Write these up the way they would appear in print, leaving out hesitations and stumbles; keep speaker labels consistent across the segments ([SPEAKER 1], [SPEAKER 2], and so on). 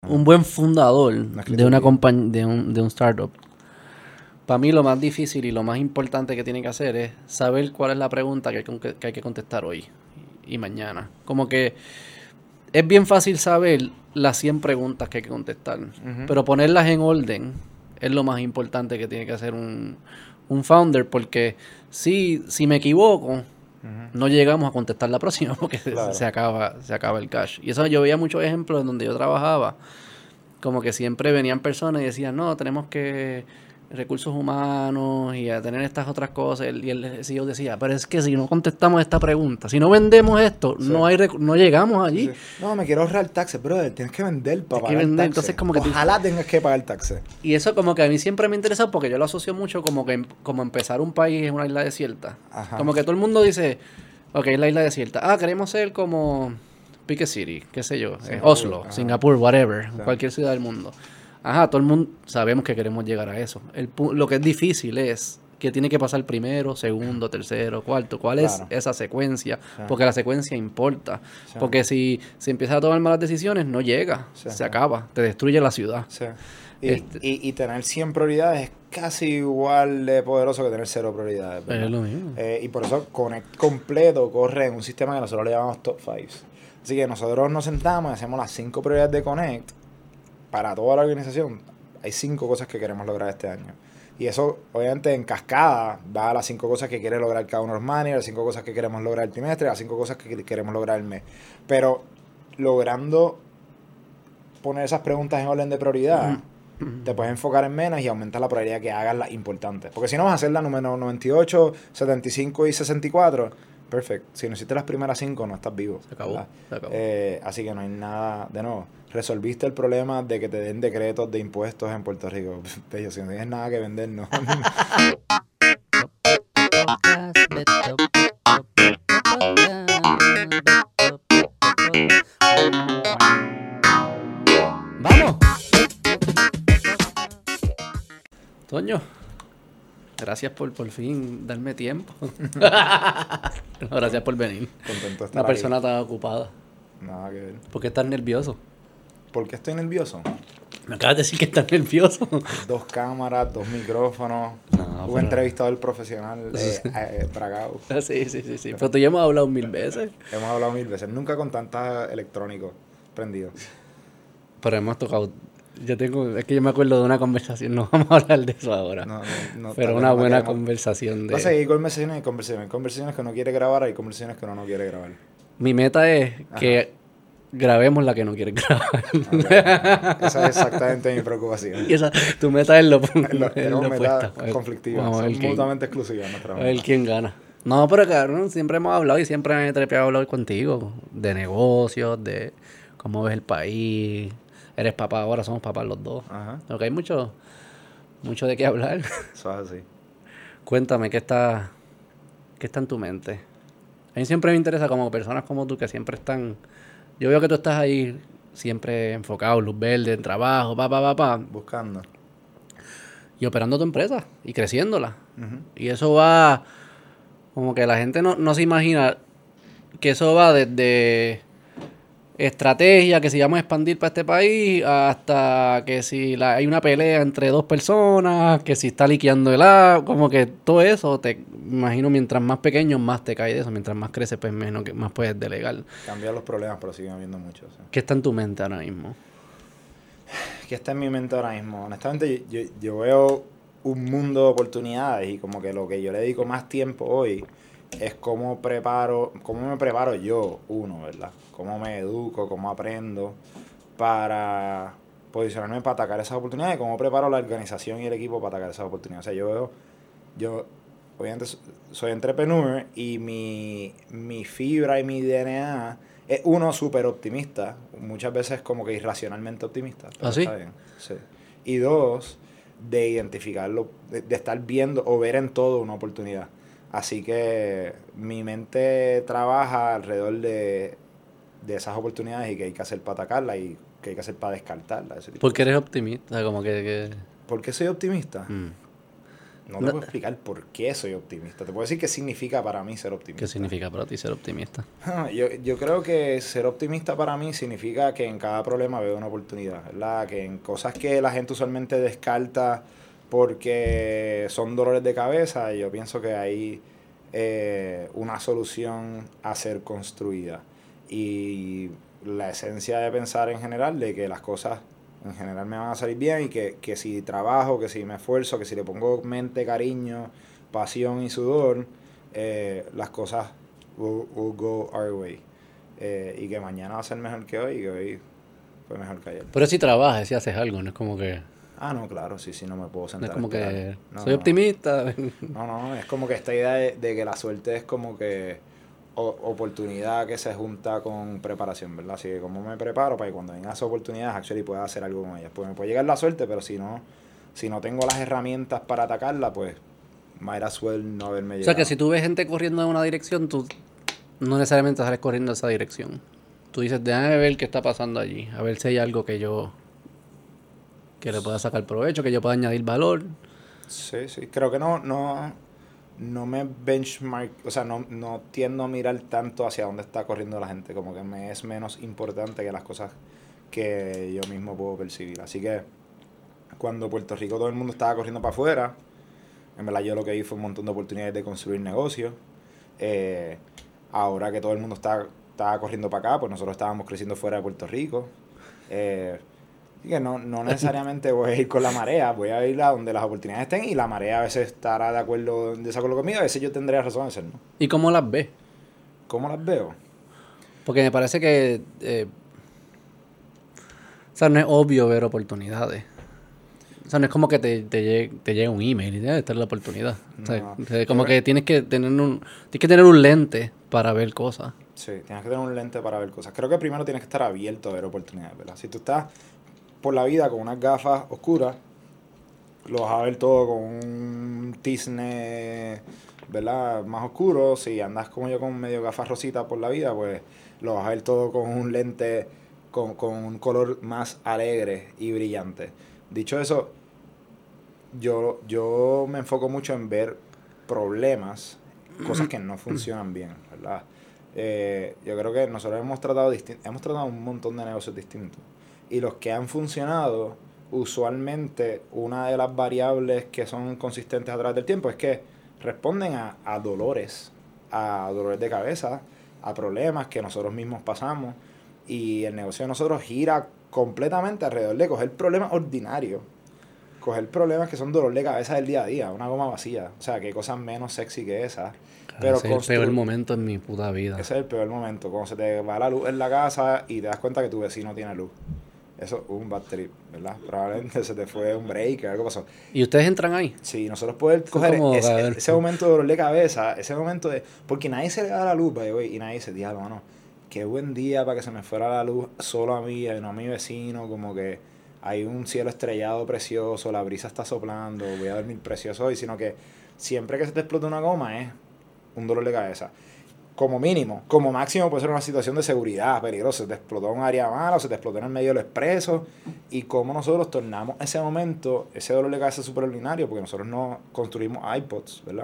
[SPEAKER 1] un buen fundador
[SPEAKER 2] Una
[SPEAKER 1] de una
[SPEAKER 2] escritura.
[SPEAKER 1] compañía, de un startup, para mí lo más difícil y lo más importante que tiene que hacer es saber cuál es la pregunta que hay que contestar hoy y mañana. Como que es bien fácil saber las 100 preguntas que hay que contestar, pero ponerlas en orden es lo más importante que tiene que hacer un founder, porque si me equivoco, no llegamos a contestar la próxima porque
[SPEAKER 2] Claro.
[SPEAKER 1] se acaba el cash. Y eso yo veía muchos ejemplos en donde yo trabajaba, como que siempre venían personas y decían, no, tenemos que recursos humanos y a tener estas otras cosas. Y el CEO decía, pero es que si no contestamos esta pregunta, si no vendemos esto,
[SPEAKER 2] Sí.
[SPEAKER 1] no llegamos allí.
[SPEAKER 2] Sí. No, me quiero ahorrar taxes, brother. Tienes que vender para
[SPEAKER 1] Hay que
[SPEAKER 2] pagar
[SPEAKER 1] vender,
[SPEAKER 2] taxes.
[SPEAKER 1] entonces como que
[SPEAKER 2] Ojalá tengas que pagar taxes.
[SPEAKER 1] y eso como que a mí siempre me interesa porque yo lo asocio mucho como que como empezar un país en una isla desierta.
[SPEAKER 2] Ajá.
[SPEAKER 1] Como que todo el mundo dice, ok, la isla desierta. Ah, queremos ser como Pique City, qué sé yo,
[SPEAKER 2] Singapur,
[SPEAKER 1] Oslo,
[SPEAKER 2] ajá.
[SPEAKER 1] Singapur, whatever,
[SPEAKER 2] Sí.
[SPEAKER 1] cualquier ciudad del mundo. Ajá, todo el mundo sabemos que queremos llegar a eso. Lo que es difícil es que tiene que pasar primero, segundo, tercero, cuarto. ¿Cuál
[SPEAKER 2] Claro.
[SPEAKER 1] es esa secuencia?
[SPEAKER 2] Sí.
[SPEAKER 1] Porque la secuencia importa.
[SPEAKER 2] Sí.
[SPEAKER 1] Porque si empiezas a tomar malas decisiones, no llega,
[SPEAKER 2] Sí.
[SPEAKER 1] se acaba, te destruye la ciudad.
[SPEAKER 2] Sí. Y tener 100 prioridades es casi igual de poderoso que tener 0 prioridades, ¿verdad?
[SPEAKER 1] Es lo mismo.
[SPEAKER 2] Y por eso Connect completo corre en un sistema que nosotros le llamamos Top 5. Así que nosotros nos sentamos y hacemos las 5 prioridades de Connect para toda la organización. Hay 5 cosas que queremos lograr este año. Y eso, obviamente, en cascada va a las 5 cosas que quiere lograr cada uno de los managers, las 5 cosas que queremos lograr el trimestre, las 5 cosas que queremos lograr el mes. Pero logrando poner esas preguntas en orden de prioridad, te puedes enfocar en menos y aumentar la probabilidad que hagas las importantes. Porque si no vas a hacer la número 98, 75 y 64, perfecto. Si no hiciste las primeras 5, no estás vivo.
[SPEAKER 1] Se acabó,
[SPEAKER 2] ¿verdad?
[SPEAKER 1] se acabó.
[SPEAKER 2] Así que no hay nada, de nuevo, resolviste el problema de que te den decretos de impuestos en Puerto Rico. Bello, si no tienes nada que vender, no.
[SPEAKER 1] ¡Vamos! Toño, gracias por fin darme tiempo. No, gracias por venir.
[SPEAKER 2] Contento de estar
[SPEAKER 1] Una persona
[SPEAKER 2] aquí.
[SPEAKER 1] tan ocupada.
[SPEAKER 2] Nada que ver.
[SPEAKER 1] ¿Por qué estás nervioso?
[SPEAKER 2] ¿Por qué estoy nervioso?
[SPEAKER 1] Me acabas de decir que estás nervioso.
[SPEAKER 2] 2 cámaras, 2 micrófonos,
[SPEAKER 1] No,
[SPEAKER 2] un
[SPEAKER 1] pero-
[SPEAKER 2] entrevistador profesional bragado.
[SPEAKER 1] Sí. Pero tú ya hemos hablado 1000 veces.
[SPEAKER 2] Hemos hablado 1000 veces, nunca con tantos electrónicos prendidos.
[SPEAKER 1] Pero hemos tocado. Es que yo me acuerdo de una conversación. No vamos a hablar de eso ahora.
[SPEAKER 2] No,
[SPEAKER 1] Pero
[SPEAKER 2] tal vez
[SPEAKER 1] una
[SPEAKER 2] no
[SPEAKER 1] buena
[SPEAKER 2] queremos.
[SPEAKER 1] conversación
[SPEAKER 2] Pasa que
[SPEAKER 1] de.
[SPEAKER 2] hay conversaciones y conversaciones. Hay conversaciones que uno quiere grabar, hay conversaciones que uno no quiere grabar.
[SPEAKER 1] Mi meta es que grabemos la que no quieres grabar.
[SPEAKER 2] Esa es exactamente mi preocupación.
[SPEAKER 1] Y tu meta es lo
[SPEAKER 2] Tenemos metas
[SPEAKER 1] opuesta.
[SPEAKER 2] conflictivas,
[SPEAKER 1] Vamos a ver
[SPEAKER 2] son mutuamente exclusivas nuestras
[SPEAKER 1] a ver
[SPEAKER 2] metas.
[SPEAKER 1] quién gana. No, pero cabrón, siempre hemos hablado y siempre me he trepeado a hablar contigo de negocios, de cómo ves el país. Eres papá ahora, somos papás los dos.
[SPEAKER 2] Ajá,
[SPEAKER 1] Porque hay mucho de qué hablar.
[SPEAKER 2] eso es así.
[SPEAKER 1] Cuéntame, qué está en tu mente? A mí siempre me interesa como personas como tú que siempre están. Yo veo que tú estás ahí siempre enfocado, luz verde, en trabajo,
[SPEAKER 2] Buscando.
[SPEAKER 1] y operando tu empresa y creciéndola.
[SPEAKER 2] Ujú.
[SPEAKER 1] Y eso va, como que la gente no se imagina que eso va desde estrategia, que si vamos a expandir para este país, hasta que si hay una pelea entre 2 personas, que si está liqueando el agua, como que todo eso, te imagino, mientras más pequeño, más te cae de eso, mientras más creces, pues menos que más puedes delegar.
[SPEAKER 2] Cambiar los problemas, pero siguen habiendo muchos. ¿Sí?
[SPEAKER 1] ¿Qué está en tu mente ahora mismo?
[SPEAKER 2] ¿Qué está en mi mente ahora mismo? Honestamente, yo veo un mundo de oportunidades y como que lo que yo le dedico más tiempo hoy es cómo me preparo yo, ¿verdad? Cómo me educo, cómo aprendo para posicionarme para atacar esas oportunidades, cómo preparo la organización y el equipo para atacar esas oportunidades. O sea, yo obviamente soy entrepreneur y mi fibra y mi DNA es uno súper optimista, muchas veces como que irracionalmente optimista. Pero
[SPEAKER 1] ¿Ah, sí?
[SPEAKER 2] está bien, sí. Y 2, de identificarlo, de estar viendo o ver en todo una oportunidad. Así que mi mente trabaja alrededor de esas oportunidades y qué hay que hacer para atacarlas y qué hay que hacer para descartarlas.
[SPEAKER 1] Porque eres optimista, como que...
[SPEAKER 2] ¿Por qué soy optimista? no te puedo explicar por qué soy optimista. Te puedo decir qué significa para mí ser optimista.
[SPEAKER 1] ¿Qué significa para ti ser optimista?
[SPEAKER 2] Yo creo que ser optimista para mí significa que en cada problema veo una oportunidad, ¿verdad? Que en cosas que la gente usualmente descarta porque son dolores de cabeza, yo pienso que hay una solución a ser construida. Y la esencia de pensar en general de que las cosas en general me van a salir bien y que si trabajo, que si me esfuerzo, que si le pongo mente, cariño, pasión y sudor, las cosas will go our way. Y que mañana va a ser mejor que hoy y que hoy fue mejor que ayer.
[SPEAKER 1] Pero si trabajas, si haces algo, no es como que...
[SPEAKER 2] Ah, no, claro, sí, no me puedo
[SPEAKER 1] No
[SPEAKER 2] sentar
[SPEAKER 1] es como
[SPEAKER 2] a esperar.
[SPEAKER 1] que
[SPEAKER 2] No,
[SPEAKER 1] soy
[SPEAKER 2] no.
[SPEAKER 1] optimista.
[SPEAKER 2] No, es como que esta idea de que la suerte es como que oportunidad que se junta con preparación, ¿verdad? Así que como me preparo para que cuando vengan esas oportunidades, actually pueda hacer algo con ellas. Pues me puede llegar la suerte, pero si no tengo las herramientas para atacarla, pues might as well no haberme
[SPEAKER 1] O
[SPEAKER 2] llegado.
[SPEAKER 1] sea que si tú ves gente corriendo en una dirección, tú no necesariamente sales corriendo en esa dirección. Tú dices, déjame ver qué está pasando allí. A ver si hay algo que le pueda sacar provecho, que yo pueda añadir valor.
[SPEAKER 2] Sí, creo que no me benchmark, o sea, no tiendo a mirar tanto hacia dónde está corriendo la gente, como que me es menos importante que las cosas que yo mismo puedo percibir. Así que cuando Puerto Rico todo el mundo estaba corriendo para afuera, en verdad yo lo que vi fue un montón de oportunidades de construir negocios. Ahora que todo el mundo estaba corriendo para acá, pues nosotros estábamos creciendo fuera de Puerto Rico. Así que no necesariamente voy a ir con la marea, voy a ir a donde las oportunidades estén y la marea a veces estará de acuerdo o en desacuerdo conmigo, a veces yo tendré razón de ser, ¿no?
[SPEAKER 1] ¿Y cómo las ves?
[SPEAKER 2] ¿Cómo las veo?
[SPEAKER 1] Porque me parece que... o sea, no es obvio ver oportunidades. O sea, no es como que te llegue un email y esta es la oportunidad. O sea,
[SPEAKER 2] No.
[SPEAKER 1] como que tienes que tener un lente para ver cosas.
[SPEAKER 2] Sí, tienes que tener un lente para ver cosas. Creo que primero tienes que estar abierto a ver oportunidades, ¿verdad? Si tú estás por la vida con unas gafas oscuras, lo vas a ver todo con un tizne, ¿verdad? Más oscuro. Si andas como yo con medio gafas rositas por la vida, pues lo vas a ver todo con un lente con un color más alegre y brillante. Dicho eso, yo me enfoco mucho en ver problemas, cosas que no funcionan bien, ¿verdad? Yo creo que nosotros hemos tratado un montón de negocios distintos. Y los que han funcionado, usualmente una de las variables que son consistentes a través del tiempo es que responden a dolores de cabeza, a problemas que nosotros mismos pasamos. Y el negocio de nosotros gira completamente alrededor de coger problemas ordinarios, coger problemas que son dolor de cabeza del día a día, una goma vacía. O sea, que hay cosas menos sexy que esas. Pero
[SPEAKER 1] Ese es el peor momento en mi puta vida.
[SPEAKER 2] ese es el peor momento, cuando se te va la luz en la casa y te das cuenta que tu vecino tiene luz. Eso es un bad trip, ¿verdad? Probablemente se te fue un break, algo pasó.
[SPEAKER 1] ¿Y ustedes entran ahí?
[SPEAKER 2] Sí, nosotros podemos coger
[SPEAKER 1] como,
[SPEAKER 2] ese momento de dolor de cabeza, ese momento de... Porque nadie se le da la luz, by the way, y nadie dice, diablo, mano, qué buen día para que se me fuera la luz solo a mí y no a mi vecino, como que hay un cielo estrellado precioso, la brisa está soplando, voy a dormir precioso hoy, sino que siempre que se te explota una goma es un dolor de cabeza. Como mínimo, como máximo puede ser una situación de seguridad peligrosa, se te explotó un área mala o se te explotó en el medio del expreso, y cómo nosotros tornamos ese momento, ese dolor de cabeza súper ordinario, porque nosotros no construimos iPods, ¿verdad?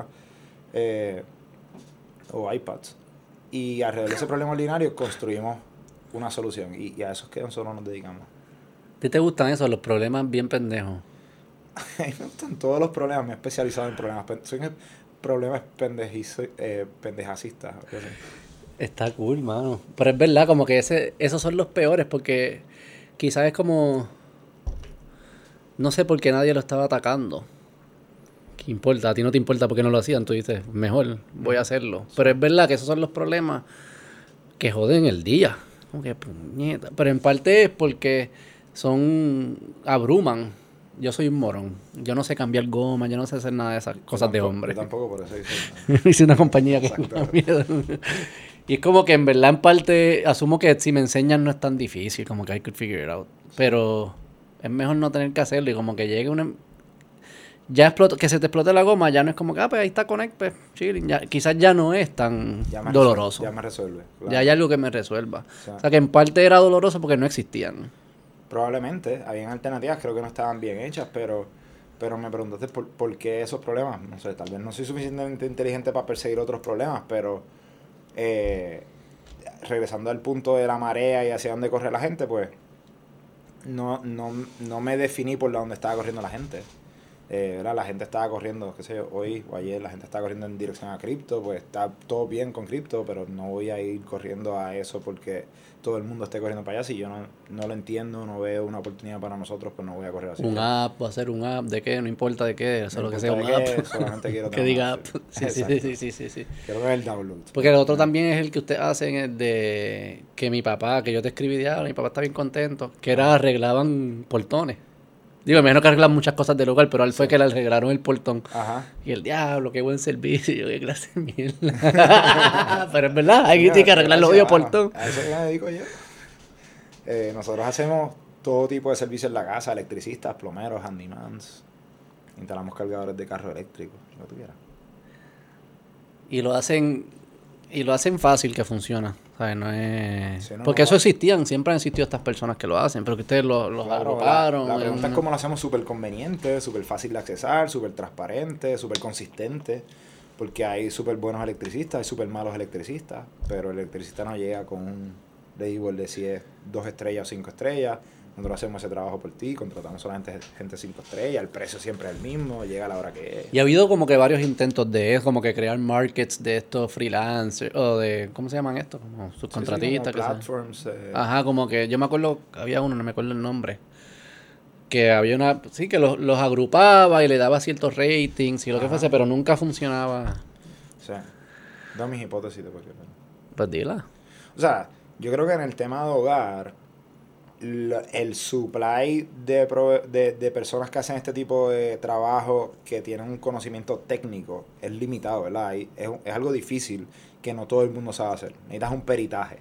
[SPEAKER 2] O iPads, y alrededor de ese problema ordinario construimos una solución, y a eso es que nosotros nos dedicamos.
[SPEAKER 1] ¿A ti te gustan esos, los problemas bien pendejos?
[SPEAKER 2] A mí me gustan todos los problemas, me he especializado en problemas, soy problemas pendejacistas.
[SPEAKER 1] Está cool, mano. Pero es verdad, como que esos son los peores, porque quizás es como... No sé por qué nadie lo estaba atacando. ¿Qué importa? A ti no te importa porque no lo hacían. Tú dices, mejor, voy a hacerlo. Pero es verdad que esos son los problemas que joden el día. Como que puñeta. Pero en parte es porque abruman. Yo soy un morón. Yo no sé cambiar goma, yo no sé hacer nada de esas cosas de hombre.
[SPEAKER 2] Yo tampoco, por eso hice.
[SPEAKER 1] Hice una compañía que me da miedo. Y es como que en verdad en parte asumo que si me enseñan no es tan difícil, como que I could figure it out. Pero es mejor no tener que hacerlo y como que llegue que se te explote la goma, ya no es como que, pues ahí está Connect, pues chilling. Quizás ya no es tan doloroso.
[SPEAKER 2] Ya me resuelve. Claro.
[SPEAKER 1] Ya hay algo que me resuelva. O sea que en parte era doloroso porque no existían.
[SPEAKER 2] Probablemente, habían alternativas, creo que no estaban bien hechas, pero Pero me preguntaste por qué esos problemas. No sé, tal vez no soy suficientemente inteligente para perseguir otros problemas, pero regresando al punto de la marea y hacia dónde corre la gente, pues no me definí por dónde estaba corriendo la gente. ¿Verdad? La gente estaba corriendo, qué sé yo, hoy o ayer la gente estaba corriendo en dirección a cripto, pues está todo bien con cripto, pero no voy a ir corriendo a eso porque todo el mundo esté corriendo para allá. Si yo no lo entiendo, no veo una oportunidad para nosotros, pues no voy a correr así.
[SPEAKER 1] Un app, va a ser un app, ¿de qué? No importa de qué,
[SPEAKER 2] No
[SPEAKER 1] solo que
[SPEAKER 2] importa
[SPEAKER 1] sea un
[SPEAKER 2] de qué,
[SPEAKER 1] app.
[SPEAKER 2] solamente quiero
[SPEAKER 1] Que diga app.
[SPEAKER 2] trabajar.
[SPEAKER 1] Sí, sí,
[SPEAKER 2] Exacto.
[SPEAKER 1] sí.
[SPEAKER 2] Quiero ver el download.
[SPEAKER 1] Porque el otro también es el que ustedes hacen, el de que mi papá, que yo te escribí, mi papá está bien contento, que era arreglaban portones. Digo, me imagino que arreglan muchas cosas del lugar, pero él fue que le arreglaron el portón.
[SPEAKER 2] Ajá.
[SPEAKER 1] Y el diablo, qué buen servicio, y yo, qué clase de mierda. Pero es verdad, hay que arreglar los odios portón.
[SPEAKER 2] A eso me dedico yo. Nosotros hacemos todo tipo de servicios en la casa, electricistas, plomeros, handymans. Instalamos cargadores de carro eléctrico, lo que tuviera.
[SPEAKER 1] Y lo hacen fácil que funciona. ¿Sabes? No es...
[SPEAKER 2] Sí, no,
[SPEAKER 1] Porque
[SPEAKER 2] no,
[SPEAKER 1] eso existían, siempre han existido estas personas que lo hacen, pero que ustedes los
[SPEAKER 2] Claro,
[SPEAKER 1] agruparon.
[SPEAKER 2] la pregunta es cómo lo hacemos súper conveniente, súper fácil de accesar, súper transparente, súper consistente. Porque hay súper buenos electricistas, hay súper malos electricistas, pero el electricista no llega con un label de si es 2 estrellas o 5 estrellas. Nosotros hacemos ese trabajo por ti, contratamos solamente gente 5 estrellas, el precio siempre es el mismo, llega a la hora que es.
[SPEAKER 1] Y ha habido como que varios intentos de eso, como que crear markets de estos freelancers, o de, ¿cómo se llaman estos? Como subcontratistas.
[SPEAKER 2] Sí, como platforms.
[SPEAKER 1] Ajá, como que yo me acuerdo, había uno, no me acuerdo el nombre, que había una, sí, que los agrupaba y le daba ciertos ratings y lo que fuese, pero nunca funcionaba.
[SPEAKER 2] Sí. Da mis hipótesis de por qué.
[SPEAKER 1] Pues dila.
[SPEAKER 2] O sea, yo creo que en el tema de hogar, el supply de personas que hacen este tipo de trabajo, que tienen un conocimiento técnico, es limitado, ¿verdad? Es algo difícil que no todo el mundo sabe hacer. Necesitas un peritaje.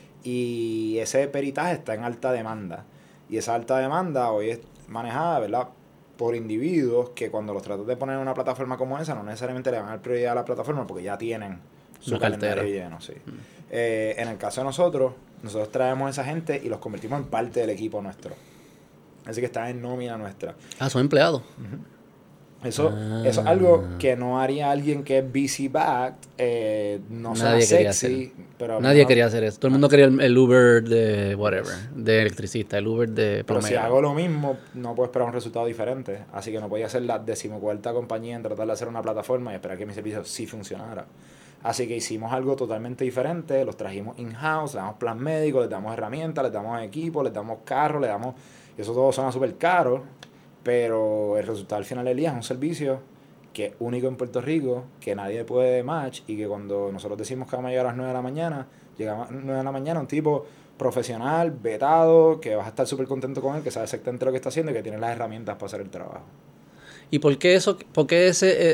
[SPEAKER 2] Y ese peritaje está en alta demanda. Y esa alta demanda hoy es manejada, ¿verdad?, por individuos que cuando los tratas de poner en una plataforma como esa, no necesariamente le van a dar prioridad a la plataforma porque ya tienen su calendario lleno. Sí. En el caso de nosotros traemos a esa gente y los convertimos en parte del equipo nuestro. Así que están en nómina nuestra.
[SPEAKER 1] Ah, son empleados.
[SPEAKER 2] Eso es algo que no haría alguien que es VC-backed, no suena sexy, pero...
[SPEAKER 1] Nadie quería hacer eso. Todo el mundo quería el Uber de whatever, de electricista, el Uber de
[SPEAKER 2] Pero
[SPEAKER 1] plomero.
[SPEAKER 2] si hago lo mismo, no puedo esperar un resultado diferente. Así que no podía ser la 14ª compañía en tratar de hacer una plataforma y esperar que mi servicio sí funcionara. Así que hicimos algo totalmente diferente, los trajimos in-house, le damos plan médico, les damos herramientas, les damos equipo, les damos carro, les damos... Y eso todo suena súper caro, pero el resultado al final del día es un servicio que es único en Puerto Rico, que nadie puede match, y que cuando nosotros decimos que vamos a llegar a las 9 de la mañana, llegamos a las 9 de la mañana, un tipo profesional, vetado, que vas a estar súper contento con él, que sabe exactamente lo que está haciendo y que tiene las herramientas para hacer el trabajo.
[SPEAKER 1] ¿Y por qué eso, por qué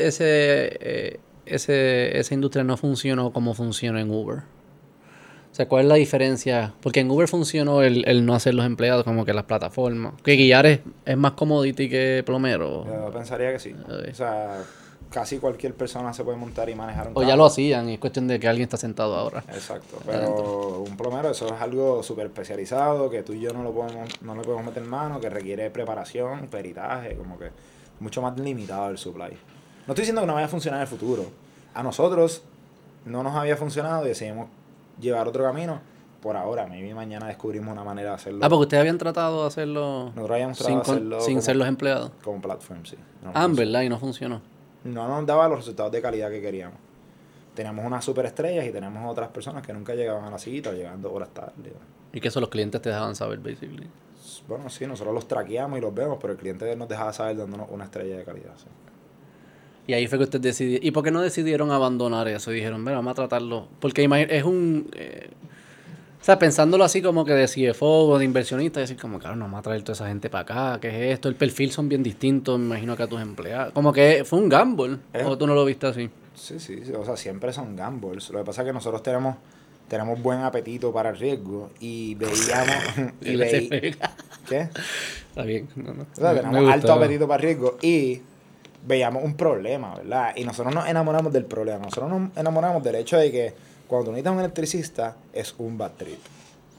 [SPEAKER 1] esa industria no funcionó como funciona en Uber? O sea, ¿cuál es la diferencia? Porque en Uber funcionó el no hacer los empleados como que las plataformas. Que guiar es más commodity que plomero.
[SPEAKER 2] Yo pensaría que sí. O sea, casi cualquier persona se puede montar y manejar un
[SPEAKER 1] O
[SPEAKER 2] carro.
[SPEAKER 1] ya lo hacían y es cuestión de que alguien está sentado ahora.
[SPEAKER 2] Exacto, pero un plomero, eso es algo súper especializado, que tú y yo no le podemos meter mano, que requiere preparación, peritaje, como que mucho más limitado el supply. No estoy diciendo que no vaya a funcionar en el futuro. A nosotros no nos había funcionado y decidimos llevar otro camino. Por ahora, maybe mañana descubrimos una manera de hacerlo.
[SPEAKER 1] Ah, porque ustedes habían tratado de hacerlo
[SPEAKER 2] Nosotros habíamos tratado de hacerlo
[SPEAKER 1] sin ser los empleados.
[SPEAKER 2] Como platform, sí.
[SPEAKER 1] ¿Verdad? Y no funcionó.
[SPEAKER 2] No nos daba los resultados de calidad que queríamos. Teníamos unas superestrellas y tenemos otras personas que nunca llegaban a la cita o llegan 2 horas tarde.
[SPEAKER 1] Y que eso los clientes te dejaban saber, basically.
[SPEAKER 2] Bueno, sí, nosotros los traqueamos y los vemos, pero el cliente nos dejaba saber dándonos una estrella de calidad. Sí.
[SPEAKER 1] Y ahí fue que ustedes decidieron. ¿Y por qué no decidieron abandonar eso? Y dijeron, bueno, vamos a tratarlo. Porque es un... o sea, pensándolo así como que de CFO o de inversionista, decir como, claro, no vamos a traer toda esa gente para acá, ¿qué es esto? El perfil son bien distintos, me imagino que a tus empleados. Como que fue un gamble, ¿o tú no lo viste así?
[SPEAKER 2] Sí, o sea, siempre son gambles. Lo que pasa es que nosotros tenemos buen apetito para el riesgo y veíamos... ¿Qué?
[SPEAKER 1] Está bien. No.
[SPEAKER 2] O sea, tenemos alto apetito para el riesgo y veíamos un problema, ¿verdad? Y nosotros nos enamoramos del problema. Nosotros nos enamoramos del hecho de que cuando tú necesitas un electricista es un bad trip.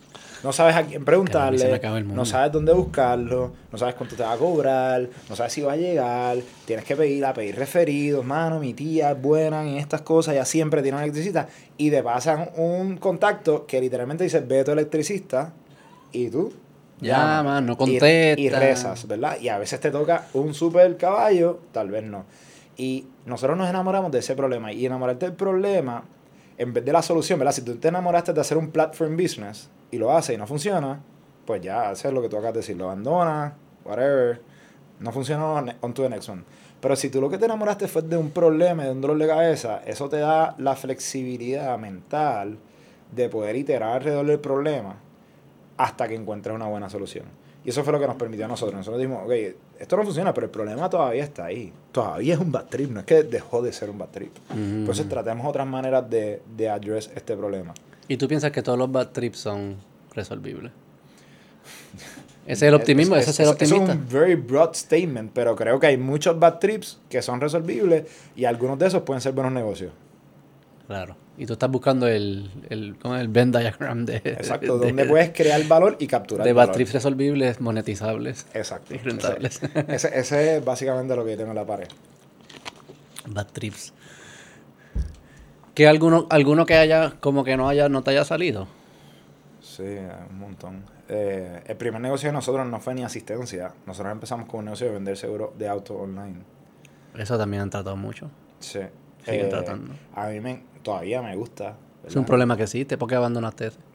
[SPEAKER 2] no sabes a quién
[SPEAKER 1] Cabrón, y se me
[SPEAKER 2] preguntarle,
[SPEAKER 1] acaba el mundo.
[SPEAKER 2] no sabes dónde buscarlo, no sabes cuánto te va a cobrar, no sabes si va a llegar, tienes que pedir referidos, mano, mi tía es buena en estas cosas, ella siempre tiene un electricista, y te pasan un contacto que literalmente dice, ve a tu electricista, y tú
[SPEAKER 1] Llama, no
[SPEAKER 2] y
[SPEAKER 1] contesta.
[SPEAKER 2] rezas, ¿verdad? Y a veces te toca un super caballo, tal vez no. Y nosotros nos enamoramos de ese problema. Y enamorarte del problema, en vez de la solución, ¿verdad? Si tú te enamoraste de hacer un platform business y lo haces y no funciona, pues ya haces lo que tú acabas de decir, lo abandonas, whatever. No funcionó, on to the next one. Pero si tú lo que te enamoraste fue de un problema, de un dolor de cabeza, eso te da la flexibilidad mental de poder iterar alrededor del problema hasta que encuentres una buena solución. Y eso fue lo que nos permitió a nosotros. Nosotros dijimos, ok, esto no funciona, pero el problema todavía está ahí. Todavía es un bad trip, no es que dejó de ser un bad trip. Entonces tratemos otras maneras de address este problema.
[SPEAKER 1] ¿Y tú piensas que todos los bad trips son resolvibles? Ese es el optimismo, ese es el
[SPEAKER 2] Es
[SPEAKER 1] optimista.
[SPEAKER 2] un very broad statement, pero creo que hay muchos bad trips que son resolvibles y algunos de esos pueden ser buenos negocios.
[SPEAKER 1] Claro. Y tú estás buscando ¿cómo es? El Venn diagram
[SPEAKER 2] Exacto, donde puedes crear valor y capturar
[SPEAKER 1] de
[SPEAKER 2] valor.
[SPEAKER 1] bad trips resolvibles, monetizables
[SPEAKER 2] Exacto.
[SPEAKER 1] y rentables.
[SPEAKER 2] Ese es básicamente lo que yo tengo en la pared.
[SPEAKER 1] Bad trips. ¿Que alguno que haya, como que no te haya salido?
[SPEAKER 2] Sí, un montón. El primer negocio de nosotros no fue ni asistencia. Nosotros empezamos con un negocio de vender seguro de auto online.
[SPEAKER 1] Eso también han tratado mucho.
[SPEAKER 2] Sí.
[SPEAKER 1] Siguen tratando.
[SPEAKER 2] A mí todavía me gusta. ¿Verdad?
[SPEAKER 1] Es un problema que existe. ¿Por qué abandonaste ese?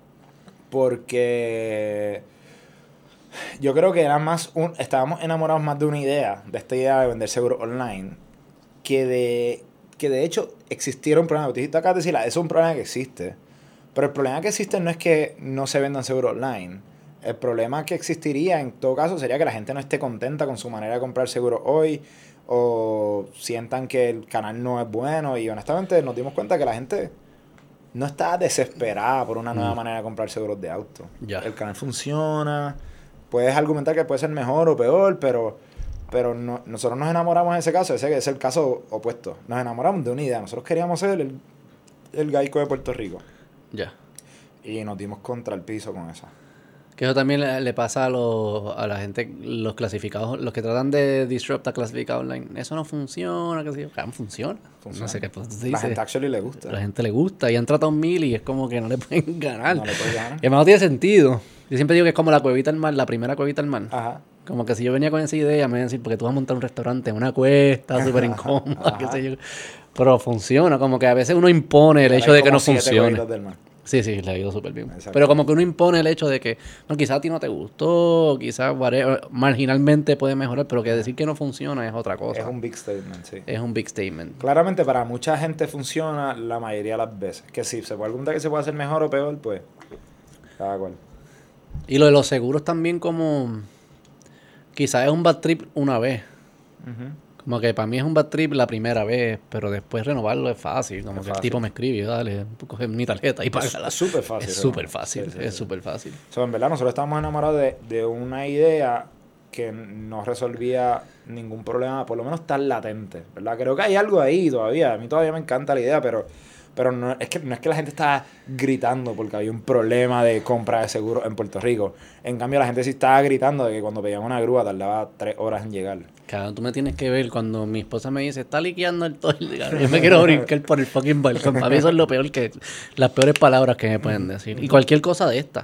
[SPEAKER 2] Porque yo creo que era estábamos enamorados más de una idea, de esta idea de vender seguro online, que de hecho existiera un problema. Tú acabas de decir, es un problema que existe. Pero el problema que existe no es que no se vendan seguros online. El problema que existiría en todo caso sería que la gente no esté contenta con su manera de comprar seguro hoy, o sientan que el canal no es bueno. Y honestamente nos dimos cuenta que la gente no está desesperada por una nueva manera de comprar seguros de auto.
[SPEAKER 1] Ya.
[SPEAKER 2] El canal funciona, puedes argumentar que puede ser mejor o peor, pero nosotros nos enamoramos en ese caso. Ese es el caso opuesto. Nos enamoramos de una idea. Nosotros queríamos ser el Geico de Puerto Rico.
[SPEAKER 1] Ya.
[SPEAKER 2] Y nos dimos contra el piso con esa.
[SPEAKER 1] Que eso también le pasa a la gente, los clasificados, los que tratan de disrupt a clasificados online. Eso no funciona, que sé yo. Funciona. No sé qué pues,
[SPEAKER 2] La gente actually le gusta.
[SPEAKER 1] La gente le gusta y han tratado 1000 y es como que no le pueden ganar.
[SPEAKER 2] No le pueden ganar.
[SPEAKER 1] Y además no tiene sentido. Yo siempre digo que es como la cuevita del mar, la primera cuevita del mar.
[SPEAKER 2] Ajá.
[SPEAKER 1] Como que si yo venía con esa idea, me iban a decir, porque tú vas a montar un restaurante en una cuesta súper incómoda, qué sé yo. Pero funciona, como que a veces uno impone el hecho de que no funcione. Sí, le ha ido súper bien. Exacto. Pero como que uno impone el hecho de que, no, quizás a ti no te gustó, quizás marginalmente puede mejorar, pero que decir que no funciona es otra cosa.
[SPEAKER 2] Es un big statement, sí.
[SPEAKER 1] Es un big statement.
[SPEAKER 2] Claramente para mucha gente funciona la mayoría de las veces. Que si se puede argumentar que se puede hacer mejor o peor, pues cada cual.
[SPEAKER 1] Y lo de los seguros también como, quizás es un bad trip una vez. Como que para mí es un bad trip la primera vez, pero después renovarlo es fácil. Como que el tipo me escribe, dale, coge mi tarjeta y págala.
[SPEAKER 2] Es súper fácil.
[SPEAKER 1] Es súper fácil, es súper fácil.
[SPEAKER 2] En verdad, nosotros estábamos enamorados de una idea que no resolvía ningún problema, por lo menos tan latente, ¿verdad? Creo que hay algo ahí todavía. A mí todavía me encanta la idea, pero no es que la gente estaba gritando porque había un problema de compra de seguro en Puerto Rico. En cambio, la gente sí estaba gritando de que cuando pedíamos una grúa tardaba 3 horas en llegar.
[SPEAKER 1] Claro, tú me tienes que ver cuando mi esposa me dice, está liqueando el toile. Yo me quiero brincar por el fucking balcón. Para mí eso es lo peor las peores palabras que me pueden decir. Y cualquier cosa de esta.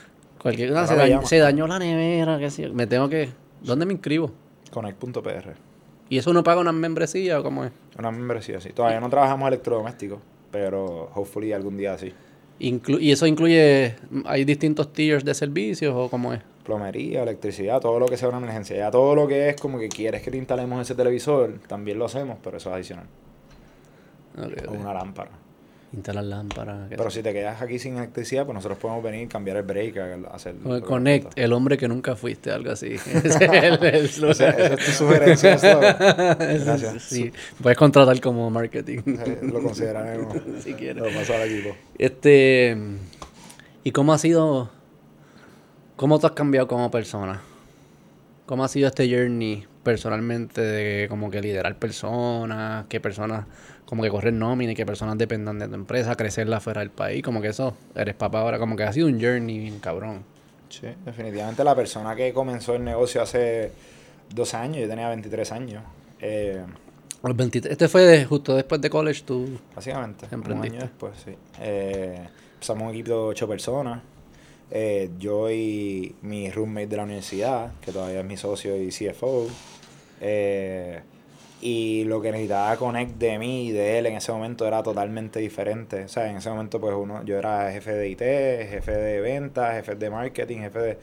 [SPEAKER 1] Se dañó la nevera, qué sé yo. Me tengo que... ¿Dónde me inscribo?
[SPEAKER 2] Connect.pr.
[SPEAKER 1] ¿Y eso uno paga una membresía o cómo es?
[SPEAKER 2] Una membresía, sí. Todavía no trabajamos electrodomésticos, pero hopefully algún día sí.
[SPEAKER 1] ¿Y eso incluye, hay distintos tiers de servicios o cómo es?
[SPEAKER 2] Plomería, electricidad, todo lo que sea una emergencia. Ya todo lo que es como que quieres que te instalemos ese televisor, también lo hacemos, pero eso es adicional.
[SPEAKER 1] Okay.
[SPEAKER 2] O una lámpara.
[SPEAKER 1] Instalar lámparas.
[SPEAKER 2] Pero si te quedas aquí sin electricidad, pues nosotros podemos venir, cambiar el breaker, hacer...
[SPEAKER 1] Connect, el hombre que nunca fuiste, algo así.
[SPEAKER 2] Esa es tu sugerencia. Gracias.
[SPEAKER 1] Sí, puedes contratar como marketing.
[SPEAKER 2] Lo consideraremos.
[SPEAKER 1] Si quieres.
[SPEAKER 2] Lo paso al equipo.
[SPEAKER 1] ¿Y cómo ha sido... ¿Cómo tú has cambiado como persona? ¿Cómo ha sido este journey personalmente de como que liderar personas, qué personas como que correr nómina y qué personas dependan de tu empresa, crecerla fuera del país? Como que eso, eres papá ahora, como que ha sido un journey bien cabrón.
[SPEAKER 2] Sí, definitivamente la persona que comenzó el negocio hace 12 años, yo tenía 23 años.
[SPEAKER 1] A los 23, este fue justo después de college, tú
[SPEAKER 2] Básicamente, un año
[SPEAKER 1] emprendiste.
[SPEAKER 2] después, sí. Empezamos un equipo de 8 personas. Yo y mi roommate de la universidad, que todavía es mi socio y CFO. Y lo que necesitaba Connect de mí y de él en ese momento era totalmente diferente. O sea, en ese momento pues yo era jefe de IT, jefe de ventas, jefe de marketing,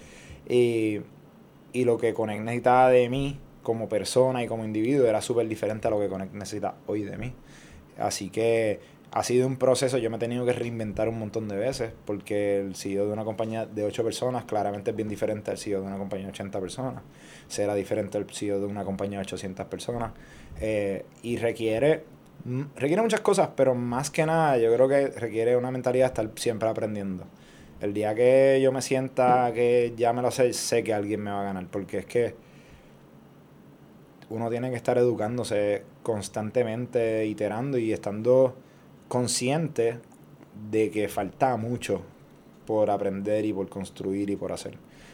[SPEAKER 2] y lo que Connect necesitaba de mí como persona y como individuo era súper diferente a lo que Connect necesita hoy de mí. Así que ha sido un proceso, yo me he tenido que reinventar un montón de veces, porque el CEO de una compañía de 8 personas claramente es bien diferente al CEO de una compañía de 80 personas. Será diferente al CEO de una compañía de 800 personas. Y requiere muchas cosas, pero más que nada yo creo que requiere una mentalidad de estar siempre aprendiendo. El día que yo me sienta que ya me lo sé que alguien me va a ganar, porque es que uno tiene que estar educándose constantemente, iterando y estando consciente de que falta mucho por aprender y por construir y por hacer.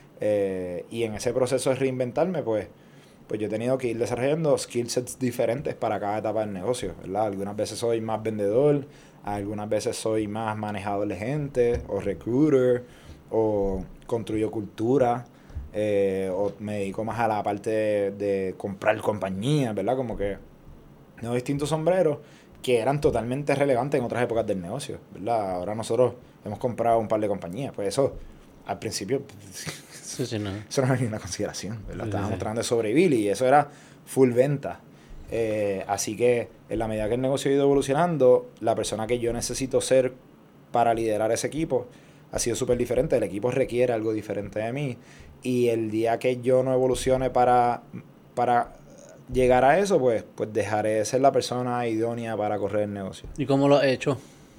[SPEAKER 2] Y en ese proceso de reinventarme, pues yo he tenido que ir desarrollando skill sets diferentes para cada etapa del negocio, ¿verdad? Algunas veces soy más vendedor, algunas veces soy más manejador de gente, o recruiter, o construyo cultura, o me dedico más a la parte de comprar compañías, ¿verdad? Como que tengo distintos sombreros que eran totalmente relevantes en otras épocas del negocio, ¿verdad? Ahora nosotros hemos comprado un par de compañías, pues eso al principio
[SPEAKER 1] Sí, sí, no.
[SPEAKER 2] eso no era ni una consideración, ¿verdad?
[SPEAKER 1] Sí,
[SPEAKER 2] Estábamos
[SPEAKER 1] sí.
[SPEAKER 2] tratando de sobrevivir y eso era full venta. Así que en la medida que el negocio ha ido evolucionando, la persona que yo necesito ser para liderar ese equipo ha sido súper diferente. El equipo requiere algo diferente de mí. Y el día que yo no evolucione para llegar a eso, pues dejaré de ser la persona idónea para correr el negocio.
[SPEAKER 1] ¿Y cómo lo has hecho?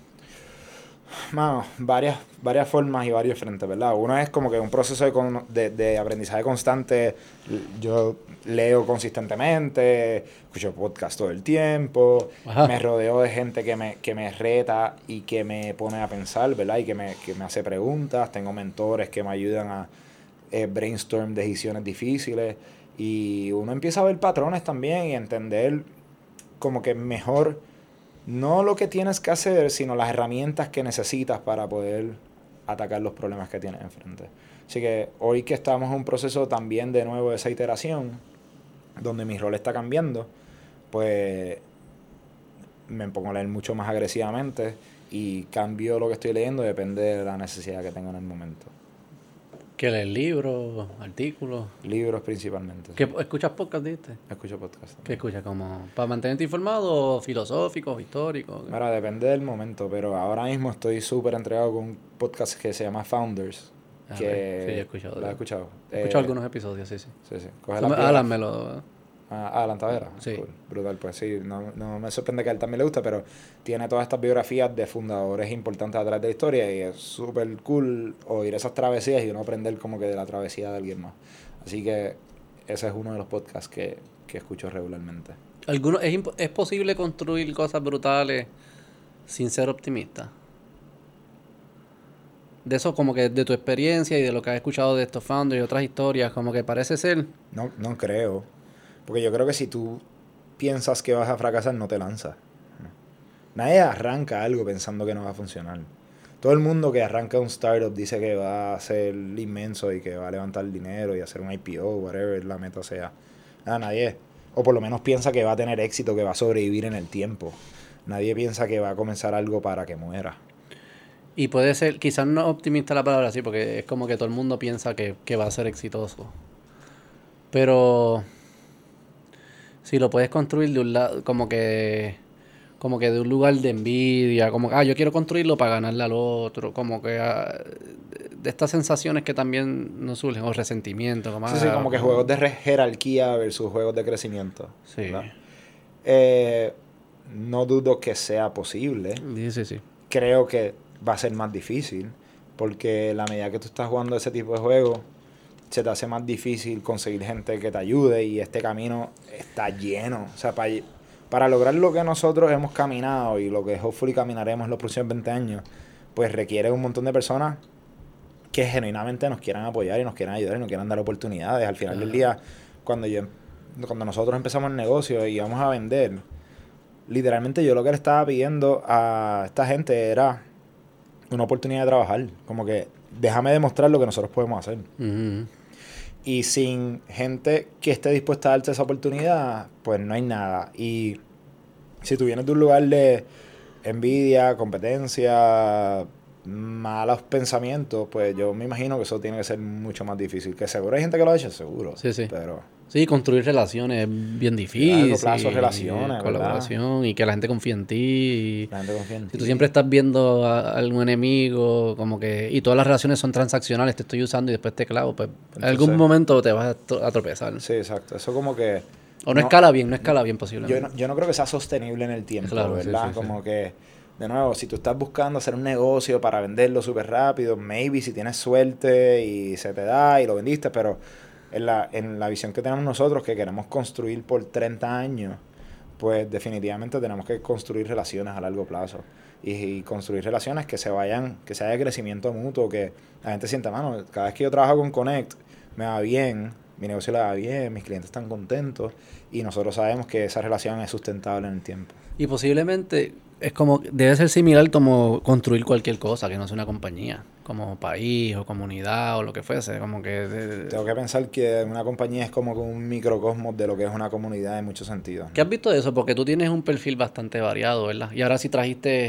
[SPEAKER 2] Mano, varias formas y varios frentes, ¿verdad? Uno es como que un proceso de aprendizaje constante. Yo leo consistentemente, escucho podcast todo el tiempo,
[SPEAKER 1] Ajá.
[SPEAKER 2] me rodeo de gente que me reta y que me pone a pensar, ¿verdad? Y que me hace preguntas. Tengo mentores que me ayudan a brainstorm decisiones difíciles. Y uno empieza a ver patrones también y a entender como que mejor no lo que tienes que hacer, sino las herramientas que necesitas para poder atacar los problemas que tienes enfrente. Así que hoy que estamos en un proceso también de nuevo de esa iteración, donde mi rol está cambiando, pues me pongo a leer mucho más agresivamente y cambio lo que estoy leyendo, depende de la necesidad que tengo en el momento.
[SPEAKER 1] ¿Que lees libros, artículos?
[SPEAKER 2] Libros principalmente.
[SPEAKER 1] ¿Que escuchas podcast, dijiste?
[SPEAKER 2] Escucho podcast.
[SPEAKER 1] ¿Qué escuchas? ¿Como para mantenerte informado, filosóficos, históricos?
[SPEAKER 2] Mira, depende del momento, pero ahora mismo estoy súper entregado con un podcast que se llama Founders.
[SPEAKER 1] A ver, sí, he
[SPEAKER 2] Que
[SPEAKER 1] escuchado.
[SPEAKER 2] ¿lo has escuchado?
[SPEAKER 1] He escuchado algunos episodios, sí, sí.
[SPEAKER 2] Sí, sí. Coge
[SPEAKER 1] Tú
[SPEAKER 2] las
[SPEAKER 1] Alan
[SPEAKER 2] biografías.
[SPEAKER 1] me lo...
[SPEAKER 2] Alan Tavera.
[SPEAKER 1] Sí.
[SPEAKER 2] Cool. Brutal, pues sí. No me sorprende que a él también le guste, pero tiene todas estas biografías de fundadores importantes a través de la historia y es súper cool oír esas travesías y uno aprender como que de la travesía de alguien más. Así que ese es uno de los podcasts que escucho regularmente.
[SPEAKER 1] ¿Es posible construir cosas brutales sin ser optimista? De eso, como que de tu experiencia y de lo que has escuchado de estos founders y otras historias, como que parece ser...
[SPEAKER 2] No creo. Porque yo creo que si tú piensas que vas a fracasar, no te lanzas. Nadie arranca algo pensando que no va a funcionar. Todo el mundo que arranca un startup dice que va a ser inmenso y que va a levantar dinero y hacer un IPO, whatever la meta sea. Nadie, o por lo menos piensa que va a tener éxito, que va a sobrevivir en el tiempo. Nadie piensa que va a comenzar algo para que muera.
[SPEAKER 1] Y puede ser, quizás no optimista la palabra así, porque es como que todo el mundo piensa que va a ser exitoso. Pero si lo puedes construir de un lado, como que de un lugar de envidia, como que, yo quiero construirlo para ganarle al otro, como que de estas sensaciones que también nos surgen, o resentimiento, como,
[SPEAKER 2] Sí, como que juegos de jerarquía versus juegos de crecimiento.
[SPEAKER 1] sí,
[SPEAKER 2] No dudo que sea posible.
[SPEAKER 1] sí.
[SPEAKER 2] Creo que va a ser más difícil, porque la medida que tú estás jugando ese tipo de juegos, se te hace más difícil conseguir gente que te ayude y este camino está lleno. O sea, para lograr lo que nosotros hemos caminado y lo que hopefully caminaremos los próximos 20 años, pues requiere un montón de personas que genuinamente nos quieran apoyar y nos quieran ayudar y nos quieran dar oportunidades. Al final del día, cuando nosotros empezamos el negocio y íbamos a vender, literalmente yo lo que le estaba pidiendo a esta gente era una oportunidad de trabajar. Como que déjame demostrar lo que nosotros podemos hacer.
[SPEAKER 1] Ujú.
[SPEAKER 2] Y sin gente que esté dispuesta a darte esa oportunidad, pues no hay nada. Y si tú vienes de un lugar de envidia, competencia, malos pensamientos, pues yo me imagino que eso tiene que ser mucho más difícil. Que seguro hay gente que lo ha hecho, seguro.
[SPEAKER 1] Sí, sí.
[SPEAKER 2] Pero
[SPEAKER 1] Sí, construir relaciones es bien
[SPEAKER 2] a
[SPEAKER 1] difícil.
[SPEAKER 2] largo plazo, relaciones,
[SPEAKER 1] Colaboración y que la gente confíe en ti. Y
[SPEAKER 2] la gente confía en
[SPEAKER 1] si
[SPEAKER 2] ti.
[SPEAKER 1] tú siempre estás viendo a algún enemigo, como que, y todas las relaciones son transaccionales, te estoy usando y después te clavo, pues en algún
[SPEAKER 2] Entonces,
[SPEAKER 1] momento te vas a tropezar.
[SPEAKER 2] Sí, exacto. Eso como que...
[SPEAKER 1] O no escala bien posiblemente.
[SPEAKER 2] Yo no creo que sea sostenible en el tiempo,
[SPEAKER 1] Claro, sí,
[SPEAKER 2] ¿verdad?
[SPEAKER 1] sí, sí.
[SPEAKER 2] Como que, de nuevo, si tú estás buscando hacer un negocio para venderlo súper rápido, maybe si tienes suerte y se te da y lo vendiste, pero en la visión que tenemos nosotros, que queremos construir por 30 años, pues definitivamente tenemos que construir relaciones a largo plazo. Y construir relaciones que se vayan, que se haya crecimiento mutuo, que la gente sienta, mano, cada vez que yo trabajo con Connect, me va bien, mi negocio le va bien, mis clientes están contentos y nosotros sabemos que esa relación es sustentable en el tiempo.
[SPEAKER 1] Y posiblemente es como, debe ser similar como construir cualquier cosa, que no sea una compañía, como país o comunidad o lo que fuese, como que...
[SPEAKER 2] Tengo que pensar que una compañía es como un microcosmos de lo que es una comunidad en muchos sentidos,
[SPEAKER 1] ¿Qué has
[SPEAKER 2] ¿no?
[SPEAKER 1] visto de eso? Porque tú tienes un perfil bastante variado, ¿verdad? Y ahora sí trajiste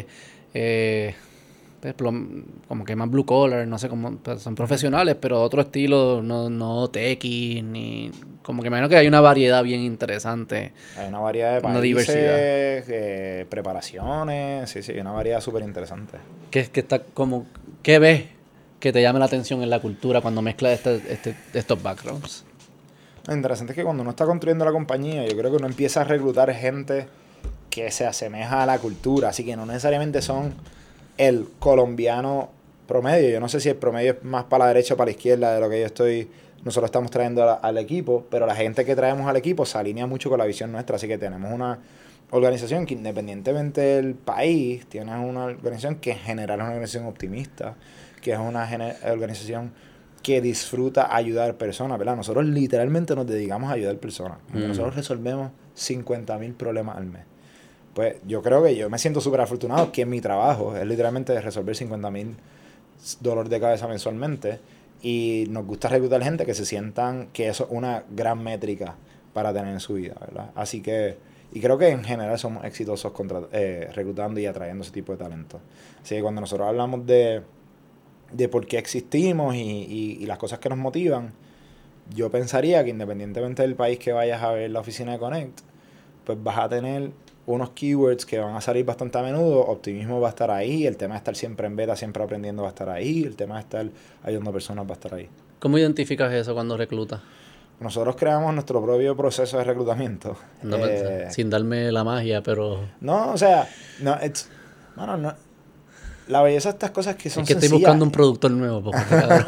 [SPEAKER 1] pues, como que más blue collar, no sé cómo, pues, son profesionales, pero otro estilo, no techie, ni... Como que me imagino que hay una variedad bien interesante,
[SPEAKER 2] Hay una variedad de
[SPEAKER 1] una
[SPEAKER 2] países,
[SPEAKER 1] diversidad.
[SPEAKER 2] preparaciones, sí, una variedad súper interesante.
[SPEAKER 1] Que está como... ¿Qué ves que te llame la atención en la cultura cuando mezclas estos backgrounds?
[SPEAKER 2] Lo interesante es que cuando uno está construyendo la compañía, yo creo que uno empieza a reclutar gente que se asemeja a la cultura, así que no necesariamente son el colombiano promedio. Yo no sé si el promedio es más para la derecha o para la izquierda de lo que nosotros estamos trayendo al equipo, pero la gente que traemos al equipo se alinea mucho con la visión nuestra, así que tenemos una organización que independientemente del país, tiene una organización que en general es una organización optimista, que es una organización que disfruta ayudar personas, ¿verdad? Nosotros literalmente nos dedicamos a ayudar personas. Nosotros resolvemos 50,000 problemas al mes. Pues yo creo que yo me siento súper afortunado que mi trabajo es literalmente resolver 50,000 dolores de cabeza mensualmente y nos gusta reclutar gente que se sientan que eso es una gran métrica para tener en su vida, ¿verdad? Así que, y creo que en general somos exitosos reclutando y atrayendo ese tipo de talento. Así que cuando nosotros hablamos de por qué existimos y las cosas que nos motivan, yo pensaría que independientemente del país que vayas a ver la oficina de Connect, pues vas a tener unos keywords que van a salir bastante a menudo. Optimismo va a estar ahí, el tema de estar siempre en beta, siempre aprendiendo va a estar ahí, el tema de estar ayudando a personas va a estar ahí.
[SPEAKER 1] ¿Cómo identificas eso cuando reclutas?
[SPEAKER 2] Nosotros creamos nuestro propio proceso de reclutamiento.
[SPEAKER 1] No, sin darme la magia, pero...
[SPEAKER 2] No, o sea, no, bueno, no, la belleza de estas cosas que son
[SPEAKER 1] Es que estoy
[SPEAKER 2] sencillas.
[SPEAKER 1] buscando un productor nuevo. Porque,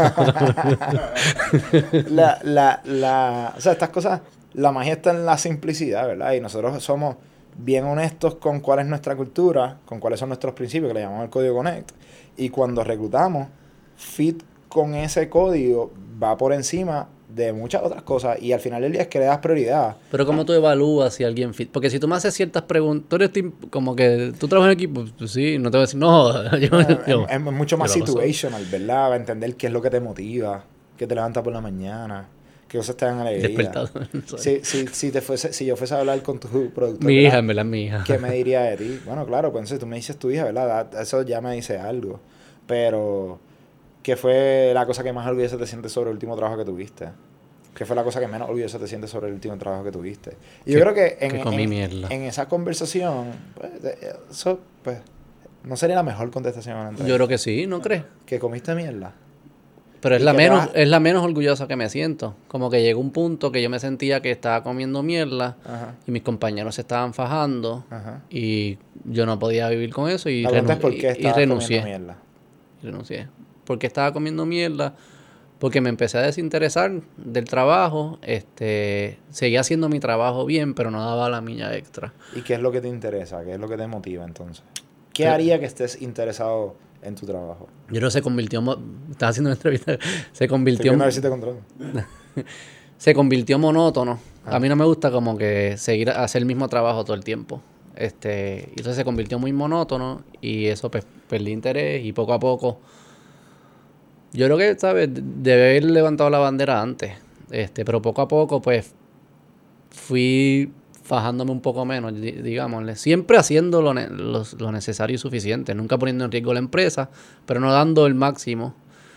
[SPEAKER 2] O sea, estas cosas, la magia está en la simplicidad, ¿verdad? Y nosotros somos bien honestos con cuál es nuestra cultura, con cuáles son nuestros principios, que le llamamos el código Connect. Y cuando reclutamos, fit con ese código va por encima de muchas otras cosas. Y al final del día es que le das prioridad.
[SPEAKER 1] pero ¿cómo tú evalúas si alguien fit? Porque si tú me haces ciertas preguntas, tú eres como que tú trabajas en equipo, pues sí, no te voy a decir, no,
[SPEAKER 2] Es mucho más
[SPEAKER 1] yo lo paso.
[SPEAKER 2] situational, ¿verdad? Va a entender qué es lo que te motiva, qué te levanta por la mañana, qué cosas te dan alegría.
[SPEAKER 1] Despertado.
[SPEAKER 2] Si yo fuese a hablar con tu productor,
[SPEAKER 1] Mi
[SPEAKER 2] ¿verdad?
[SPEAKER 1] hija, en verdad, mi hija.
[SPEAKER 2] ¿Qué me diría de ti? Bueno, claro, pues entonces tú me dices tu hija, ¿verdad? Eso ya me dice algo. Pero, ¿qué fue la cosa que más orgullosa te sientes sobre el último trabajo que tuviste? ¿Qué fue la cosa que menos orgullosa te sientes sobre el último trabajo que tuviste? Y yo creo que
[SPEAKER 1] comí mierda.
[SPEAKER 2] en esa conversación, pues, eso, pues, no sería la mejor contestación a una entrevista.
[SPEAKER 1] Yo creo que sí, ¿no crees?
[SPEAKER 2] Que comiste mierda.
[SPEAKER 1] Pero es
[SPEAKER 2] Y
[SPEAKER 1] la
[SPEAKER 2] que te
[SPEAKER 1] menos,
[SPEAKER 2] vas-
[SPEAKER 1] es la menos orgullosa que me siento. Como que llegó un punto que yo me sentía que estaba comiendo mierda
[SPEAKER 2] Ajá,
[SPEAKER 1] y mis compañeros se estaban fajando
[SPEAKER 2] ajá.
[SPEAKER 1] y yo no podía vivir con eso y,
[SPEAKER 2] La pregunta es por qué
[SPEAKER 1] y
[SPEAKER 2] estabas
[SPEAKER 1] renuncié.
[SPEAKER 2] comiendo mierda.
[SPEAKER 1] Renuncié. Porque estaba comiendo mierda, porque me empecé a desinteresar del trabajo, seguía haciendo mi trabajo bien, pero no daba la milla extra.
[SPEAKER 2] ¿Y qué es lo que te interesa? ¿Qué es lo que te motiva entonces? ¿Qué haría que estés interesado en tu trabajo?
[SPEAKER 1] Yo creo que se convirtió... Estás haciendo una entrevista. Se
[SPEAKER 2] Estoy
[SPEAKER 1] convirtió...
[SPEAKER 2] viendo a ver si te controlo.
[SPEAKER 1] Se convirtió monótono.
[SPEAKER 2] Ah.
[SPEAKER 1] A mí no me gusta como que seguir a hacer el mismo trabajo todo el tiempo. Entonces se convirtió muy monótono y eso pues perdí interés y poco a poco... Yo creo que, ¿sabes? Debe haber levantado la bandera antes. Pero poco a poco pues fui fajándome un poco menos, digámosle. Siempre haciendo lo necesario y suficiente. Nunca poniendo en riesgo la empresa, pero no dando el máximo.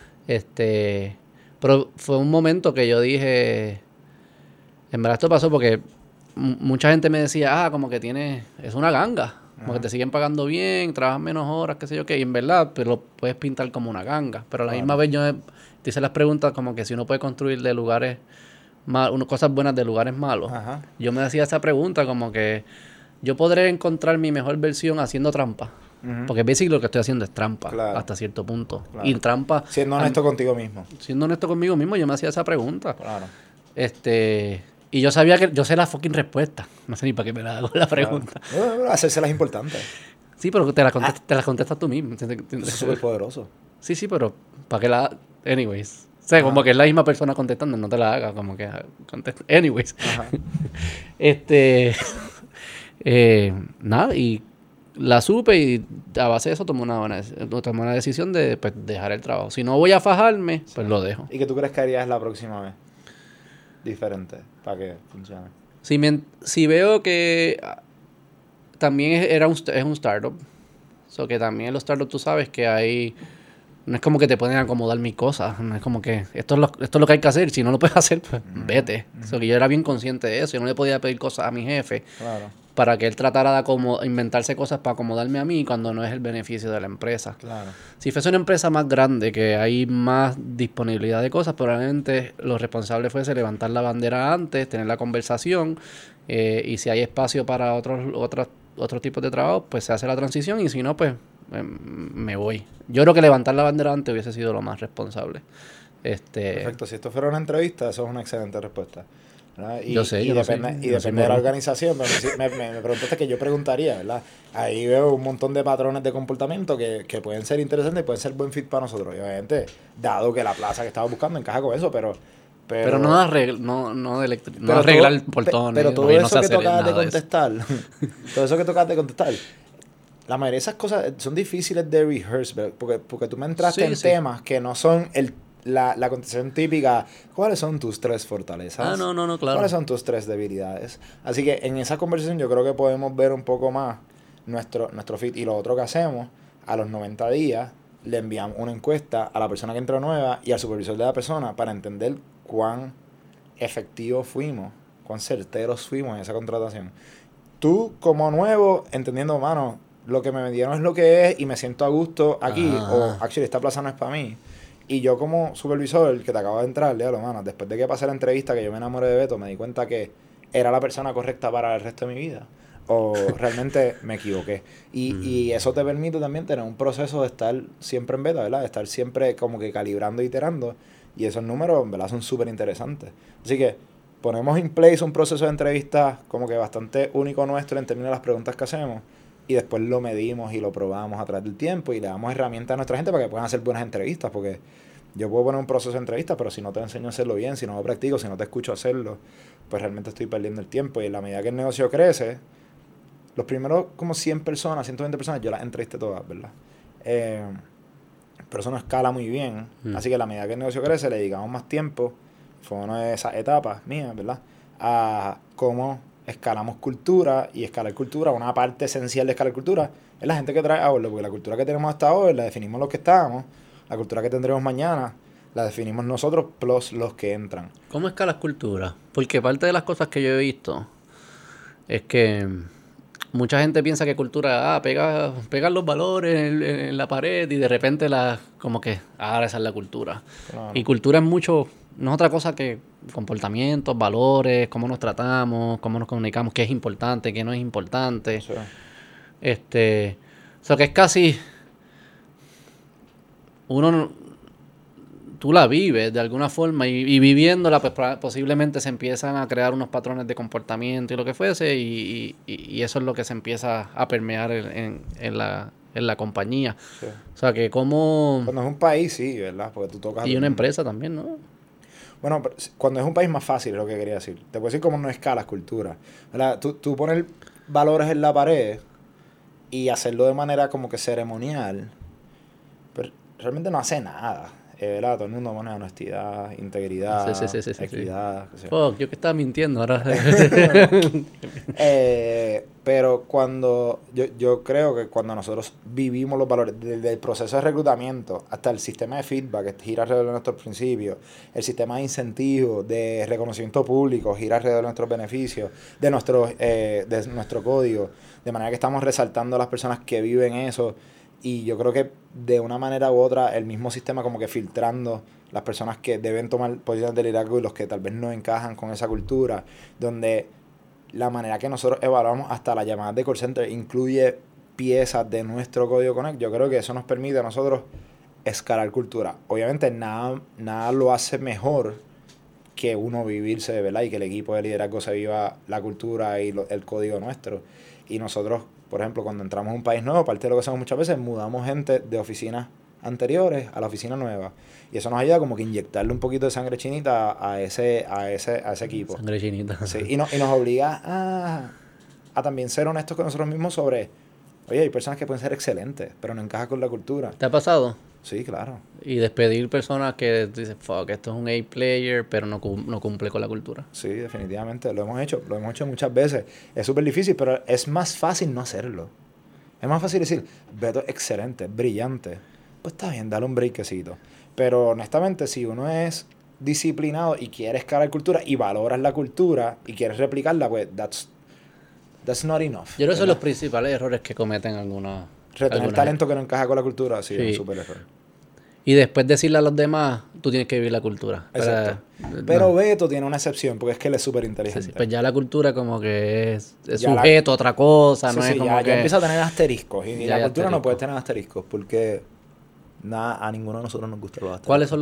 [SPEAKER 1] Pero fue un momento que yo dije... En verdad esto pasó porque mucha gente me decía, como que es una ganga. Como que te siguen pagando bien, trabajas menos horas, qué sé yo qué. Y en verdad, pues lo puedes pintar como una ganga. Pero a la misma vez yo te hice las preguntas como que si uno puede construir de lugares malos, cosas buenas de lugares malos.
[SPEAKER 2] Ajá.
[SPEAKER 1] Yo me hacía esa pregunta como que yo podré encontrar mi mejor versión haciendo trampa. Porque básicamente lo que estoy haciendo es trampa hasta cierto punto.
[SPEAKER 2] Claro.
[SPEAKER 1] Y trampa...
[SPEAKER 2] Siendo honesto contigo mismo.
[SPEAKER 1] Siendo honesto conmigo mismo, yo me hacía esa pregunta.
[SPEAKER 2] Claro.
[SPEAKER 1] Y yo sabía que yo sé la fucking respuesta. No sé ni para qué me la hago la pregunta.
[SPEAKER 2] Claro. Hacérselas importantes.
[SPEAKER 1] Sí, pero te la contestas tú mismo.
[SPEAKER 2] Eso es súper poderoso.
[SPEAKER 1] Sí, pero ¿para qué la...? Anyways. O sea, como que es la misma persona contestando, no te la hagas, como que contesta. Anyways.
[SPEAKER 2] Ajá.
[SPEAKER 1] Nada, y la supe y a base de eso tomé una decisión de pues, dejar el trabajo. Si no voy a fajarme, pues lo dejo.
[SPEAKER 2] ¿Y qué tú crees que harías la próxima vez? Diferente, para que funcione.
[SPEAKER 1] Si veo que también es un startup, so que también en los startups tú sabes que hay... No es como que te pueden acomodar mis cosas, no es como que esto es lo que hay que hacer, si no lo puedes hacer, pues vete. So que yo era bien consciente de eso, yo no le podía pedir cosas a mi jefe para que él tratara de inventarse cosas para acomodarme a mí cuando no es el beneficio de la empresa.
[SPEAKER 2] Claro.
[SPEAKER 1] Si fuese una empresa más grande, que hay más disponibilidad de cosas, probablemente lo responsable fuese levantar la bandera antes, tener la conversación, y si hay espacio para otros tipos de trabajo, pues se hace la transición, y si no, pues me voy. Yo creo que levantar la bandera antes hubiese sido lo más responsable.
[SPEAKER 2] Perfecto, si esto fuera una entrevista, eso es una excelente respuesta. Y,
[SPEAKER 1] yo sé,
[SPEAKER 2] y
[SPEAKER 1] yo
[SPEAKER 2] depende,
[SPEAKER 1] lo sé.
[SPEAKER 2] y depende de la organización. Me preguntaste que yo preguntaría, ¿verdad? Ahí veo un montón de patrones de comportamiento que pueden ser interesantes y pueden ser buen fit para nosotros. Y obviamente, dado que la plaza que estaba buscando encaja con eso, pero
[SPEAKER 1] no arreglar el portón.
[SPEAKER 2] Pero todo eso que tocabas de contestar, todo eso que tocabas de contestar, la mayoría de esas cosas son difíciles de rehearse, porque tú me entraste en temas que no son la contestación típica. ¿Cuáles son tus 3 fortalezas?
[SPEAKER 1] No, claro.
[SPEAKER 2] ¿Cuáles son tus 3 debilidades? Así que en esa conversación yo creo que podemos ver un poco más nuestro fit. Y lo otro que hacemos, a los 90 días, le enviamos una encuesta a la persona que entró nueva y al supervisor de la persona para entender cuán efectivos fuimos, cuán certeros fuimos en esa contratación. Tú, como nuevo, entendiendo, mano, lo que me vendieron es lo que es y me siento a gusto aquí, o actually esta plaza no es para mí. Y yo como supervisor que te acabo de entrar, mano, después de que pasé la entrevista que yo me enamoré de Beto, me di cuenta que era la persona correcta para el resto de mi vida. O realmente me equivoqué. Y eso te permite también tener un proceso de estar siempre en beta, ¿verdad? De estar siempre como que calibrando y iterando. Y esos números, ¿verdad? Son súper interesantes. Así que ponemos en place un proceso de entrevista como que bastante único nuestro en términos de las preguntas que hacemos. Y después lo medimos y lo probamos a través del tiempo y le damos herramientas a nuestra gente para que puedan hacer buenas entrevistas. Porque yo puedo poner un proceso de entrevistas, pero si no te enseño a hacerlo bien, si no lo practico, si no te escucho hacerlo, pues realmente estoy perdiendo el tiempo. Y en la medida que el negocio crece, los primeros como 100 personas, 120 personas, yo las entrevisté todas, ¿verdad? Pero eso no escala muy bien. Así que a la medida que el negocio crece, le dedicamos más tiempo. Fue una de esas etapas mías, ¿verdad? A cómo escalamos cultura. Y escalar cultura, una parte esencial de escalar cultura, es la gente que trae a bordo. Porque la cultura que tenemos hasta hoy la definimos los que estábamos. La cultura que tendremos mañana la definimos nosotros plus los que entran.
[SPEAKER 1] ¿Cómo escalas cultura? Porque parte de las cosas que yo he visto es que mucha gente piensa que cultura, pegar los valores en la pared y de repente como que, ahora esa es la cultura. Claro. Y cultura es mucho, no es otra cosa que comportamientos, valores, cómo nos tratamos, cómo nos comunicamos, qué es importante, qué no es importante. Sí. O sea, que es casi, tú la vives de alguna forma y viviéndola, pues posiblemente se empiezan a crear unos patrones de comportamiento y lo que fuese, y eso es lo que se empieza a permear en en la compañía.
[SPEAKER 2] Sí.
[SPEAKER 1] O sea, que como...
[SPEAKER 2] Cuando es un país, sí, ¿verdad? Porque tú tocas...
[SPEAKER 1] Y una empresa también, ¿no?
[SPEAKER 2] Bueno, pero cuando es un país más fácil es lo que quería decir. Te puedo decir cómo no escalas cultura. ¿Verdad? Tú poner valores en la pared y hacerlo de manera como que ceremonial, pero realmente no hace nada. ¿Verdad? Todo el mundo pone honestidad, integridad,
[SPEAKER 1] Sí.
[SPEAKER 2] equidad. Qué sé yo.
[SPEAKER 1] Fuck, yo que estaba mintiendo ahora.
[SPEAKER 2] Pero yo creo que cuando nosotros vivimos los valores, desde el proceso de reclutamiento hasta el sistema de feedback que gira alrededor de nuestros principios, el sistema de incentivos, de reconocimiento público, gira alrededor de nuestros beneficios, de nuestro código, de manera que estamos resaltando a las personas que viven eso. Y yo creo que de una manera u otra el mismo sistema como que filtrando las personas que deben tomar posiciones de liderazgo y los que tal vez no encajan con esa cultura, donde la manera que nosotros evaluamos hasta las llamadas de call center incluye piezas de nuestro código Connect. Yo creo que eso nos permite a nosotros escalar cultura. Obviamente nada lo hace mejor que uno vivirse, ¿verdad? Y que el equipo de liderazgo se viva la cultura y el código nuestro. Y nosotros, por ejemplo, cuando entramos a un país nuevo, parte de lo que hacemos muchas veces, mudamos gente de oficinas anteriores a la oficina nueva. Y eso nos ayuda como que inyectarle un poquito de sangre chinita a ese equipo.
[SPEAKER 1] Sangre chinita.
[SPEAKER 2] Sí, y nos obliga a también ser honestos con nosotros mismos sobre, oye, hay personas que pueden ser excelentes, pero no encajan con la cultura.
[SPEAKER 1] ¿Te ha pasado?
[SPEAKER 2] Sí, claro.
[SPEAKER 1] Y despedir personas que dicen, fuck, esto es un A-player, pero no cumple con la cultura.
[SPEAKER 2] Sí, definitivamente, lo hemos hecho muchas veces. Es súper difícil, pero es más fácil no hacerlo. Es más fácil decir, Beto es excelente, brillante. Pues está bien, dale un breakcito. Pero honestamente, si uno es disciplinado y quiere escalar cultura y valoras la cultura y quieres replicarla, pues that's not enough.
[SPEAKER 1] Yo creo que son
[SPEAKER 2] ¿verdad?
[SPEAKER 1] los principales errores que cometen algunos.
[SPEAKER 2] Retener talento que no encaja con la cultura, sí, es un
[SPEAKER 1] Sí.
[SPEAKER 2] súper error.
[SPEAKER 1] Y después decirle a los demás, tú tienes que vivir la cultura.
[SPEAKER 2] Exacto.
[SPEAKER 1] no.
[SPEAKER 2] Pero Beto tiene una excepción, porque es que él es súper
[SPEAKER 1] Sí,
[SPEAKER 2] inteligente.
[SPEAKER 1] sí, pues ya la cultura como que es
[SPEAKER 2] Ya
[SPEAKER 1] sujeto a otra cosa,
[SPEAKER 2] Sí,
[SPEAKER 1] no
[SPEAKER 2] sí,
[SPEAKER 1] es como
[SPEAKER 2] ya
[SPEAKER 1] que...
[SPEAKER 2] empieza a tener asteriscos. Y
[SPEAKER 1] Ya
[SPEAKER 2] la
[SPEAKER 1] hay
[SPEAKER 2] cultura no puede
[SPEAKER 1] asteriscos.
[SPEAKER 2] tener asteriscos, porque a ninguno de nosotros nos gusta los asteriscos.
[SPEAKER 1] ¿Cuáles son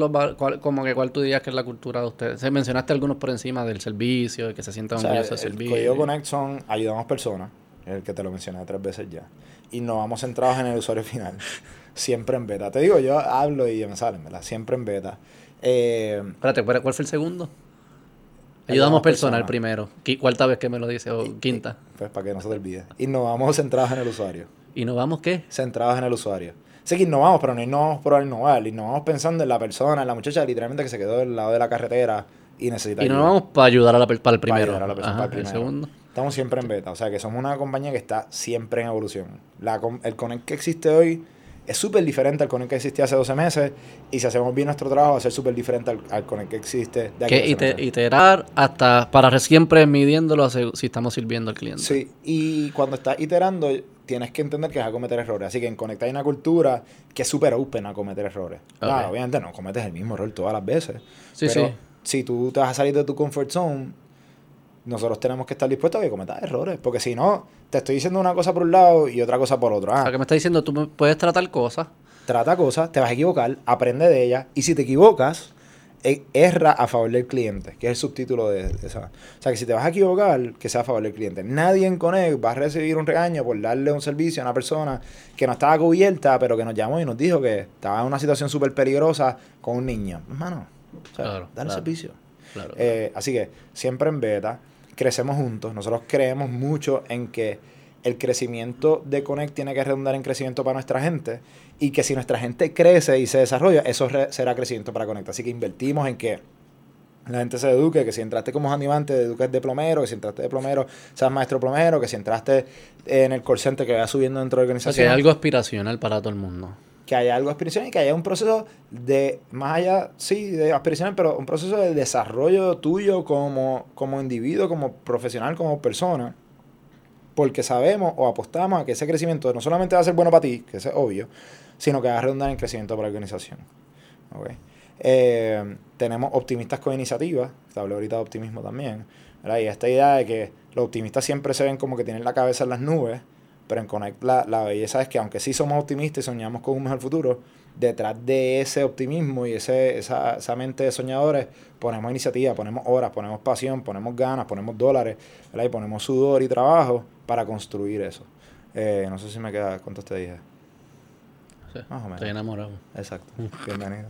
[SPEAKER 1] cuál tú dirías que es la cultura de ustedes? Se mencionaste algunos por encima del servicio, de que se sientan
[SPEAKER 2] O sea,
[SPEAKER 1] orgullosos del
[SPEAKER 2] el
[SPEAKER 1] servicio.
[SPEAKER 2] código Connect son ayudamos personas, el que te lo mencioné 3 veces ya. Y no vamos centrados en el usuario final. Siempre en beta. Te digo, yo hablo y me salen, ¿verdad? Siempre en beta.
[SPEAKER 1] Espérate, ¿cuál fue el segundo?
[SPEAKER 2] Ayudamos
[SPEAKER 1] Ayudamos personas, el
[SPEAKER 2] personas.
[SPEAKER 1] primero. Cuarta vez que me lo dice, o quinta.
[SPEAKER 2] Pues para que no se te olvide. Innovamos centrados en el usuario.
[SPEAKER 1] ¿Y nos vamos qué?
[SPEAKER 2] Centrados en el usuario. Sé que innovamos, pero no innovamos por innovar. Innovamos pensando en la persona, en la muchacha literalmente que se quedó del lado de la carretera y necesita
[SPEAKER 1] Y nos
[SPEAKER 2] ayuda.
[SPEAKER 1] vamos para ayudar para el
[SPEAKER 2] Para
[SPEAKER 1] primero.
[SPEAKER 2] ayudar a la persona,
[SPEAKER 1] Ajá,
[SPEAKER 2] para el
[SPEAKER 1] el
[SPEAKER 2] primero.
[SPEAKER 1] segundo.
[SPEAKER 2] Estamos siempre en beta. O sea que somos una compañía que está siempre en evolución. El Connect que existe hoy es súper diferente al Connect que existía hace 12 meses. Y si hacemos bien nuestro trabajo, va a ser súper diferente al Connect que existe de aquí a
[SPEAKER 1] Que
[SPEAKER 2] 12 meses.
[SPEAKER 1] iterar hasta para siempre midiéndolo si estamos sirviendo al cliente.
[SPEAKER 2] Sí, y cuando estás iterando, tienes que entender que vas a cometer errores. Así que en Connect hay una cultura que es súper open a cometer errores. Claro,
[SPEAKER 1] Ok.
[SPEAKER 2] obviamente no cometes el mismo error todas las veces.
[SPEAKER 1] Sí,
[SPEAKER 2] pero
[SPEAKER 1] sí.
[SPEAKER 2] si tú te vas a salir de tu comfort zone, nosotros tenemos que estar dispuestos a que cometas errores. Porque si no, te estoy diciendo una cosa por un lado y otra cosa por otro.
[SPEAKER 1] O sea, que me está diciendo, tú puedes tratar cosas.
[SPEAKER 2] Trata cosas, te vas a equivocar, aprende de ellas. Y si te equivocas, erra a favor del cliente, que es el subtítulo de esa. O sea, que si te vas a equivocar, que sea a favor del cliente. Nadie en Connect va a recibir un regaño por darle un servicio a una persona que no estaba cubierta, pero que nos llamó y nos dijo que estaba en una situación súper peligrosa con un niño. Hermano, o sea,
[SPEAKER 1] Claro,
[SPEAKER 2] dale
[SPEAKER 1] claro.
[SPEAKER 2] servicio.
[SPEAKER 1] Claro.
[SPEAKER 2] Así que siempre en beta, crecemos juntos. Nosotros creemos mucho en que el crecimiento de Connect tiene que redundar en crecimiento para nuestra gente y que si nuestra gente crece y se desarrolla, eso será crecimiento para Connect. Así que invertimos en que la gente se eduque, que si entraste como animante, te eduques de plomero, que si entraste de plomero, seas maestro plomero, que si entraste en el call center, que vayas subiendo dentro de la
[SPEAKER 1] O sea, que
[SPEAKER 2] organización.
[SPEAKER 1] es algo aspiracional para todo el mundo.
[SPEAKER 2] Que haya algo aspiracional y que haya un proceso de, más allá, sí, de aspiracional, pero un proceso de desarrollo tuyo como individuo, como profesional, como persona, porque sabemos o apostamos a que ese crecimiento no solamente va a ser bueno para ti, que eso es obvio, sino que va a redundar en crecimiento para la organización. ¿Okay? Tenemos optimistas con iniciativa, te hablé ahorita de optimismo también, ¿verdad? Y esta idea de que los optimistas siempre se ven como que tienen la cabeza en las nubes, pero en Connect la belleza es que aunque sí somos optimistas y soñamos con un mejor futuro, detrás de ese optimismo y esa mente de soñadores ponemos iniciativa, ponemos horas, ponemos pasión, ponemos ganas, ponemos dólares, ¿verdad? Y ponemos sudor y trabajo para construir eso. No sé si me queda, ¿cuántos te dije?
[SPEAKER 1] Sí.
[SPEAKER 2] Más o menos.
[SPEAKER 1] Estoy enamorado.
[SPEAKER 2] Exacto. Bienvenido.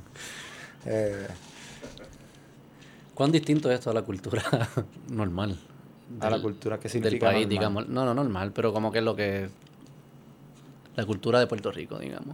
[SPEAKER 1] ¿Cuán distinto es esto a la cultura normal?
[SPEAKER 2] A la cultura, ¿qué
[SPEAKER 1] del
[SPEAKER 2] significa
[SPEAKER 1] país,
[SPEAKER 2] normal?
[SPEAKER 1] digamos. No normal, pero como que es lo que... La cultura de Puerto Rico, digamos.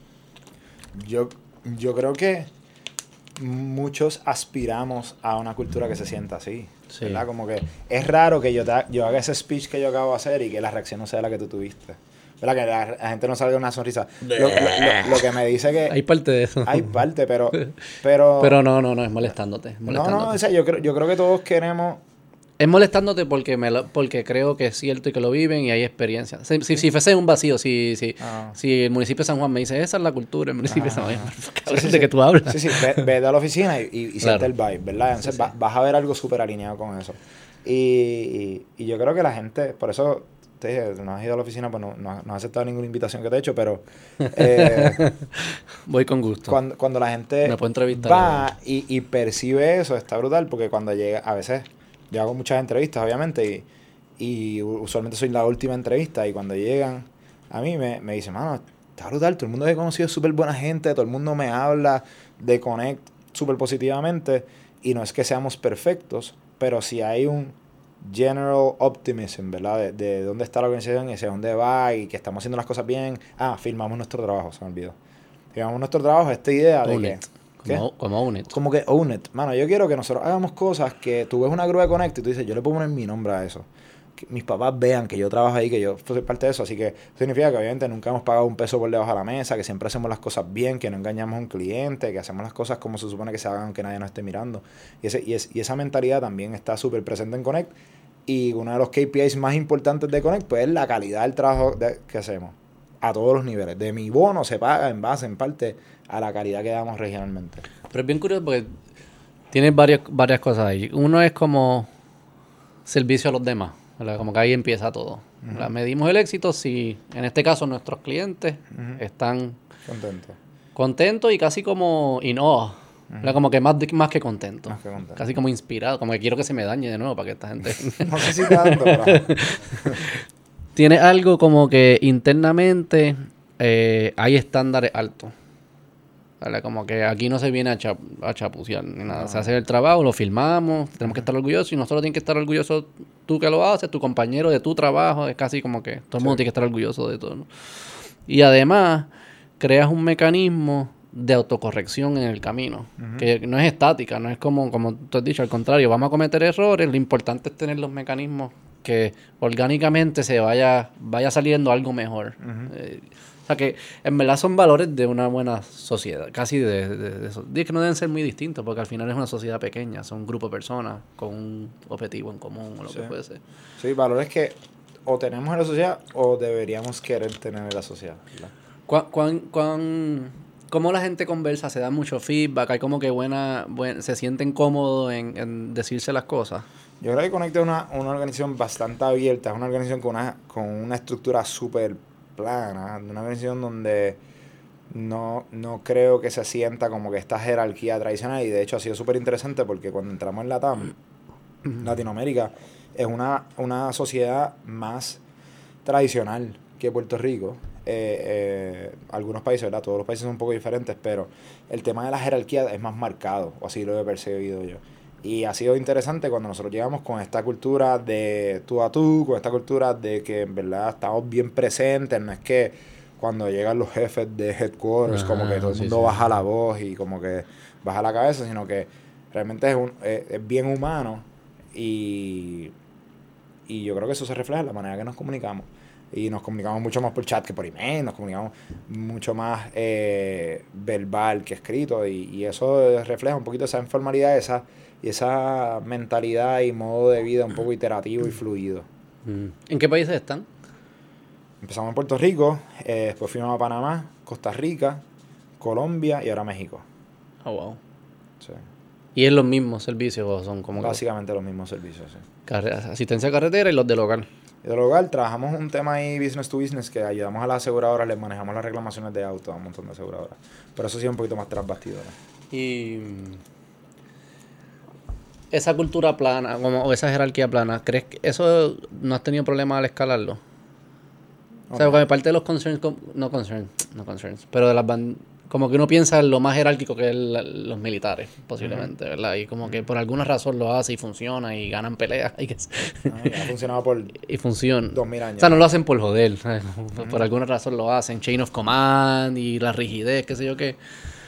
[SPEAKER 2] Yo creo que muchos aspiramos a una cultura que se sienta así.
[SPEAKER 1] Sí.
[SPEAKER 2] ¿Verdad? Como que es raro que yo haga ese speech que yo acabo de hacer y que la reacción no sea la que tú tuviste. ¿Verdad? Que la gente no salga una sonrisa. Lo que me dice que...
[SPEAKER 1] Hay parte de eso.
[SPEAKER 2] Hay parte, pero...
[SPEAKER 1] Pero no, es molestándote. Es
[SPEAKER 2] No,
[SPEAKER 1] molestándote.
[SPEAKER 2] o sea, yo creo que todos queremos...
[SPEAKER 1] Es molestándote porque creo que es cierto y que lo viven y hay experiencia. Si fuese un vacío, si el municipio de San Juan me dice, esa es la cultura, el municipio de San Juan, ¿de qué tú hablas?
[SPEAKER 2] Sí, ve a la oficina y
[SPEAKER 1] Claro.
[SPEAKER 2] siente el vibe, ¿verdad? Entonces vas a ver algo súper alineado con eso. Y yo creo que la gente, por eso te dije, no has ido a la oficina, pues no has aceptado ninguna invitación que te he hecho, pero
[SPEAKER 1] Voy con gusto.
[SPEAKER 2] cuando la gente
[SPEAKER 1] Me puedo entrevistar.
[SPEAKER 2] va y percibe eso, está brutal, porque cuando llega, a veces, yo hago muchas entrevistas, obviamente, y usualmente soy la última entrevista, y cuando llegan a mí me dicen, mano, está brutal, todo el mundo que he conocido es súper buena gente, todo el mundo me habla de Connect súper positivamente, y no es que seamos perfectos, pero si hay un general optimism, ¿verdad? De dónde está la organización y hacia dónde va y que estamos haciendo las cosas bien. Firmamos nuestro trabajo, se me olvidó. Firmamos nuestro trabajo, esta idea de que...
[SPEAKER 1] Como own it.
[SPEAKER 2] Como que own it. Mano, yo quiero que nosotros hagamos cosas que tú ves una grúa de Connect y tú dices, yo le puedo poner mi nombre a eso. Que mis papás vean que yo trabajo ahí, que yo soy parte de eso. Así que significa que obviamente nunca hemos pagado un peso por debajo de la mesa, que siempre hacemos las cosas bien, que no engañamos a un cliente, que hacemos las cosas como se supone que se hagan, aunque nadie nos esté mirando. Y esa mentalidad también está súper presente en Connect. Y uno de los KPIs más importantes de Connect pues, es la calidad del trabajo que hacemos. A todos los niveles. De mi bono se paga en base, en parte, a la calidad que damos regionalmente.
[SPEAKER 1] Pero es bien curioso porque tienes varias cosas ahí. Uno es como servicio a los demás, ¿verdad? Como que ahí empieza todo. Uh-huh. Medimos el éxito si, en este caso, nuestros clientes están contentos y casi como in awe. Uh-huh. Como que más que contentos. Casi como inspirado. Como que quiero que se me dañe de nuevo para que esta gente...
[SPEAKER 2] No sé si tanto, pero...
[SPEAKER 1] Tiene algo como que internamente hay estándares altos. ¿Vale? Como que aquí no se viene a chapucear ni nada. Se hace el trabajo, lo filmamos, tenemos que estar orgullosos y nosotros tienes que estar orgullosos tú que lo haces, tu compañero de tu trabajo. Es casi como que todo el mundo tiene que estar orgulloso de todo, ¿no? Y además creas un mecanismo de autocorrección en el camino, que no es estática, no es como tú has dicho, al contrario, vamos a cometer errores, lo importante es tener los mecanismos que orgánicamente se vaya saliendo algo mejor. O sea que en verdad son valores de una buena sociedad, casi de eso. Digo que no deben ser muy distintos, porque al final es una sociedad pequeña, son un grupo de personas con un objetivo en común o lo que fuese.
[SPEAKER 2] Sí, valores que o tenemos en la sociedad o deberíamos querer tener en la sociedad, ¿verdad?
[SPEAKER 1] ¿Cómo la gente conversa? ¿Se da mucho feedback? ¿Hay como que se sienten cómodos en decirse las cosas?
[SPEAKER 2] Yo creo que Connect es una organización bastante abierta, es una organización con una estructura súper plana, una organización donde no creo que se sienta como que esta jerarquía tradicional, y de hecho ha sido súper interesante porque cuando entramos en LATAM, Latinoamérica, es una sociedad más tradicional que Puerto Rico. Algunos países, ¿verdad? Todos los países son un poco diferentes, pero el tema de la jerarquía es más marcado, o así lo he percibido yo. Y ha sido interesante cuando nosotros llegamos con esta cultura de tú a tú, con esta cultura de que en verdad estamos bien presentes, no es que cuando llegan los jefes de headquarters, como que todo el mundo baja la voz y como que baja la cabeza, sino que realmente es bien humano y yo creo que eso se refleja en la manera que nos comunicamos. Y nos comunicamos mucho más por chat que por email, nos comunicamos mucho más verbal que escrito, y eso refleja un poquito esa informalidad, esa mentalidad y modo de vida un poco iterativo y fluido.
[SPEAKER 1] ¿En qué países están?
[SPEAKER 2] Empezamos en Puerto Rico, después fuimos a Panamá, Costa Rica, Colombia y ahora México.
[SPEAKER 1] Oh, wow.
[SPEAKER 2] Sí.
[SPEAKER 1] ¿Y es los mismos servicios o son como
[SPEAKER 2] básicamente los mismos servicios, sí.
[SPEAKER 1] Asistencia a carretera y los de local.
[SPEAKER 2] Y de local trabajamos un tema ahí business to business que ayudamos a las aseguradoras, les manejamos las reclamaciones de auto a un montón de aseguradoras. Pero eso sí es un poquito más tras bastidores.
[SPEAKER 1] Y esa cultura plana, o esa jerarquía plana, ¿crees que eso no has tenido problema al escalarlo? O sea, porque parte de los concerns, no concerns, pero de las como que uno piensa en lo más jerárquico que es los militares, posiblemente, ¿verdad? Y como que por alguna razón lo hace y funciona y ganan peleas. Y
[SPEAKER 2] ha funcionado por
[SPEAKER 1] y funciona.
[SPEAKER 2] 2000 años.
[SPEAKER 1] O sea, no lo hacen por joder, ¿sabes? Por alguna razón lo hacen. Chain of Command y la rigidez, qué sé yo qué.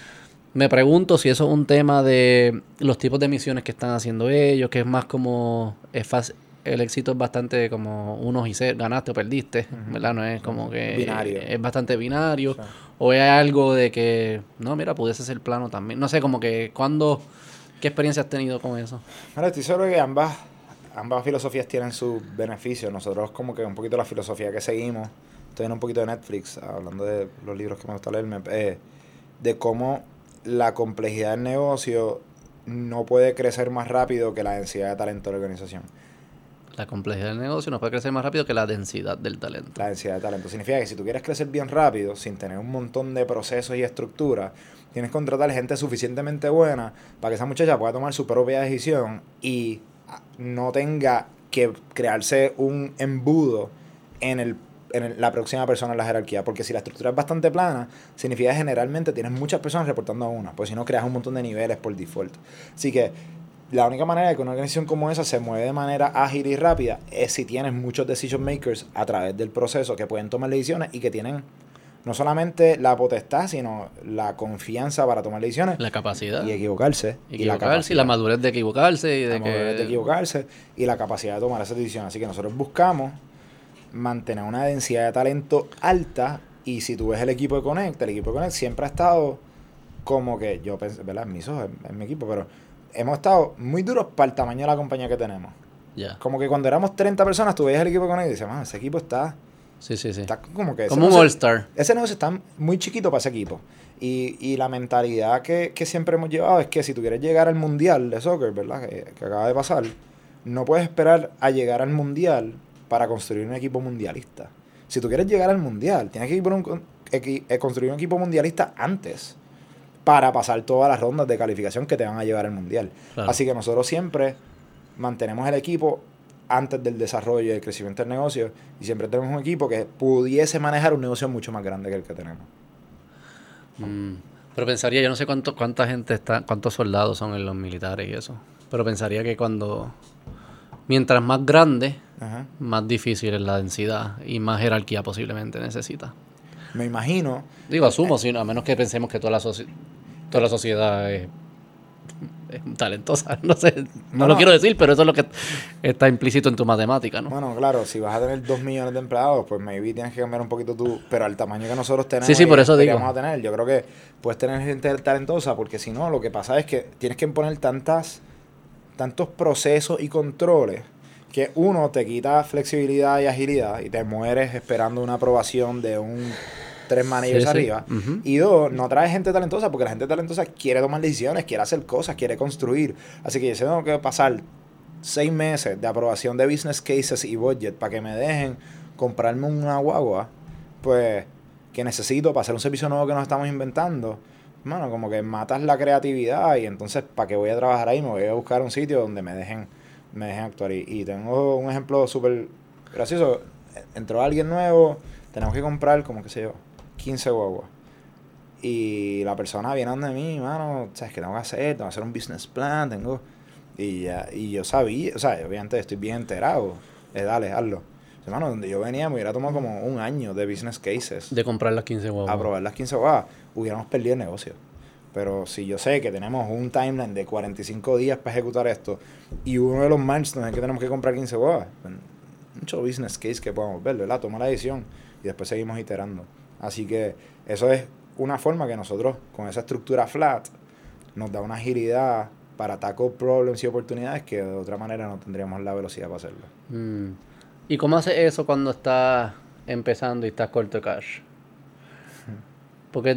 [SPEAKER 1] Me pregunto si eso es un tema de los tipos de misiones que están haciendo ellos, que es más como es fácil. El éxito es bastante como unos y ceros, ganaste o perdiste, ¿verdad? No es como que
[SPEAKER 2] binario.
[SPEAKER 1] Es bastante binario.
[SPEAKER 2] Sí.
[SPEAKER 1] O es algo de que, no, mira, pudiese ser plano también. No sé, como que ¿qué experiencia has tenido con eso?
[SPEAKER 2] Bueno, estoy seguro que ambas filosofías tienen sus beneficios. Nosotros como que un poquito la filosofía que seguimos, estoy en un poquito de Netflix, hablando de los libros que me gusta leerme, de cómo la complejidad del negocio no puede crecer más rápido que la densidad de talento de la organización.
[SPEAKER 1] La complejidad del negocio no puede crecer más rápido que la densidad del talento.
[SPEAKER 2] La densidad de talento. Significa que si tú quieres crecer bien rápido, sin tener un montón de procesos y estructuras, tienes que contratar gente suficientemente buena para que esa muchacha pueda tomar su propia decisión y no tenga que crearse un embudo en la próxima persona en la jerarquía. Porque si la estructura es bastante plana, significa que generalmente tienes muchas personas reportando a una. Pues si no, creas un montón de niveles por default. Así que la única manera de que una organización como esa se mueve de manera ágil y rápida es si tienes muchos decision makers a través del proceso que pueden tomar decisiones y que tienen no solamente la potestad, sino la confianza para tomar decisiones.
[SPEAKER 1] La capacidad.
[SPEAKER 2] Y equivocarse.
[SPEAKER 1] Y la madurez de equivocarse. Y
[SPEAKER 2] de equivocarse y la capacidad de tomar esas decisiones. Así que nosotros buscamos mantener una densidad de talento alta. Y si tú ves el equipo de Connect siempre ha estado como que, yo pensé, ¿verdad? En mis ojos, en mi equipo, pero hemos estado muy duros para el tamaño de la compañía que tenemos.
[SPEAKER 1] Yeah.
[SPEAKER 2] Como que cuando éramos 30 personas, tú veías el equipo de Connect y dices, ese equipo está...
[SPEAKER 1] Sí.
[SPEAKER 2] Está como que...
[SPEAKER 1] Como un All-Star.
[SPEAKER 2] Ese negocio está muy chiquito para ese equipo. Y la mentalidad que siempre hemos llevado es que si tú quieres llegar al mundial de soccer, ¿verdad? Que acaba de pasar, no puedes esperar a llegar al mundial para construir un equipo mundialista. Si tú quieres llegar al mundial, tienes que construir un equipo mundialista antes para pasar todas las rondas de calificación que te van a llevar al mundial. Claro. Así que nosotros siempre mantenemos el equipo antes del desarrollo y el crecimiento del negocio y siempre tenemos un equipo que pudiese manejar un negocio mucho más grande que el que tenemos.
[SPEAKER 1] Pero pensaría, yo no sé cuánta gente está, cuántos soldados son en los militares y eso, pero pensaría que mientras más grande, más difícil es la densidad y más jerarquía posiblemente necesita.
[SPEAKER 2] Me imagino.
[SPEAKER 1] Digo, asumo, a menos que pensemos que toda la sociedad es talentosa, no sé, no lo quiero decir, pero eso es lo que está implícito en tu matemática, ¿no?
[SPEAKER 2] Bueno, claro, si vas a tener 2 millones de empleados, pues maybe tienes que cambiar un poquito tú, pero al tamaño que nosotros tenemos,
[SPEAKER 1] sí, por eso digo.
[SPEAKER 2] Vamos a tener, yo creo que puedes tener gente talentosa, porque si no, lo que pasa es que tienes que imponer tantos procesos y controles que uno te quita flexibilidad y agilidad y te mueres esperando una aprobación de un 3 managers arriba. Y 2, no traes gente talentosa porque la gente talentosa quiere tomar decisiones, quiere hacer cosas, quiere construir. Así que yo tengo que pasar 6 meses de aprobación de business cases y budget para que me dejen comprarme una guagua, pues, que necesito para hacer un servicio nuevo que nos estamos inventando. Bueno, como que matas la creatividad y entonces, ¿para qué voy a trabajar ahí? Me voy a buscar un sitio donde me dejen actuar. Y tengo un ejemplo súper gracioso. Entró alguien nuevo, tenemos que comprar, como qué sé yo, 15 guaguas. Y la persona viene donde mí, mano, ¿sabes qué tengo que hacer? Tengo que hacer un business plan, y yo sabía, o sea, obviamente estoy bien enterado. Dale, hazlo. Hermano, donde yo venía me hubiera tomado como un año de business cases.
[SPEAKER 1] De comprar las 15 guaguas.
[SPEAKER 2] Aprobar las 15 guaguas. Hubiéramos perdido el negocio. Pero si yo sé que tenemos un timeline de 45 días para ejecutar esto y uno de los milestones es que tenemos que comprar 15 guaguas, pues, mucho business case que podamos ver, ¿verdad? Toma la decisión y después seguimos iterando. Así que eso es una forma que nosotros, con esa estructura flat, nos da una agilidad para tackle problems y oportunidades que de otra manera no tendríamos la velocidad para hacerlo.
[SPEAKER 1] ¿Y cómo haces eso cuando estás empezando y estás corto de cash? Porque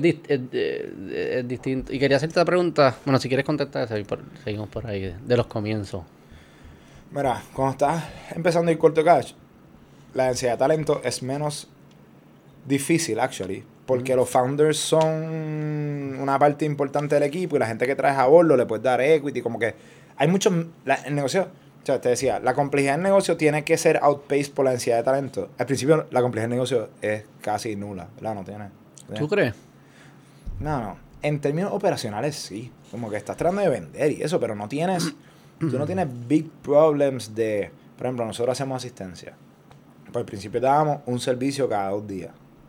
[SPEAKER 1] es distinto. Y quería hacerte la pregunta, bueno, si quieres contestar, seguimos por ahí, de los comienzos.
[SPEAKER 2] Mira, cuando estás empezando a ir corto de cash, la densidad de talento es menos difícil, actually, porque los founders son una parte importante del equipo y la gente que traes a bordo le puedes dar equity, como que hay muchos, el negocio O sea, te decía, la complejidad del negocio tiene que ser outpaced por la densidad de talento. Al principio, la complejidad del negocio es casi nula, ¿verdad? No tiene.
[SPEAKER 1] ¿Tú crees?
[SPEAKER 2] No. En términos operacionales, sí. Como que estás tratando de vender y eso, pero no tienes. Tú no tienes big problems de. Por ejemplo, nosotros hacemos asistencia. Pues al principio dábamos un servicio cada 2 días.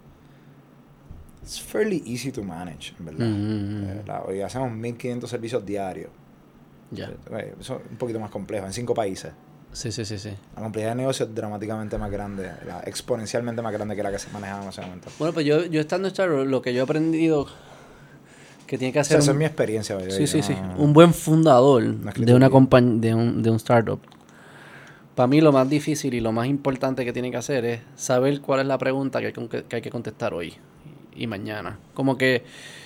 [SPEAKER 2] It's fairly easy to manage, en verdad. Hoy hacemos 1500 servicios diarios.
[SPEAKER 1] Ya.
[SPEAKER 2] Eso es un poquito más complejo, en 5 países.
[SPEAKER 1] Sí.
[SPEAKER 2] La complejidad de negocio es dramáticamente más grande, exponencialmente más grande que la que se manejaba en ese momento.
[SPEAKER 1] Bueno, pues yo estando en Starbucks, lo que yo he aprendido que tiene que
[SPEAKER 2] O sea,
[SPEAKER 1] hacer
[SPEAKER 2] esa es mi experiencia.
[SPEAKER 1] sí. Un buen fundador de una compañía, de un startup. Para mí lo más difícil y lo más importante que tiene que hacer es saber cuál es la pregunta que hay que contestar hoy y mañana. Como que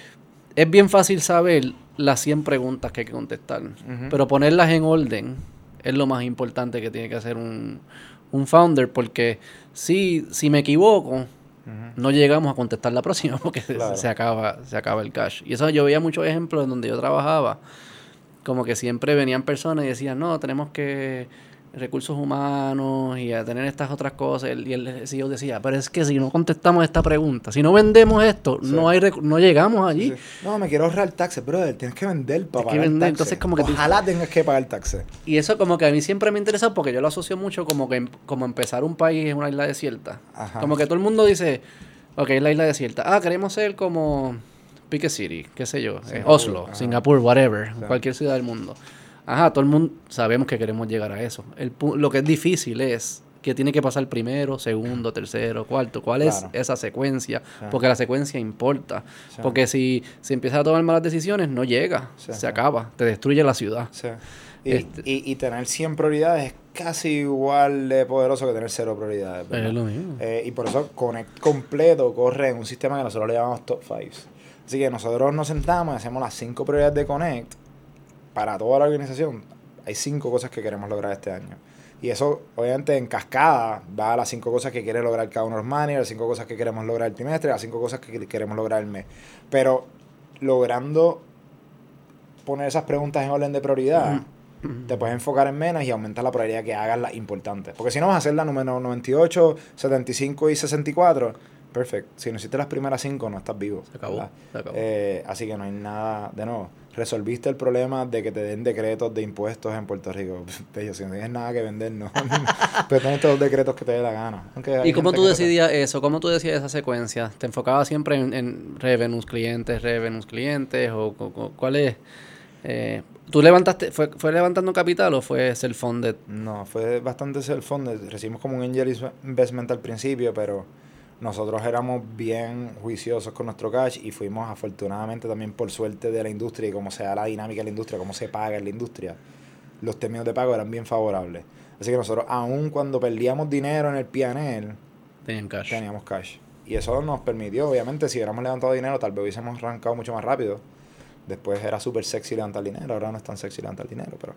[SPEAKER 1] es bien fácil saber las 100 preguntas que hay que contestar, pero ponerlas en orden es lo más importante que tiene que hacer un founder, porque si me equivoco, no llegamos a contestar la próxima porque
[SPEAKER 2] Claro.
[SPEAKER 1] se acaba el cash. Y eso yo veía muchos ejemplos en donde yo trabajaba, como que siempre venían personas y decían, no, tenemos que recursos humanos y a tener estas otras cosas, y el CEO decía, pero es que si no contestamos esta pregunta, si no vendemos esto,
[SPEAKER 2] Sí.
[SPEAKER 1] no llegamos allí.
[SPEAKER 2] Sí. No, me quiero ahorrar taxes, brother. Tienes que vender para
[SPEAKER 1] Tienes que
[SPEAKER 2] pagar
[SPEAKER 1] vender,
[SPEAKER 2] taxes.
[SPEAKER 1] entonces como que
[SPEAKER 2] Ojalá tengas que pagar taxes.
[SPEAKER 1] Y eso como que a mí siempre me interesa porque yo lo asocio mucho como que como empezar un país en una isla desierta.
[SPEAKER 2] Ajá.
[SPEAKER 1] Como que todo el mundo dice, ok, la isla desierta. Queremos ser como Pique City, qué sé yo,
[SPEAKER 2] Singapur,
[SPEAKER 1] Oslo,
[SPEAKER 2] ajá.
[SPEAKER 1] Singapur, whatever,
[SPEAKER 2] Sí.
[SPEAKER 1] cualquier ciudad del mundo. Todo el mundo sabemos que queremos llegar a eso. Lo que es difícil es que tiene que pasar primero, segundo, tercero, cuarto. ¿Cuál es esa secuencia?
[SPEAKER 2] Sí.
[SPEAKER 1] Porque la secuencia importa.
[SPEAKER 2] Sí.
[SPEAKER 1] Porque si empiezas a tomar malas decisiones, no llega, se acaba, te destruye la ciudad.
[SPEAKER 2] Sí. Y tener 100 prioridades es casi igual de poderoso que tener 0 prioridades, ¿verdad?
[SPEAKER 1] Es lo mismo.
[SPEAKER 2] Y por eso Connect completo corre en un sistema que nosotros le llamamos Top 5. Así que nosotros nos sentamos y hacemos las 5 prioridades de Connect para toda la organización. Hay 5 cosas que queremos lograr este año. Y eso, obviamente, en cascada va a las 5 cosas que quiere lograr cada uno de los managers, las 5 cosas que queremos lograr el trimestre, las 5 cosas que queremos lograr el mes. Pero logrando poner esas preguntas en orden de prioridad, te puedes enfocar en menos y aumentar la probabilidad que hagas las importantes. Porque si no vas a hacer la número 98, 75 y 64, perfecto. Si no hiciste las primeras 5, no estás vivo.
[SPEAKER 1] Se acabó.
[SPEAKER 2] Así que no hay nada, de nuevo. Resolviste el problema de que te den decretos de impuestos en Puerto Rico. Bello, si no tienes nada que vender, no. Pero tienes todos los decretos que te dé la gana.
[SPEAKER 1] ¿Y cómo tú decidías eso? ¿Cómo tú decías esa secuencia? ¿Te enfocabas siempre en revenues clientes? ¿O cuál es? ¿Tú levantaste, fue levantando capital o fue self-funded?
[SPEAKER 2] No, fue bastante self-funded. Recibimos como un angel investment al principio, pero nosotros éramos bien juiciosos con nuestro cash y fuimos afortunadamente también por suerte de la industria y cómo se da la dinámica de la industria, cómo se paga en la industria. Los términos de pago eran bien favorables. Así que nosotros, aun cuando perdíamos dinero en el P&L, teníamos cash. Y eso nos permitió, obviamente, si hubiéramos levantado dinero, tal vez hubiésemos arrancado mucho más rápido. Después era súper sexy levantar dinero, ahora no es tan sexy levantar dinero, pero...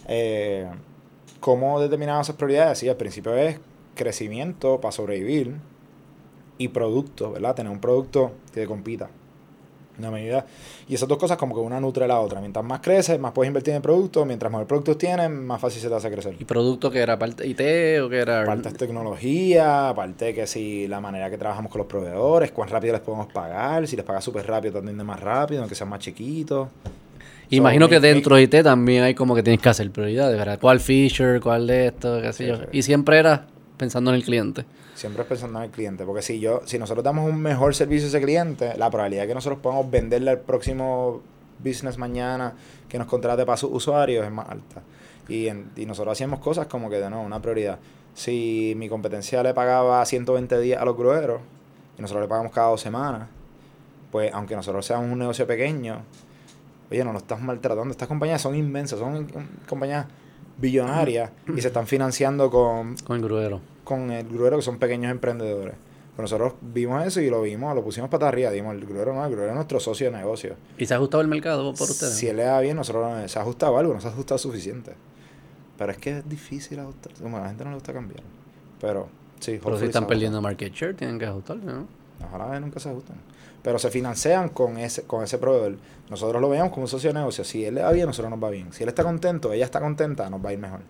[SPEAKER 2] ¿Cómo determinamos esas prioridades? Sí, al principio es crecimiento para sobrevivir y producto, ¿verdad? Tener un producto que te compita. Una medida. Y esas dos cosas como que una nutre la otra. Mientras más creces, más puedes invertir en el producto. Mientras mejor productos tienes, más fácil se te hace crecer.
[SPEAKER 1] ¿Y producto que era parte IT o que era...?
[SPEAKER 2] Parte es tecnología, parte que si la manera que trabajamos con los proveedores, cuán rápido les podemos pagar, si les pagas súper rápido, te atienden más rápido, aunque sean más chiquitos.
[SPEAKER 1] Imagino que dentro de IT también hay como que tienes que hacer prioridades, ¿verdad? ¿Cuál feature, cuál de esto, qué sé yo? Y siempre era pensando en el cliente.
[SPEAKER 2] Siempre es pensando en el cliente, porque si nosotros damos un mejor servicio a ese cliente, la probabilidad de que nosotros podamos venderle al próximo business mañana que nos contrate para sus usuarios es más alta. Y nosotros hacíamos cosas como que, de nuevo, una prioridad. Si mi competencia le pagaba 120 días a los grueros y nosotros le pagamos cada 2 semanas, pues aunque nosotros seamos un negocio pequeño, oye, no lo estás maltratando. Estas compañías son inmensas, son compañías billonarias y se están financiando con
[SPEAKER 1] el gruero.
[SPEAKER 2] Con el gruero, que son pequeños emprendedores. Pero nosotros vimos eso y lo pusimos para arriba. Dijimos, el gruero es nuestro socio de negocio.
[SPEAKER 1] ¿Y se ha ajustado el mercado por ustedes?
[SPEAKER 2] Si él le da bien, nosotros se ha ajustado algo, no se ha ajustado suficiente. Pero es que es difícil ajustar. Como a la gente no le gusta cambiar. Pero sí,
[SPEAKER 1] pero si están perdiendo market share, tienen que ajustarse, ¿no?
[SPEAKER 2] Ojalá nunca se ajustan. Pero se financian con ese proveedor. Nosotros lo veamos como un socio de negocio. Si él le va bien, nosotros nos va bien. Si él está contento, ella está contenta, nos va a ir mejor.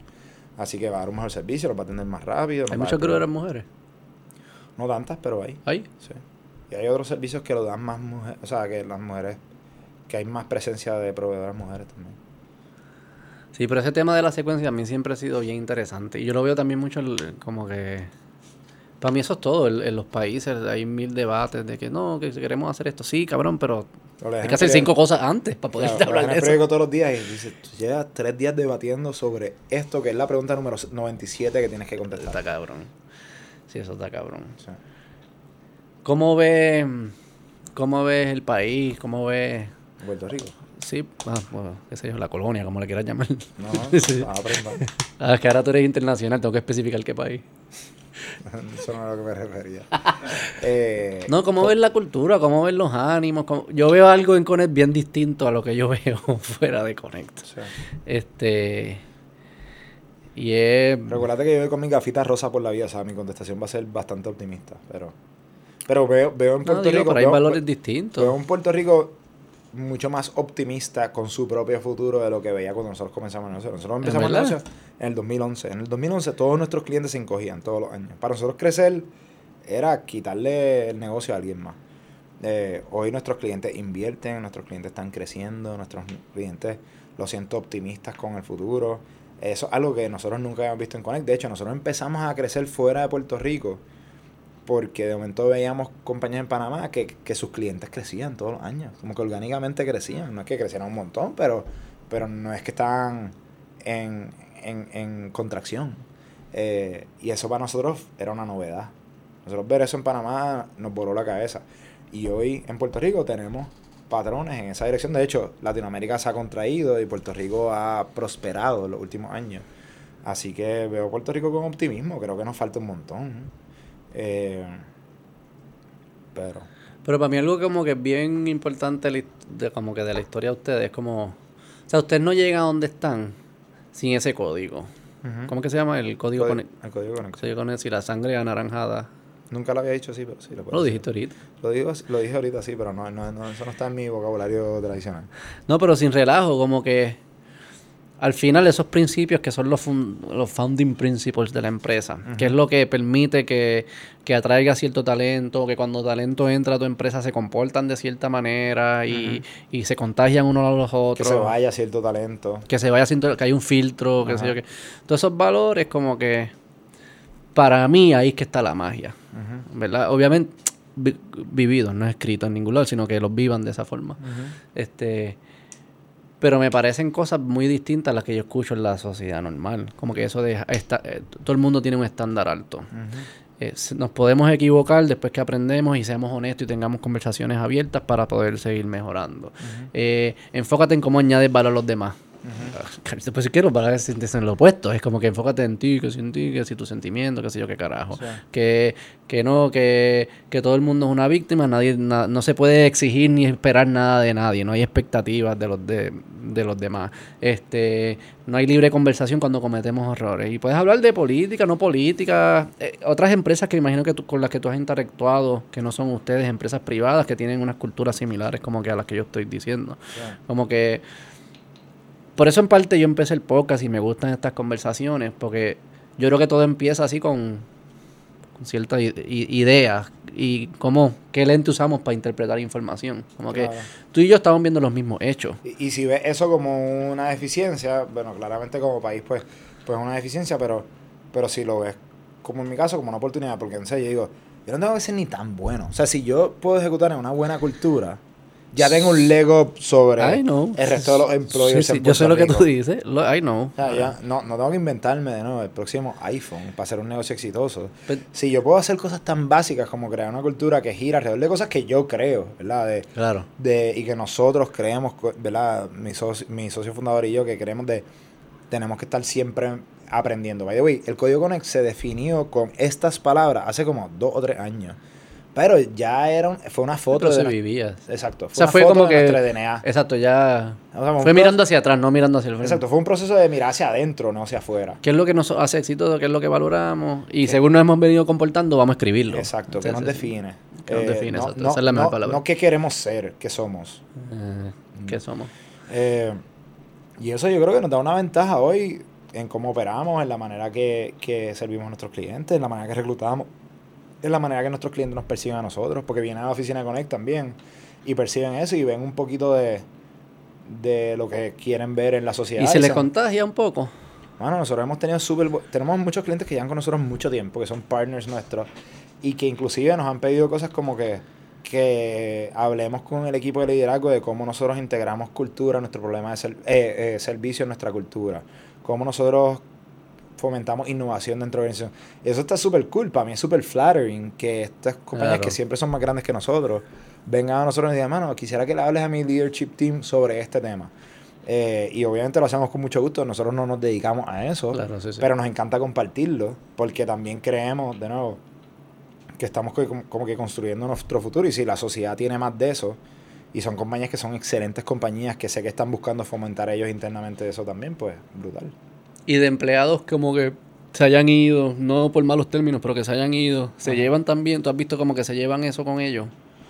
[SPEAKER 2] Así que va a dar un mejor servicio, los va a atender más rápido.
[SPEAKER 1] ¿Hay muchas grueras mujeres?
[SPEAKER 2] No tantas, pero hay.
[SPEAKER 1] ¿Hay?
[SPEAKER 2] Sí. Y hay otros servicios que lo dan más mujeres, o sea, que las mujeres, que hay más presencia de proveedoras mujeres también.
[SPEAKER 1] Sí, pero ese tema de la secuencia a mí siempre ha sido bien interesante. Y yo lo veo también mucho como que... Para mí eso es todo. En los países hay mil debates de que no, que queremos hacer esto. Sí, cabrón, pero hay que hacer 5 cosas antes para poder hablar de eso.
[SPEAKER 2] Yo todos los días y dices, tú llevas 3 días debatiendo sobre esto, que es la pregunta número 97 que tienes que contestar.
[SPEAKER 1] Está cabrón. Sí, eso está cabrón.
[SPEAKER 2] Sí.
[SPEAKER 1] ¿Cómo ves el país? ¿Cómo ves...
[SPEAKER 2] Puerto Rico?
[SPEAKER 1] Sí, bueno, qué sé yo, la colonia, como le quieras llamar.
[SPEAKER 2] No,
[SPEAKER 1] sí.
[SPEAKER 2] aprenda.
[SPEAKER 1] Es que ahora tú eres internacional, tengo que especificar qué país.
[SPEAKER 2] Eso no es a lo que me refería.
[SPEAKER 1] No, ¿cómo ves la cultura? ¿Cómo ves los ánimos? Yo veo algo en Connect bien distinto a lo que yo veo fuera de Connect. Sí. Y es...
[SPEAKER 2] Recuérdate que yo voy con mi gafita rosa por la vida, o sea, mi contestación va a ser bastante optimista, pero veo en Puerto Rico...
[SPEAKER 1] Pero hay valores distintos.
[SPEAKER 2] Veo en Puerto Rico mucho más optimista con su propio futuro de lo que veía cuando nosotros comenzamos el negocio. Nosotros empezamos el negocio en el 2011. En el 2011 todos nuestros clientes se encogían todos los años. Para nosotros crecer era quitarle el negocio a alguien más. Hoy nuestros clientes invierten, nuestros clientes están creciendo, nuestros clientes lo siento optimistas con el futuro. Eso es algo que nosotros nunca habíamos visto en Connect. De hecho, nosotros empezamos a crecer fuera de Puerto Rico porque de momento veíamos compañías en Panamá que sus clientes crecían todos los años. Como que orgánicamente crecían. No es que crecieran un montón, pero no es que estaban en contracción. Y eso para nosotros era una novedad. Nosotros ver eso en Panamá nos voló la cabeza. Y hoy en Puerto Rico tenemos patrones en esa dirección. De hecho, Latinoamérica se ha contraído y Puerto Rico ha prosperado en los últimos años. Así que veo Puerto Rico con optimismo. Creo que nos falta un montón. Pero
[SPEAKER 1] para mí algo como que es bien importante como que de la historia de ustedes es como... O sea, ustedes no llegan a donde están sin ese código.
[SPEAKER 2] Uh-huh.
[SPEAKER 1] ¿Cómo que se llama? El código Connect.
[SPEAKER 2] El código Connect.
[SPEAKER 1] El código Connect, y la sangre anaranjada.
[SPEAKER 2] Nunca lo había dicho así, pero sí lo puedo
[SPEAKER 1] Lo dijiste ahorita.
[SPEAKER 2] Lo dije ahorita, sí, pero no, eso no está en mi vocabulario tradicional.
[SPEAKER 1] No, pero sin relajo, como que al final esos principios que son los founding principles de la empresa, uh-huh, que es lo que permite que atraiga cierto talento, que cuando talento entra a tu empresa se comportan de cierta manera y se contagian unos a los otros.
[SPEAKER 2] Que se vaya cierto talento.
[SPEAKER 1] Que se vaya cierto, que hay un filtro, que sé yo, que todos esos valores como que para mí ahí es que está la magia, uh-huh, ¿verdad? Obviamente vividos, no es escrito en ningún lado, sino que los vivan de esa forma. Uh-huh. Pero me parecen cosas muy distintas a las que yo escucho en la sociedad normal. Como que eso de... todo el mundo tiene un estándar alto. Uh-huh. Nos podemos equivocar después que aprendemos y seamos honestos y tengamos conversaciones abiertas para poder seguir mejorando. Uh-huh. Enfócate en cómo añades valor a los demás. Uh-huh. Después si quiero para sentirse en lo opuesto. Es como que enfócate en ti, que si tu sentimiento, que sé yo, qué carajo. Sí. Que todo el mundo es una víctima, no se puede exigir ni esperar nada de nadie, no hay expectativas de los demás. No hay libre conversación cuando cometemos errores. Y puedes hablar de política, no política. Otras empresas que imagino que con las que tú has interactuado, que no son ustedes, empresas privadas que tienen unas culturas similares como que a las que yo estoy diciendo. Sí. Como que por eso en parte yo empecé el podcast y me gustan estas conversaciones, porque yo creo que todo empieza así con ciertas ideas y qué lente usamos para interpretar información. Como claro, que tú y yo estamos viendo los mismos hechos.
[SPEAKER 2] Y si ves eso como una deficiencia, bueno, claramente como país pues una deficiencia, pero si lo ves como en mi caso, como una oportunidad, porque en serio, yo digo, yo no tengo que ser ni tan bueno. O sea, si yo puedo ejecutar en una buena cultura, ya tengo un Lego sobre el resto de los employees.
[SPEAKER 1] Sí, yo sé lo que tú dices. I know.
[SPEAKER 2] O sea, ya no tengo que inventarme de nuevo el próximo iPhone para hacer un negocio exitoso. Si yo puedo hacer cosas tan básicas como crear una cultura que gira alrededor de cosas que yo creo, ¿verdad?
[SPEAKER 1] Claro.
[SPEAKER 2] Y que nosotros creemos, ¿verdad? Mi socio fundador y yo, que creemos tenemos que estar siempre aprendiendo. By the way, el Código Connect se definió con estas palabras hace como 2 o 3 años. Pero ya fue una foto
[SPEAKER 1] de... vivía.
[SPEAKER 2] Exacto.
[SPEAKER 1] Fue como que...
[SPEAKER 2] nuestro DNA.
[SPEAKER 1] Exacto, ya... fue mirando hacia atrás, no mirando hacia el frente.
[SPEAKER 2] Exacto, fue un proceso de mirar hacia adentro, no hacia afuera.
[SPEAKER 1] ¿Qué es lo que nos hace exitoso? ¿Qué es lo que valoramos? Y según nos hemos venido comportando, vamos a escribirlo.
[SPEAKER 2] Exacto, ¿qué nos define?
[SPEAKER 1] ¿Qué nos define? Esa es la mejor palabra.
[SPEAKER 2] No qué queremos ser, qué somos.
[SPEAKER 1] ¿Qué somos?
[SPEAKER 2] Y eso yo creo que nos da una ventaja hoy en cómo operamos, en la manera que servimos a nuestros clientes, en la manera que reclutamos, en la manera que nuestros clientes nos perciben a nosotros, porque vienen a la oficina de Connect también y perciben eso y ven un poquito de lo que quieren ver en la sociedad.
[SPEAKER 1] ¿Y se les contagia un poco?
[SPEAKER 2] Bueno, nosotros hemos tenido tenemos muchos clientes que llevan con nosotros mucho tiempo, que son partners nuestros, y que inclusive nos han pedido cosas como que hablemos con el equipo de liderazgo de cómo nosotros integramos cultura, nuestro problema de servicio en nuestra cultura, cómo nosotros fomentamos innovación dentro de la organización. Y eso está súper cool, para mí es súper flattering que estas compañías que siempre son más grandes que nosotros vengan a nosotros y digan, mano, quisiera que le hables a mi leadership team sobre este tema. Y obviamente lo hacemos con mucho gusto, nosotros no nos dedicamos a eso,
[SPEAKER 1] Claro, sí.
[SPEAKER 2] pero nos encanta compartirlo, porque también creemos, de nuevo, que estamos como que construyendo nuestro futuro, y si la sociedad tiene más de eso, y son compañías que son excelentes compañías, que sé que están buscando fomentar ellos internamente eso también, pues brutal.
[SPEAKER 1] Y de empleados como que se hayan ido, no por malos términos, pero que se hayan ido, se llevan también, ¿tú has visto como que se llevan eso con ellos?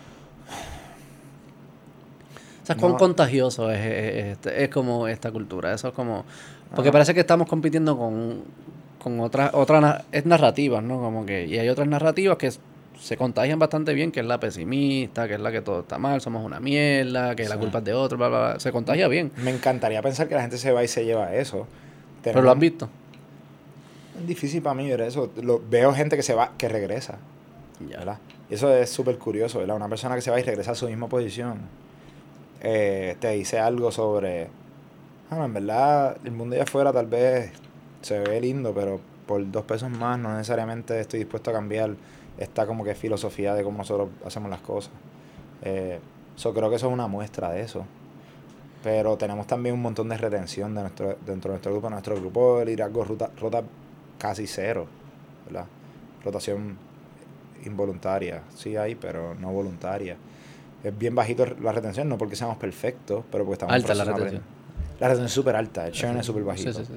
[SPEAKER 1] O sea, cuán contagioso es como esta cultura, eso es como... Porque parece que estamos compitiendo con otras narrativas, ¿no? Como que, y hay otras narrativas que se contagian bastante bien, que es la pesimista, que es la que todo está mal, somos una mierda, que la culpa es de otro, bla, bla, bla. Se contagia bien.
[SPEAKER 2] Me encantaría pensar que la gente se va y se lleva eso.
[SPEAKER 1] ¿Pero lo has visto?
[SPEAKER 2] Es difícil para mí ver eso. Veo gente que se va, que regresa.
[SPEAKER 1] Ya.
[SPEAKER 2] ¿Verdad? Y eso es súper curioso, ¿verdad? Una persona que se va y regresa a su misma posición. Te dice algo sobre... en verdad, el mundo allá afuera tal vez se ve lindo, pero por $2 más no necesariamente estoy dispuesto a cambiar esta como que filosofía de cómo nosotros hacemos las cosas. Creo que eso es una muestra de eso. Pero tenemos también un montón de retención dentro de nuestro grupo. Nuestro grupo de liderazgo rota casi cero, ¿verdad? Rotación involuntaria, sí hay, pero no voluntaria. Es bien bajito la retención, no porque seamos perfectos, pero porque estamos...
[SPEAKER 1] Alta la retención.
[SPEAKER 2] La retención es súper alta, el churn es súper bajito.
[SPEAKER 1] Sí.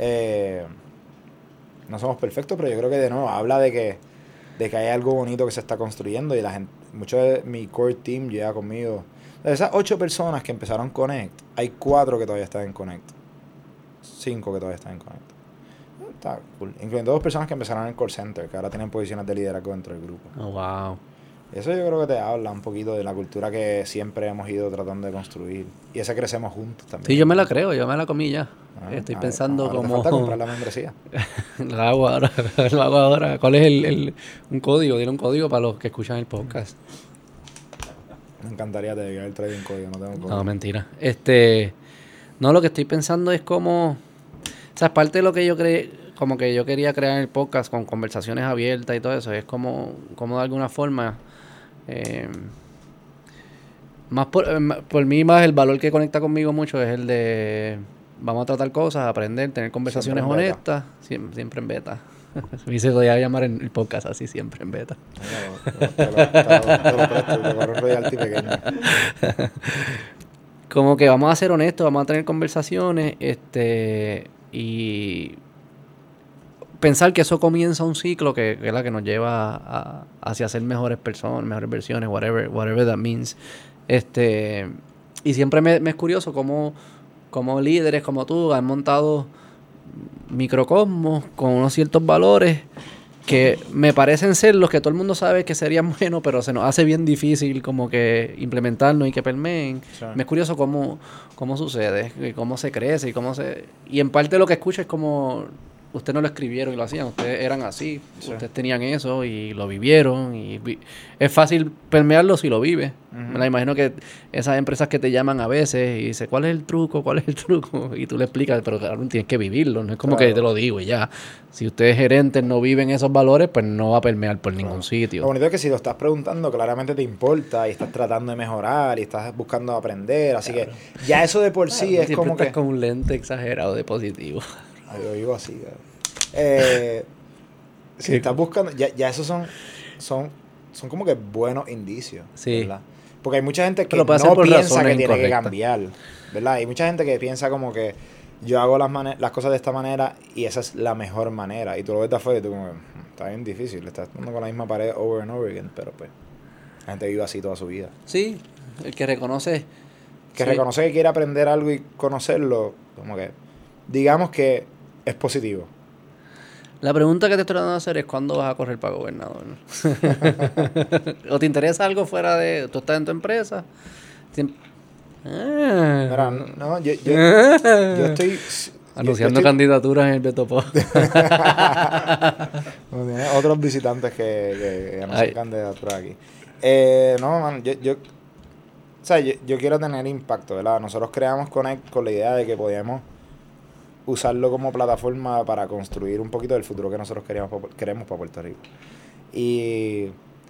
[SPEAKER 2] No somos perfectos, pero yo creo que de nuevo habla de que hay algo bonito que se está construyendo, y la gente, mucho de mi core team llega conmigo. De esas 8 personas que empezaron Connect, hay 4 que todavía están en Connect. 5 que todavía están en Connect. Está cool. Incluyendo 2 personas que empezaron en el call center, que ahora tienen posiciones de liderazgo dentro del grupo.
[SPEAKER 1] Oh, wow.
[SPEAKER 2] Eso yo creo que te habla un poquito de la cultura que siempre hemos ido tratando de construir. Y esa crecemos juntos también.
[SPEAKER 1] Sí, yo me la creo, yo me la comí ya. Estoy pensando
[SPEAKER 2] ahora
[SPEAKER 1] como...
[SPEAKER 2] te falta comprar la membresía.
[SPEAKER 1] Lo hago ahora. ¿Cuál es un código? Dile un código para los que escuchan el podcast.
[SPEAKER 2] Me encantaría te haber traído un código, no tengo un código.
[SPEAKER 1] No, mentira. No, lo que estoy pensando es como... O sea, parte de lo que yo como que yo quería crear en el podcast con conversaciones abiertas y todo eso, es como de alguna forma... más por mí, más el valor que conecta conmigo mucho es el de... Vamos a tratar cosas, aprender, tener conversaciones honestas. Siempre en beta. Me dice que voy a llamar el podcast así, siempre en beta.
[SPEAKER 2] Te lo presto, te corro un royalty pequeño.
[SPEAKER 1] Como que vamos a ser honestos, vamos a tener conversaciones, y pensar que eso comienza un ciclo que es la que nos lleva hacia ser mejores personas, mejores versiones, whatever that means. Y siempre me es curioso cómo líderes como tú han montado microcosmos con unos ciertos valores que me parecen ser los que todo el mundo sabe que serían buenos, pero se nos hace bien difícil como que implementarlos y que permeen. Sí. Me es curioso cómo sucede, y cómo se crece, y en parte lo que escucho es como ustedes no lo escribieron y lo hacían, ustedes eran así, sí. Ustedes tenían eso y lo vivieron, y es fácil permearlo si lo vives. Me la imagino que esas empresas que te llaman a veces y dicen, ¿cuál es el truco? Y tú le explicas, pero claro, tienes que vivirlo, no es como que te lo digo y ya. Si ustedes gerentes no viven esos valores, pues no va a permear por ningún sitio.
[SPEAKER 2] Lo bonito es que si lo estás preguntando, claramente te importa y estás tratando de mejorar y estás buscando aprender, así que ya eso de por sí es como que...
[SPEAKER 1] Estás con un lente exagerado de positivo.
[SPEAKER 2] Lo digo así, si estás buscando, ya esos son como que buenos indicios,
[SPEAKER 1] sí.
[SPEAKER 2] ¿verdad? Porque hay mucha gente que no piensa que tiene que cambiar, ¿verdad? Hay mucha gente que piensa como que yo hago las cosas de esta manera y esa es la mejor manera, y tú lo ves de afuera y tú como, está bien difícil, estás dando con la misma pared over and over again, pero pues la gente vive así toda su vida.
[SPEAKER 1] Sí, el que reconoce
[SPEAKER 2] que quiere aprender algo y conocerlo, como que digamos que es positivo.
[SPEAKER 1] La pregunta que te estoy tratando de hacer es ¿cuándo vas a correr para gobernador? ¿O te interesa algo fuera de... ¿Tú estás en tu empresa? Tiem-
[SPEAKER 2] Mira,
[SPEAKER 1] Ah.
[SPEAKER 2] no, yo estoy... Yo
[SPEAKER 1] Anunciando
[SPEAKER 2] estoy
[SPEAKER 1] candidaturas en el Betopo.
[SPEAKER 2] no, tiene otros visitantes que no son
[SPEAKER 1] Ay,
[SPEAKER 2] candidaturas aquí. No, man, o sea, yo quiero tener impacto, ¿verdad? Nosotros creamos Connect con la idea de que podíamos usarlo como plataforma para construir un poquito del futuro que nosotros queremos para Puerto Rico. Y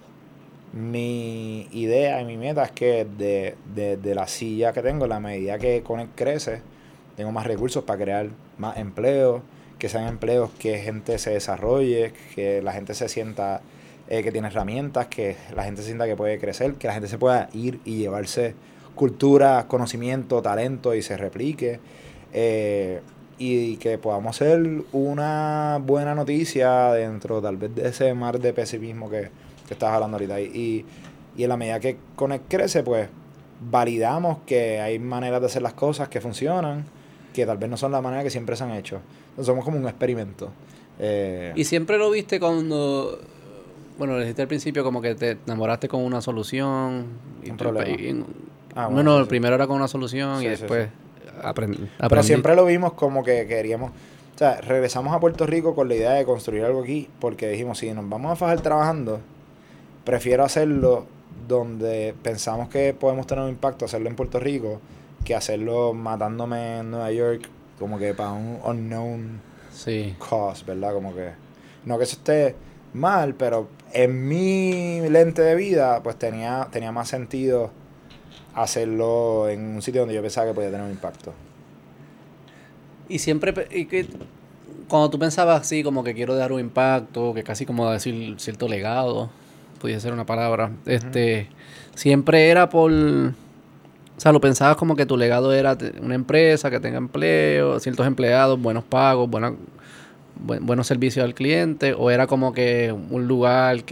[SPEAKER 2] mi idea y mi meta es que de la silla que tengo, en la medida que Connect crece, tengo más recursos para crear más empleos, que sean empleos que gente se desarrolle, que la gente se sienta que tiene herramientas, que la gente sienta que puede crecer, que la gente se pueda ir y llevarse cultura, conocimiento, talento y se replique. eh, y que podamos ser una buena noticia dentro tal vez de ese mar de pesimismo que estabas hablando ahorita. Y en la medida que Connect crece, pues validamos que hay maneras de hacer las cosas que funcionan, que tal vez no son la manera que siempre se han hecho. Entonces somos como un experimento. Eh,
[SPEAKER 1] y siempre lo viste cuando... Bueno, le dijiste al principio como que te enamoraste con una solución.
[SPEAKER 2] un problema. Bueno,
[SPEAKER 1] Bueno,
[SPEAKER 2] sí,
[SPEAKER 1] el
[SPEAKER 2] sí.
[SPEAKER 1] primero era con una solución y
[SPEAKER 2] Sí, sí, sí.
[SPEAKER 1] después
[SPEAKER 2] Pero
[SPEAKER 1] aprendí.
[SPEAKER 2] siempre lo vimos como que queríamos... O sea, regresamos a Puerto Rico con la idea de construir algo aquí, porque dijimos, si nos vamos a fajar trabajando, prefiero hacerlo donde pensamos que podemos tener un impacto, hacerlo en Puerto Rico, que hacerlo matándome en Nueva York, como que para un unknown
[SPEAKER 1] Sí.
[SPEAKER 2] cause, ¿verdad? Como que, no que eso esté mal, pero en mi lente de vida, pues tenía más sentido hacerlo en un sitio donde yo pensaba que podía tener un impacto.
[SPEAKER 1] Y siempre... cuando tú pensabas así, como que quiero dar un impacto, que casi como decir cierto legado, pudiese ser una palabra,
[SPEAKER 2] Ujú.
[SPEAKER 1] siempre era por... O sea, lo pensabas como que tu legado era una empresa que tenga empleo, ciertos empleados, buenos pagos, buenos servicios al cliente, o era como que un lugar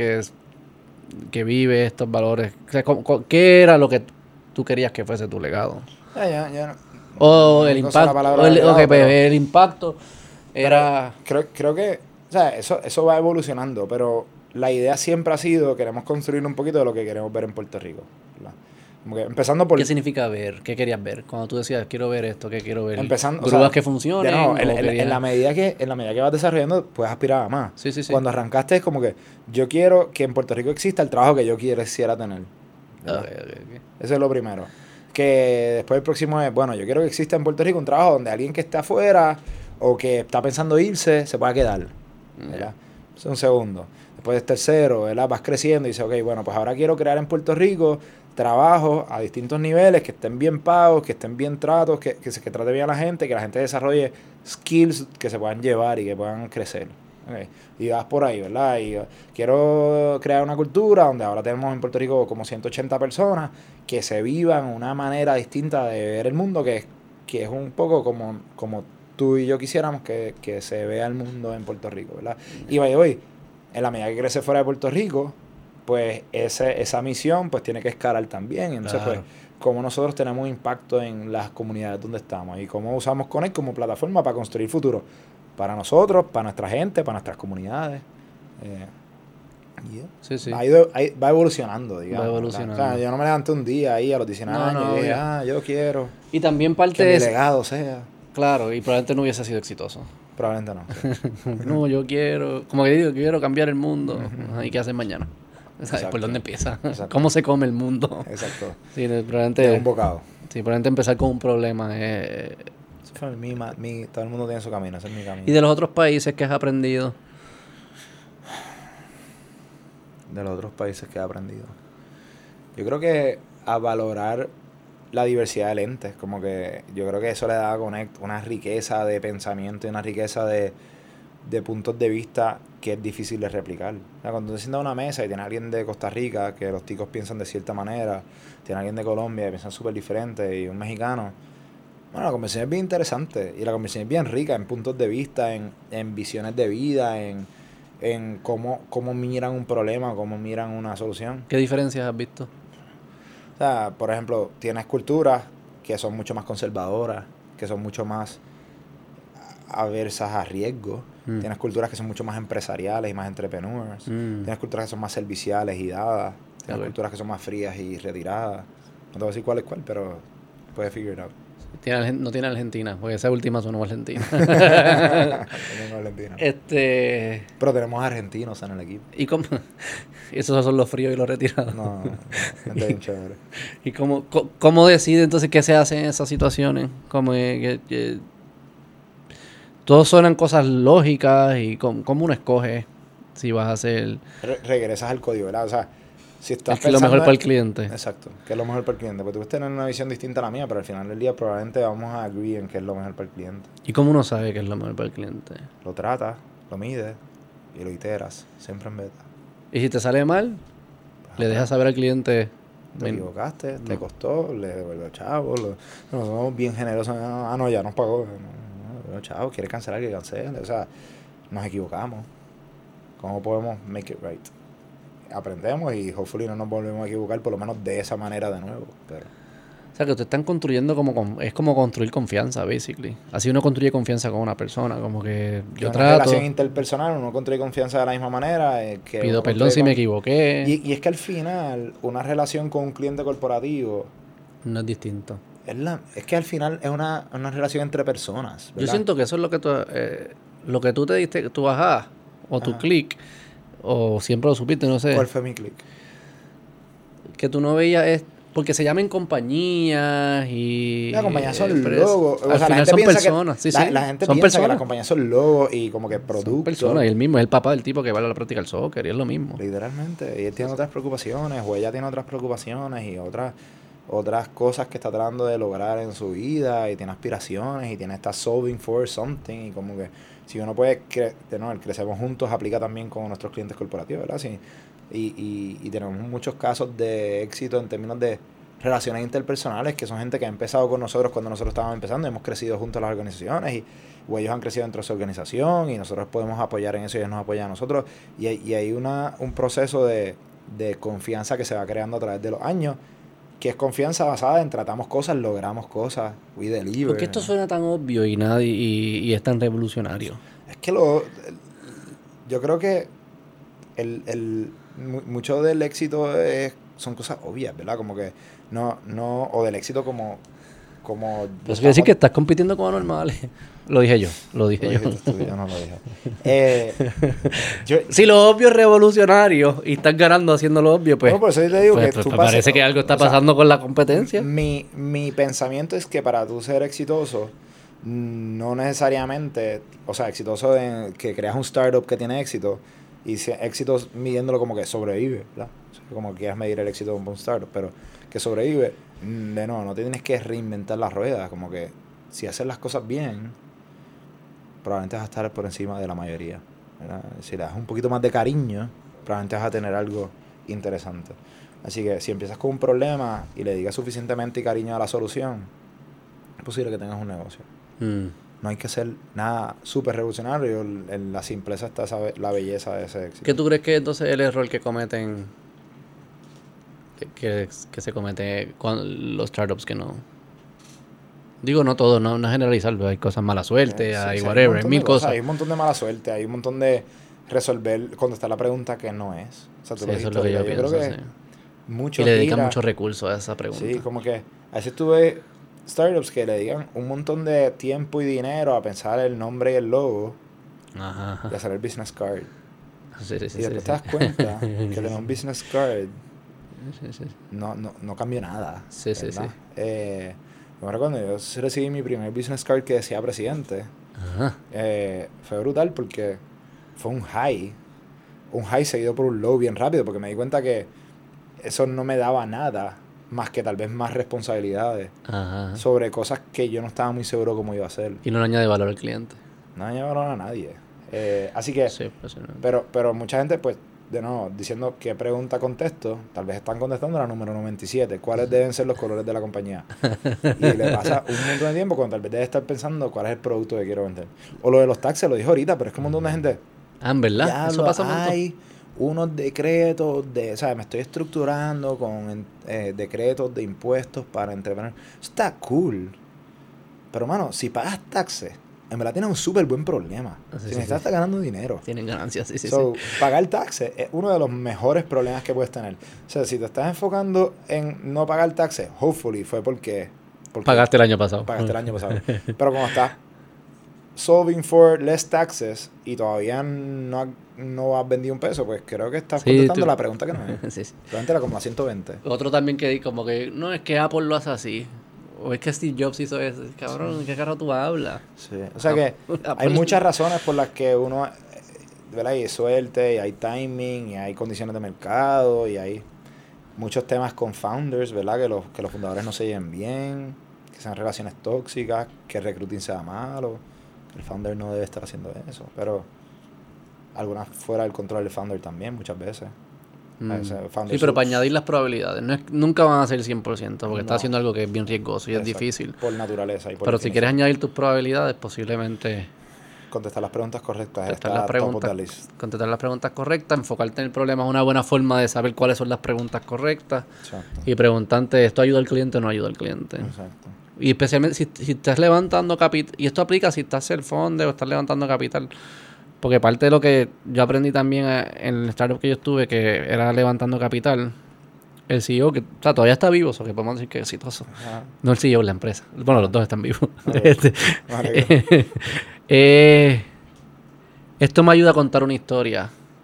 [SPEAKER 1] que vive estos valores. O sea, ¿qué era lo que tú querías que fuese tu legado?
[SPEAKER 2] Ya
[SPEAKER 1] O
[SPEAKER 2] no
[SPEAKER 1] el
[SPEAKER 2] digo sola
[SPEAKER 1] impacto,
[SPEAKER 2] palabra de legado,
[SPEAKER 1] pues,
[SPEAKER 2] pero
[SPEAKER 1] el impacto
[SPEAKER 2] Pero
[SPEAKER 1] era...
[SPEAKER 2] creo que, o sea, eso va evolucionando, pero la idea siempre ha sido, queremos construir un poquito de lo que queremos ver en Puerto Rico, ¿verdad? Como que empezando
[SPEAKER 1] ¿Qué
[SPEAKER 2] por,
[SPEAKER 1] significa ver? ¿Qué querías ver? Cuando tú decías, quiero ver esto, ¿qué quiero ver?
[SPEAKER 2] empezando, o
[SPEAKER 1] ¿Grúas
[SPEAKER 2] sea,
[SPEAKER 1] que
[SPEAKER 2] de nuevo,
[SPEAKER 1] funcionen? ¿O
[SPEAKER 2] en la medida que vas desarrollando, puedes aspirar a más.
[SPEAKER 1] Sí, sí, sí.
[SPEAKER 2] Cuando arrancaste es como que, yo quiero que en Puerto Rico exista el trabajo que yo quisiera tener,
[SPEAKER 1] Ok,
[SPEAKER 2] ¿verdad?
[SPEAKER 1] ok.
[SPEAKER 2] Eso es lo primero. Que después el próximo es, bueno, yo quiero que exista en Puerto Rico un trabajo donde alguien que esté afuera o que está pensando irse se pueda quedar,
[SPEAKER 1] Ya.
[SPEAKER 2] ¿verdad? Es un segundo. Después es tercero, ¿verdad? Vas creciendo y dices, ok, bueno, pues ahora quiero crear en Puerto Rico trabajos a distintos niveles, que estén bien pagos, que estén bien tratos, que trate bien a la gente, que la gente desarrolle skills que se puedan llevar y que puedan crecer. Ok. Y vas por ahí, ¿verdad? Y quiero crear una cultura donde ahora tenemos en Puerto Rico como 180 personas que se vivan una manera distinta de ver el mundo, que es un poco como tú y yo quisiéramos que se vea el mundo en Puerto Rico, ¿verdad? Y vaya, hoy, en la medida que crece fuera de Puerto Rico, pues esa misión pues tiene que escalar también. Y entonces, pues,
[SPEAKER 1] Claro.
[SPEAKER 2] cómo nosotros tenemos impacto en las comunidades donde estamos y cómo usamos Connect como plataforma para construir futuro para nosotros, para nuestra gente, para nuestras comunidades. Eh,
[SPEAKER 1] Sí, sí.
[SPEAKER 2] va evolucionando,
[SPEAKER 1] Va
[SPEAKER 2] digamos, ¿verdad? O sea,
[SPEAKER 1] evolucionando.
[SPEAKER 2] yo no me levanté un día ahí a los 19
[SPEAKER 1] No,
[SPEAKER 2] años y
[SPEAKER 1] no,
[SPEAKER 2] dije,
[SPEAKER 1] obvio.
[SPEAKER 2] yo quiero
[SPEAKER 1] Y también
[SPEAKER 2] que
[SPEAKER 1] parte
[SPEAKER 2] mi
[SPEAKER 1] es...
[SPEAKER 2] legado sea.
[SPEAKER 1] Claro, y probablemente no hubiese sido exitoso.
[SPEAKER 2] Probablemente no, sí.
[SPEAKER 1] No, yo quiero... Como que digo, quiero cambiar el mundo. Ajá, ¿y qué hacer mañana? ¿Sabes por
[SPEAKER 2] Exacto,
[SPEAKER 1] dónde empieza?
[SPEAKER 2] exacto,
[SPEAKER 1] ¿Cómo se come el mundo?
[SPEAKER 2] exacto.
[SPEAKER 1] Sí,
[SPEAKER 2] De un bocado.
[SPEAKER 1] probablemente empezar con un problema.
[SPEAKER 2] Ese fue todo el mundo tiene su camino, ese es mi
[SPEAKER 1] Y
[SPEAKER 2] camino.
[SPEAKER 1] de los otros países que has aprendido.
[SPEAKER 2] De los otros países que he aprendido. Yo creo que a valorar la diversidad de lentes, como que yo creo que eso le da a Connect una riqueza de pensamiento y una riqueza de puntos de vista que es difícil de replicar. O sea, cuando te sientas a una mesa y tienes a alguien de Costa Rica, que los ticos piensan de cierta manera, tienes a alguien de Colombia que piensan súper diferente y un mexicano, bueno, la conversación es bien interesante y la conversación es bien rica en puntos de vista, en visiones de vida, en cómo miran un problema, cómo miran una solución.
[SPEAKER 1] ¿Qué diferencias has visto?
[SPEAKER 2] O sea, por ejemplo, tienes culturas que son mucho más conservadoras, que son mucho más aversas a riesgo. Tienes culturas que son mucho más empresariales y más entrepreneurs. Tienes culturas que son más serviciales y dadas. Tienes culturas que son más frías y retiradas. No te voy a decir cuál es cuál, pero puedes figure it out.
[SPEAKER 1] No tiene Argentina, porque esa última sonó Argentina.
[SPEAKER 2] Tenemos Argentina.
[SPEAKER 1] Pero
[SPEAKER 2] tenemos argentinos en el equipo.
[SPEAKER 1] ¿Y cómo? Esos son los fríos y los retirados.
[SPEAKER 2] No, gente bien chévere.
[SPEAKER 1] ¿Y cómo decide entonces qué se hace en esas situaciones? Como todos suenan cosas lógicas y cómo uno escoge si vas a hacer...
[SPEAKER 2] Regresas al código, ¿verdad? O sea, si estás
[SPEAKER 1] es lo mejor para el cliente.
[SPEAKER 2] Exacto, que es lo mejor para el cliente. Porque tú puedes tener una visión distinta a la mía, pero al final del día probablemente vamos a agree en qué es lo mejor para el cliente.
[SPEAKER 1] ¿Y cómo uno sabe qué es lo mejor para el cliente?
[SPEAKER 2] Lo tratas, lo mides y lo iteras, siempre en beta.
[SPEAKER 1] ¿Y si te sale mal? Le dejas saber al cliente...
[SPEAKER 2] Te equivocaste, te costó, le devuelvo chavos. No, somos bien generosos. No, ya nos pagó. No, chavos, quiere cancelar, que cancele. O sea, nos equivocamos. ¿Cómo podemos make it right? Aprendemos y hopefully no nos volvemos a equivocar, por lo menos de esa manera de nuevo. Pero...
[SPEAKER 1] O sea, que ustedes están construyendo es como construir confianza, basically. Así uno construye confianza con una persona, como que yo trato...
[SPEAKER 2] Una relación interpersonal, uno construye confianza de la misma manera.
[SPEAKER 1] Pido perdón si me equivoqué.
[SPEAKER 2] Y es que al final, una relación con un cliente corporativo...
[SPEAKER 1] No es distinto.
[SPEAKER 2] Es que al final es una relación entre personas, ¿verdad?
[SPEAKER 1] Yo siento que eso es lo que tú te diste, tu ajá, o tu click, o siempre lo supiste, no sé.
[SPEAKER 2] ¿Cuál fue mi click?
[SPEAKER 1] Que tú no veías... Porque se llaman compañías y...
[SPEAKER 2] Las compañías son logos.
[SPEAKER 1] Al final son personas.
[SPEAKER 2] La gente piensa que las compañías son logos y como que productos. Son
[SPEAKER 1] personas. Y él mismo es el papá del tipo que va a la práctica del soccer. Y es lo mismo.
[SPEAKER 2] Literalmente. Y él tiene otras preocupaciones. O ella tiene otras preocupaciones y otras cosas que está tratando de lograr en su vida. Y tiene aspiraciones. Y está solving for something. Y como que si uno puede... el crecemos juntos aplica también con nuestros clientes corporativos, ¿verdad? Sí. Y tenemos muchos casos de éxito en términos de relaciones interpersonales, que son gente que ha empezado con nosotros cuando nosotros estábamos empezando, hemos crecido junto a las organizaciones o ellos han crecido dentro de su organización y nosotros podemos apoyar en eso y ellos nos apoyan a nosotros. Y hay un proceso de confianza que se va creando a través de los años, que es confianza basada en tratamos cosas, logramos cosas, we deliver.
[SPEAKER 1] ¿Por qué esto suena tan obvio y es tan revolucionario?
[SPEAKER 2] Es que yo creo que mucho del éxito son cosas obvias, ¿verdad? Como que o del éxito como
[SPEAKER 1] Pero eso quiere decir que estás compitiendo con anormales. Lo dije yo.
[SPEAKER 2] Yo no lo dije.
[SPEAKER 1] Si lo obvio es revolucionario y estás ganando haciendo lo obvio, pues...
[SPEAKER 2] No, por eso yo te digo que tú
[SPEAKER 1] parece que algo está pasando con la competencia.
[SPEAKER 2] Mi pensamiento es que para tú ser exitoso, no necesariamente... O sea, exitoso en que creas un startup que tiene éxito y éxito midiéndolo como que sobrevive, ¿verdad? O sea, como que quieras medir el éxito de un startup, pero que sobrevive, no te tienes que reinventar las ruedas, como que si haces las cosas bien, probablemente vas a estar por encima de la mayoría, ¿verdad? Si le das un poquito más de cariño, probablemente vas a tener algo interesante. Así que si empiezas con un problema y le digas suficientemente cariño a la solución, es posible que tengas un negocio. No hay que ser nada súper revolucionario. En la simpleza está la belleza de ese éxito.
[SPEAKER 1] ¿Qué tú crees que entonces es el error que cometen, que se comete con los startups que no... Digo, no todo, no generalizarlo. Hay cosas mala suerte, hay whatever, hay mil cosas.
[SPEAKER 2] Hay un montón de mala suerte, hay un montón de resolver, contestar la pregunta que no es. O sea, tú lo
[SPEAKER 1] eso es lo que yo pienso,
[SPEAKER 2] creo que
[SPEAKER 1] y le dedican muchos recursos a esa pregunta.
[SPEAKER 2] Sí, como que a veces tuve startups que le dedican un montón de tiempo y dinero a pensar el nombre y el logo y hacer el business card. Y después te das cuenta que le da un business card no cambió nada. Cuando yo recibí mi primer business card que decía presidente, fue brutal porque fue un high seguido por un low bien rápido, porque me di cuenta que eso no me daba nada más que tal vez más responsabilidades sobre cosas que yo no estaba muy seguro cómo iba a hacer.
[SPEAKER 1] Y no le añade valor al cliente.
[SPEAKER 2] No añade valor a nadie. Así que, sí, pero mucha gente, pues, de nuevo, diciendo qué pregunta contesto, tal vez están contestando la número 97, cuáles deben ser los colores de la compañía. Y le pasa un montón de tiempo cuando tal vez debe estar pensando cuál es el producto que quiero vender. O lo de los taxes, lo dijo ahorita, pero es que un montón de gente...
[SPEAKER 1] ¿En verdad? Eso pasa mucho.
[SPEAKER 2] Hay unos decretos o sea, me estoy estructurando con decretos de impuestos para entretener. Eso está cool. Pero, mano, si pagas taxes, en verdad tienes un súper buen problema. Si estás ganando dinero.
[SPEAKER 1] Tienen ganancias, sí.
[SPEAKER 2] Pagar taxes es uno de los mejores problemas que puedes tener. O sea, si te estás enfocando en no pagar taxes, hopefully fue porque
[SPEAKER 1] pagaste el año pasado.
[SPEAKER 2] Pero como estás solving for less taxes y todavía no has vendido un peso, pues creo que estás contestando la pregunta que no es. Realmente era como la 120.
[SPEAKER 1] Otro también que como que, no, es que Apple lo hace así. O es que Steve Jobs hizo eso. Cabrón, ¿qué carajo tú hablas?
[SPEAKER 2] Sí. O sea que hay muchas razones por las que uno, ¿verdad? Y hay suerte, y hay timing, y hay condiciones de mercado, y hay muchos temas con founders, ¿verdad? Que los fundadores no se lleven bien, que sean relaciones tóxicas, que el recruiting sea malo. El founder no debe estar haciendo eso. Pero algunas fuera del control del founder también, muchas veces.
[SPEAKER 1] Sí, pero para añadir las probabilidades. Nunca van a ser 100%, porque estás haciendo algo que es bien riesgoso y es difícil.
[SPEAKER 2] Por naturaleza.
[SPEAKER 1] Pero si quieres añadir tus probabilidades, posiblemente...
[SPEAKER 2] Contestar las preguntas correctas.
[SPEAKER 1] Contestar las preguntas correctas, enfocarte en el problema es una buena forma de saber cuáles son las preguntas correctas. Exacto. Y preguntarte, ¿esto ayuda al cliente o no ayuda al cliente? Exacto. Y especialmente si estás levantando capital, y esto aplica si estás self-funded o estás levantando capital. Porque parte de lo que yo aprendí también en el startup que yo estuve, que era levantando capital, el CEO, que todavía está vivo, o que podemos decir que es exitoso. Ajá. No el CEO, la empresa. Bueno, los dos están vivos. Esto me ayuda a contar una historia,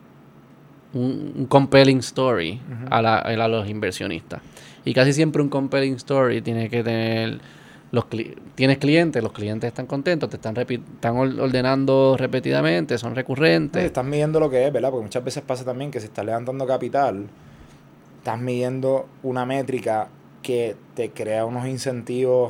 [SPEAKER 1] un compelling story a los inversionistas. Y casi siempre un compelling story tiene que tener... Tienes clientes, los clientes están contentos, te están ordenando repetidamente, son recurrentes.
[SPEAKER 2] Estás midiendo lo que es, ¿verdad? Porque muchas veces pasa también que si estás levantando capital, estás midiendo una métrica que te crea unos incentivos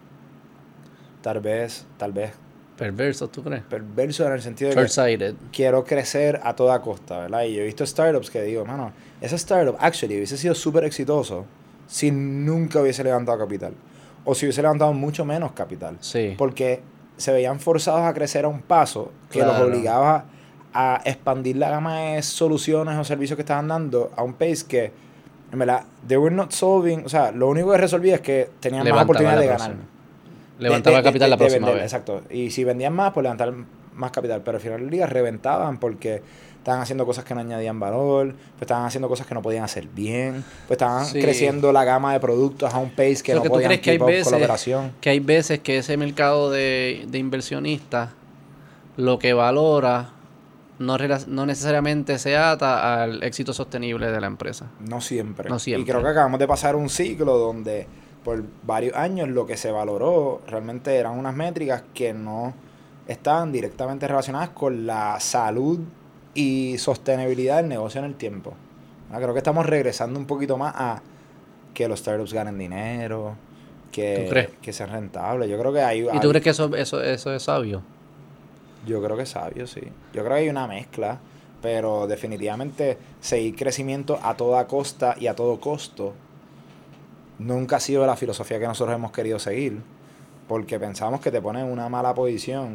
[SPEAKER 2] tal vez
[SPEAKER 1] perversos, ¿tú crees?
[SPEAKER 2] Perversos en el sentido de que quiero crecer a toda costa, ¿verdad? Y yo he visto startups que digo, mano, ese startup actually hubiese sido súper exitoso si nunca hubiese levantado capital. O si hubiese levantado mucho menos capital.
[SPEAKER 1] Sí.
[SPEAKER 2] Porque se veían forzados a crecer a un paso que los obligaba a expandir la gama de soluciones o servicios que estaban dando a un pace que, en verdad, they were not solving. O sea, lo único que resolvía es que tenían más oportunidad de ganar.
[SPEAKER 1] Levantaba el capital la próxima vez.
[SPEAKER 2] Exacto. Y si vendían más, pues levantar más capital. Pero al final del día reventaban porque estaban haciendo cosas que no añadían valor, pues estaban haciendo cosas que no podían hacer bien, pues estaban creciendo la gama de productos a un pace que no podían keep up con la operación.
[SPEAKER 1] Que hay veces que ese mercado de inversionistas lo que valora no necesariamente se ata al éxito sostenible de la empresa.
[SPEAKER 2] No siempre. Y creo que acabamos de pasar un ciclo donde por varios años lo que se valoró realmente eran unas métricas que no estaban directamente relacionadas con la salud y sostenibilidad del negocio en el tiempo. Creo que estamos regresando un poquito más a que los startups ganen dinero, que sean rentables. Yo creo que hay...
[SPEAKER 1] ¿Y tú crees que eso es sabio?
[SPEAKER 2] Yo creo que es sabio, sí. Yo creo que hay una mezcla, pero definitivamente seguir crecimiento a toda costa y a todo costo nunca ha sido la filosofía que nosotros hemos querido seguir, porque pensamos que te pone en una mala posición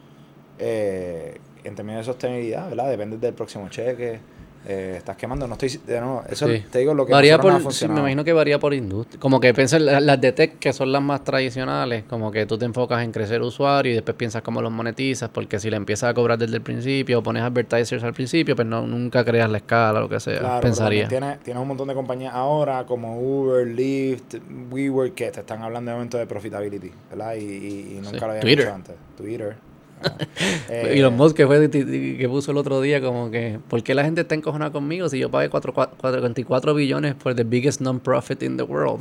[SPEAKER 2] en términos de sostenibilidad, ¿verdad? Depende del próximo cheque. Estás quemando. Eso te digo lo que
[SPEAKER 1] varía
[SPEAKER 2] no ha funcionado.
[SPEAKER 1] Me imagino que varía por industria. Como que piensas las de tech, que son las más tradicionales, como que tú te enfocas en crecer usuarios y después piensas cómo los monetizas, porque si le empiezas a cobrar desde el principio o pones advertisers al principio, pues nunca creas la escala o lo que sea.
[SPEAKER 2] Claro,
[SPEAKER 1] pensaría.
[SPEAKER 2] Tienes un montón de compañías ahora como Uber, Lyft, WeWork, que te están hablando de momento de profitability, ¿verdad? Y nunca lo habían hecho antes. Twitter.
[SPEAKER 1] Elon Musk que puso el otro día como que ¿por qué la gente está encojonada conmigo si yo pagué 44 billones por the biggest non-profit in the world?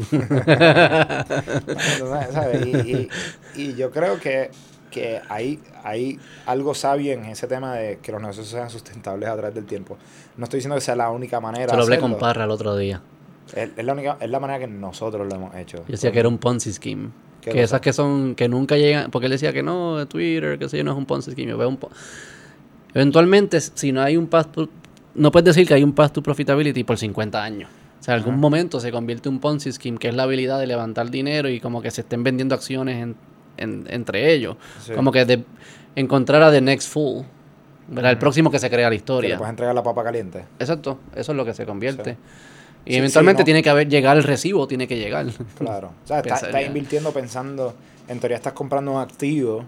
[SPEAKER 2] ¿Sabes? Y yo creo que hay algo sabio en ese tema de que los negocios sean sustentables a través del tiempo. No estoy diciendo que sea la única manera.
[SPEAKER 1] Se lo hablé con Parra el otro día.
[SPEAKER 2] Es la manera que nosotros lo hemos hecho.
[SPEAKER 1] Yo decía que era un Ponzi scheme. Que esas que nunca llegan, porque él decía que no, Twitter, que sé yo, no es un Ponzi scheme. Eventualmente, si no hay un path to, no puedes decir que hay un path to profitability por 50 años. O sea, en algún momento se convierte en un Ponzi scheme, que es la habilidad de levantar dinero y como que se estén vendiendo acciones entre ellos. Sí. Como que encontrar a the next fool, ¿verdad? El próximo que se crea la historia.
[SPEAKER 2] Que le puedes entregar la papa caliente.
[SPEAKER 1] Exacto, eso es lo que se convierte. Sí. Y eventualmente tiene que llegar el recibo, tiene que llegar.
[SPEAKER 2] Claro. O sea, estás invirtiendo pensando, en teoría estás comprando un activo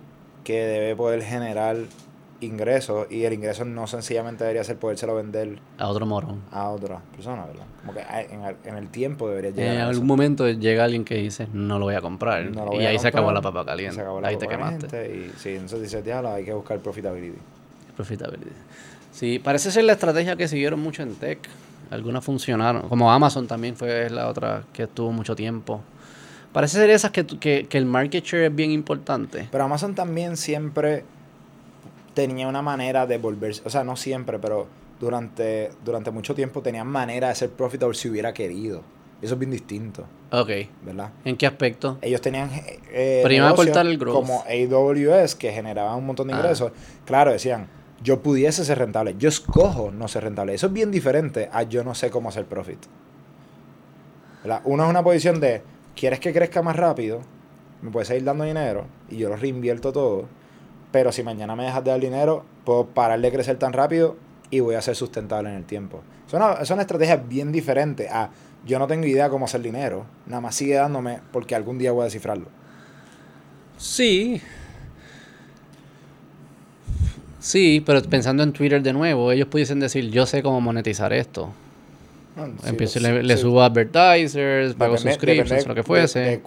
[SPEAKER 2] que debe poder generar ingresos, y el ingreso no sencillamente debería ser podérselo vender
[SPEAKER 1] A otro morón.
[SPEAKER 2] a otra persona, ¿verdad? Como que en el tiempo debería
[SPEAKER 1] En
[SPEAKER 2] llegar a eso.
[SPEAKER 1] algún momento llega alguien que dice, no lo voy a comprar.
[SPEAKER 2] No lo voy
[SPEAKER 1] y
[SPEAKER 2] a
[SPEAKER 1] ahí se acabó la
[SPEAKER 2] comprar,
[SPEAKER 1] papa
[SPEAKER 2] y
[SPEAKER 1] caliente.
[SPEAKER 2] se acabó la
[SPEAKER 1] Ahí te
[SPEAKER 2] papa
[SPEAKER 1] quemaste.
[SPEAKER 2] caliente, y sí, entonces dices, diablo, hay que buscar profitability.
[SPEAKER 1] Profitability. Sí, parece ser la estrategia que siguieron mucho en tech. Algunas funcionaron. Como Amazon también fue la otra que estuvo mucho tiempo. Parece ser esas que el market share es bien importante.
[SPEAKER 2] Pero Amazon también siempre tenía una manera de volverse, o sea, no siempre, pero durante mucho tiempo tenía manera de ser profitable si hubiera querido. Eso es bien distinto,
[SPEAKER 1] Ok.
[SPEAKER 2] ¿verdad?
[SPEAKER 1] ¿En qué aspecto?
[SPEAKER 2] Ellos tenían
[SPEAKER 1] Pero iban a
[SPEAKER 2] negocios
[SPEAKER 1] aportar el growth.
[SPEAKER 2] como AWS que generaban un montón de ingresos. Claro, decían, yo pudiese ser rentable, yo escojo no ser rentable. Eso es bien diferente a yo no sé cómo hacer profit, ¿verdad? Uno es una posición de, ¿quieres que crezca más rápido? Me puedes seguir dando dinero y yo lo reinvierto todo. Pero si mañana me dejas de dar dinero, puedo parar de crecer tan rápido y voy a ser sustentable en el tiempo. Es una estrategia bien diferente a yo no tengo idea cómo hacer dinero, nada más sigue dándome porque algún día voy a descifrarlo.
[SPEAKER 1] Sí. Sí, pero pensando en Twitter de nuevo, ellos pudiesen decir, yo sé cómo monetizar esto.
[SPEAKER 2] Sí,
[SPEAKER 1] Empiezo,
[SPEAKER 2] pues,
[SPEAKER 1] le
[SPEAKER 2] sí.
[SPEAKER 1] subo advertisers, pago subscriptions,
[SPEAKER 2] Depende
[SPEAKER 1] lo que fuese.
[SPEAKER 2] de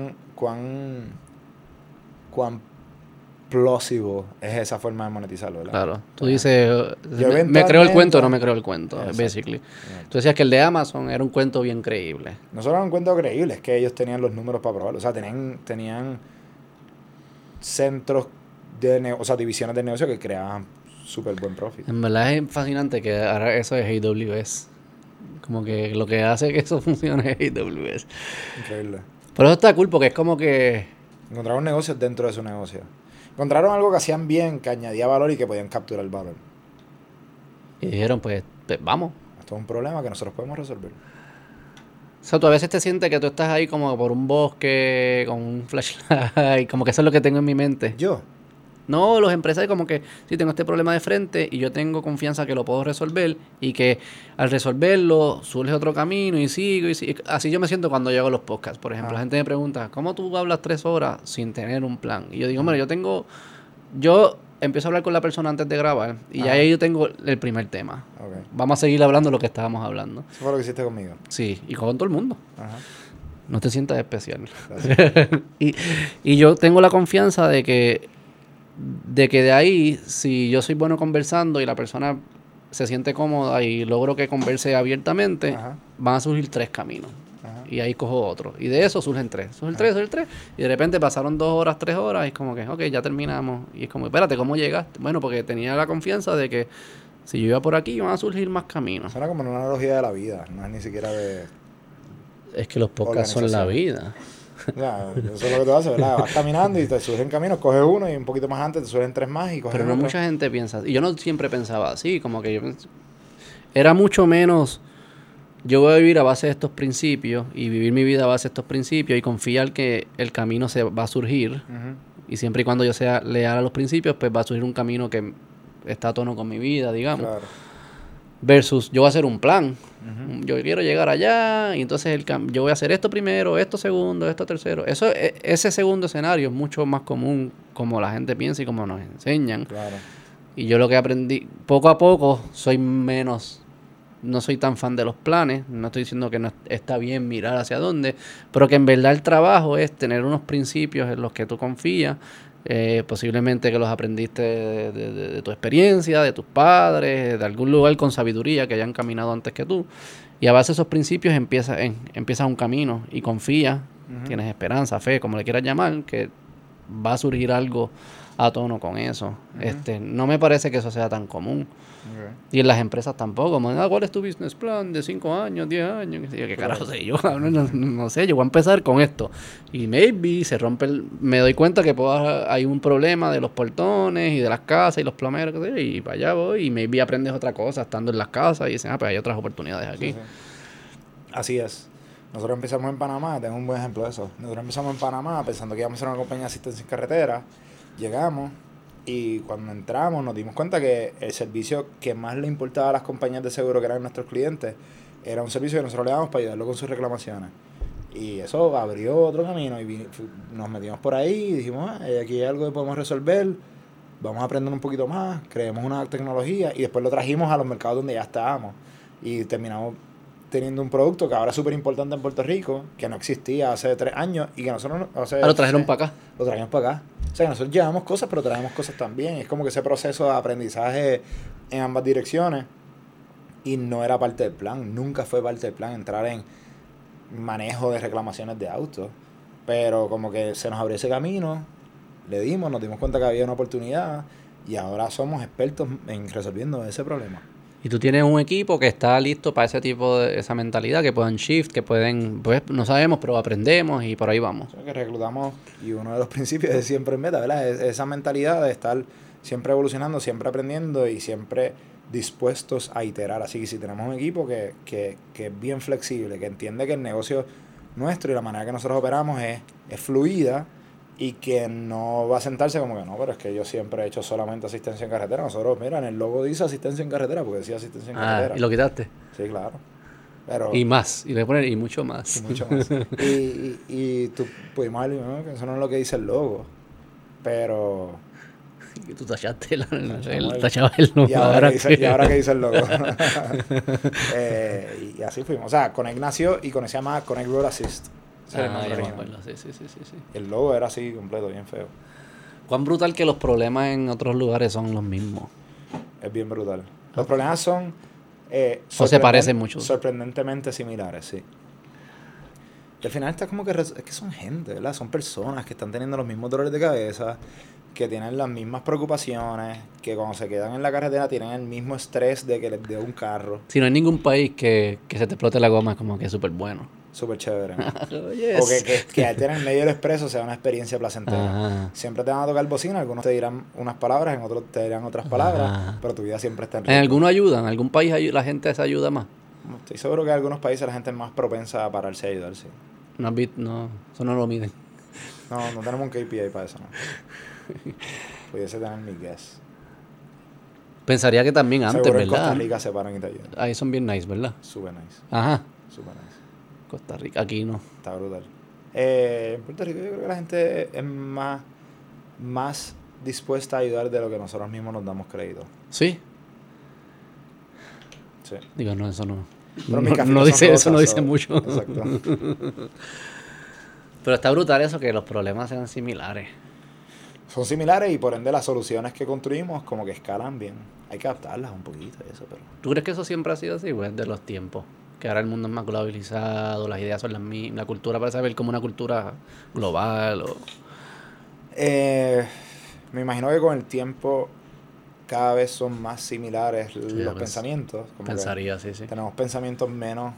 [SPEAKER 2] cuán plausible es esa forma de monetizarlo, ¿verdad?
[SPEAKER 1] Claro. Tú dices,
[SPEAKER 2] Yo
[SPEAKER 1] me creo el cuento o no
[SPEAKER 2] eventualmente-
[SPEAKER 1] me creo el cuento,
[SPEAKER 2] Exacto.
[SPEAKER 1] basically.
[SPEAKER 2] Exacto.
[SPEAKER 1] Tú decías que el de Amazon era un cuento bien creíble.
[SPEAKER 2] No solo era un cuento creíble, es que ellos tenían los números para probarlo. O sea, tenían centros o sea, divisiones de negocio que creaban súper buen profit.
[SPEAKER 1] En verdad es fascinante que ahora eso es AWS. Como que lo que hace que eso funcione es AWS.
[SPEAKER 2] Increíble.
[SPEAKER 1] Pero eso está cool porque es como que...
[SPEAKER 2] Encontraron negocios dentro de su negocio. Encontraron algo que hacían bien, que añadía valor y que podían capturar el valor.
[SPEAKER 1] Y dijeron, pues vamos.
[SPEAKER 2] Esto es un problema que nosotros podemos resolver.
[SPEAKER 1] O sea, tú a veces te sientes que tú estás ahí como por un bosque, con un flashlight, como que eso es lo que tengo en mi mente.
[SPEAKER 2] Yo,
[SPEAKER 1] No, los empresarios como que sí tengo este problema de frente y yo tengo confianza que lo puedo resolver y que al resolverlo surge otro camino y sigo y sigo. Así yo me siento cuando yo hago los podcasts. Por ejemplo, la gente me pregunta, ¿cómo tú hablas 3 horas sin tener un plan? Y yo digo, bueno, yo empiezo a hablar con la persona antes de grabar y ya ahí yo tengo el primer tema.
[SPEAKER 2] ok.
[SPEAKER 1] Vamos a seguir hablando de lo que estábamos hablando.
[SPEAKER 2] Eso fue lo que hiciste conmigo.
[SPEAKER 1] Sí, y con todo el mundo.
[SPEAKER 2] Ajá.
[SPEAKER 1] No te sientas especial.
[SPEAKER 2] Gracias.
[SPEAKER 1] y yo tengo la confianza de que de ahí, si yo soy bueno conversando y la persona se siente cómoda y logro que converse abiertamente,
[SPEAKER 2] Ajá.
[SPEAKER 1] van a surgir 3 caminos.
[SPEAKER 2] Ajá.
[SPEAKER 1] Y ahí cojo otro. Y de eso surgen 3. Surgen 3. Y de repente pasaron 2 horas, 3 horas. Y es como que, ok, ya terminamos. Y es como, espérate, ¿cómo llegaste? Bueno, porque tenía la confianza de que si yo iba por aquí, van a surgir más caminos.
[SPEAKER 2] Suena como una analogía de la vida, no es ni siquiera de...
[SPEAKER 1] Es que los podcasts son la vida.
[SPEAKER 2] O sea, eso es lo que tú haces, ¿verdad? Vas caminando y te surgen caminos, coges uno y un poquito más antes te surgen 3 más y coges
[SPEAKER 1] Pero no
[SPEAKER 2] otro.
[SPEAKER 1] mucha gente piensa así. Y yo no siempre pensaba así. Como que era mucho menos... Yo voy a vivir a base de estos principios y vivir mi vida a base de estos principios y confiar que el camino se va a surgir.
[SPEAKER 2] Ujú.
[SPEAKER 1] Y siempre y cuando yo sea leal a los principios, pues va a surgir un camino que está a tono con mi vida, digamos.
[SPEAKER 2] Claro.
[SPEAKER 1] Versus yo voy a hacer un plan.
[SPEAKER 2] Ujú.
[SPEAKER 1] Yo quiero llegar allá y entonces yo voy a hacer esto primero, esto segundo, esto tercero. Ese segundo escenario es mucho más común como la gente piensa y como nos enseñan.
[SPEAKER 2] Claro.
[SPEAKER 1] Y yo lo que aprendí, poco a poco, no soy tan fan de los planes, no estoy diciendo que no está bien mirar hacia dónde, pero que en verdad el trabajo es tener unos principios en los que tú confías, posiblemente que los aprendiste de tu experiencia, de tus padres, de algún lugar con sabiduría que hayan caminado antes que tú, y a base de esos principios empieza un camino y confías, tienes esperanza, fe, como le quieras llamar, que va a surgir algo a tono con eso. No me parece que eso sea tan común.
[SPEAKER 2] Okay.
[SPEAKER 1] Y en las empresas tampoco. Como, ¿cuál es tu business plan de 5 años, 10 años? Y yo, ¿qué carajo sé yo? No sé, yo voy a empezar con esto. Y maybe se rompe me doy cuenta que hay un problema de los portones y de las casas y los plomeros, qué sé yo, y para allá voy. Y maybe aprendes otra cosa estando en las casas y dicen, pues hay otras oportunidades aquí.
[SPEAKER 2] Sí, sí. Así es. Nosotros empezamos en Panamá, tengo un buen ejemplo de eso. Nosotros empezamos en Panamá pensando que íbamos a ser una compañía de asistencia en carretera. Llegamos y cuando entramos nos dimos cuenta que el servicio que más le importaba a las compañías de seguro, que eran nuestros clientes, era un servicio que nosotros le dábamos para ayudarlo con sus reclamaciones. Y eso abrió otro camino y nos metimos por ahí y dijimos, aquí hay algo que podemos resolver, vamos a aprender un poquito más, creemos una tecnología y después lo trajimos a los mercados donde ya estábamos y terminamos teniendo un producto que ahora es súper importante en Puerto Rico, que no existía hace 3 años y que nosotros,
[SPEAKER 1] Lo trajeron para acá.
[SPEAKER 2] lo trajimos para acá. O sea, nosotros llevamos cosas, pero traemos cosas también. Es como que ese proceso de aprendizaje en ambas direcciones y no era parte del plan, nunca fue parte del plan entrar en manejo de reclamaciones de autos. Pero como que se nos abrió ese camino, nos dimos cuenta que había una oportunidad y ahora somos expertos en resolviendo ese problema.
[SPEAKER 1] Y tú tienes un equipo que está listo para ese tipo de esa mentalidad, que puedan shift, que pueden, pues no sabemos, pero aprendemos y por ahí vamos.
[SPEAKER 2] O sea, que reclutamos, y uno de los principios de siempre en meta, ¿verdad? Es esa mentalidad de estar siempre evolucionando, siempre aprendiendo y siempre dispuestos a iterar. Así que si tenemos un equipo que es bien flexible, que entiende que el negocio nuestro y la manera que nosotros operamos es fluida y que no va a sentarse como que no, pero es que yo siempre he hecho solamente asistencia en carretera. Nosotros, mira, en el logo dice asistencia en carretera porque decía asistencia en carretera.
[SPEAKER 1] ¿Y lo quitaste?
[SPEAKER 2] Sí, claro. Pero,
[SPEAKER 1] y más, y le voy a poner y mucho más.
[SPEAKER 2] Y mucho más. y tú pudimos haber dicho, ¿no? Que eso no es lo que dice el logo. Pero.
[SPEAKER 1] Y tú tachaste
[SPEAKER 2] tachabas el logo. Y ahora que dice el logo. Y así fuimos. O sea, Connect nació y Connect se llama Connect Road Assist.
[SPEAKER 1] Sí.
[SPEAKER 2] El logo era así completo, bien feo.
[SPEAKER 1] Cuán brutal que los problemas en otros lugares son los mismos.
[SPEAKER 2] Es bien brutal. Los problemas son
[SPEAKER 1] o se parecen mucho.
[SPEAKER 2] Sorprendentemente similares, sí. Y al final está como que es que son gente, ¿verdad? Son personas que están teniendo los mismos dolores de cabeza, que tienen las mismas preocupaciones, que cuando se quedan en la carretera tienen el mismo estrés de que les dé un carro.
[SPEAKER 1] Si no hay ningún país que se te explote la goma, es como que es súper bueno.
[SPEAKER 2] Súper chévere. Yes. O que en el medio del expreso sea una experiencia placentera.
[SPEAKER 1] Ajá.
[SPEAKER 2] Siempre te van a tocar bocina, algunos te dirán unas palabras, en otros te dirán otras palabras,
[SPEAKER 1] Ajá.
[SPEAKER 2] pero tu vida siempre está en
[SPEAKER 1] riesgo. ¿En alguno ayudan? ¿En algún país la gente se ayuda más?
[SPEAKER 2] Estoy seguro que en algunos países la gente es más propensa a pararse a ayudar, sí.
[SPEAKER 1] No, eso no lo miden.
[SPEAKER 2] No tenemos un KPI para eso, no. Pudiese tener mi guess.
[SPEAKER 1] Pensaría que también antes,
[SPEAKER 2] seguro
[SPEAKER 1] ¿verdad?
[SPEAKER 2] En Costa Rica se paran y te ayudan.
[SPEAKER 1] Ahí son bien nice, ¿verdad?
[SPEAKER 2] Súper nice.
[SPEAKER 1] Ajá.
[SPEAKER 2] Súper nice.
[SPEAKER 1] Costa Rica, aquí no.
[SPEAKER 2] Está brutal. En Puerto Rico yo creo que la gente es más dispuesta a ayudar de lo que nosotros mismos nos damos crédito.
[SPEAKER 1] ¿Sí?
[SPEAKER 2] Sí.
[SPEAKER 1] Digo, no, eso no.
[SPEAKER 2] No dice
[SPEAKER 1] eso, no dice mucho.
[SPEAKER 2] Exacto.
[SPEAKER 1] Pero está brutal eso, que los problemas sean similares.
[SPEAKER 2] Son similares y por ende las soluciones que construimos como que escalan bien. Hay que adaptarlas un poquito y eso, pero...
[SPEAKER 1] ¿Tú crees que eso siempre ha sido así, güey, de los tiempos? Que ahora el mundo es más globalizado, las ideas son las mismas, la cultura parece ver como una cultura global o...
[SPEAKER 2] me imagino que con el tiempo cada vez son más similares los pensamientos. Como
[SPEAKER 1] pensaría, sí.
[SPEAKER 2] Tenemos pensamientos menos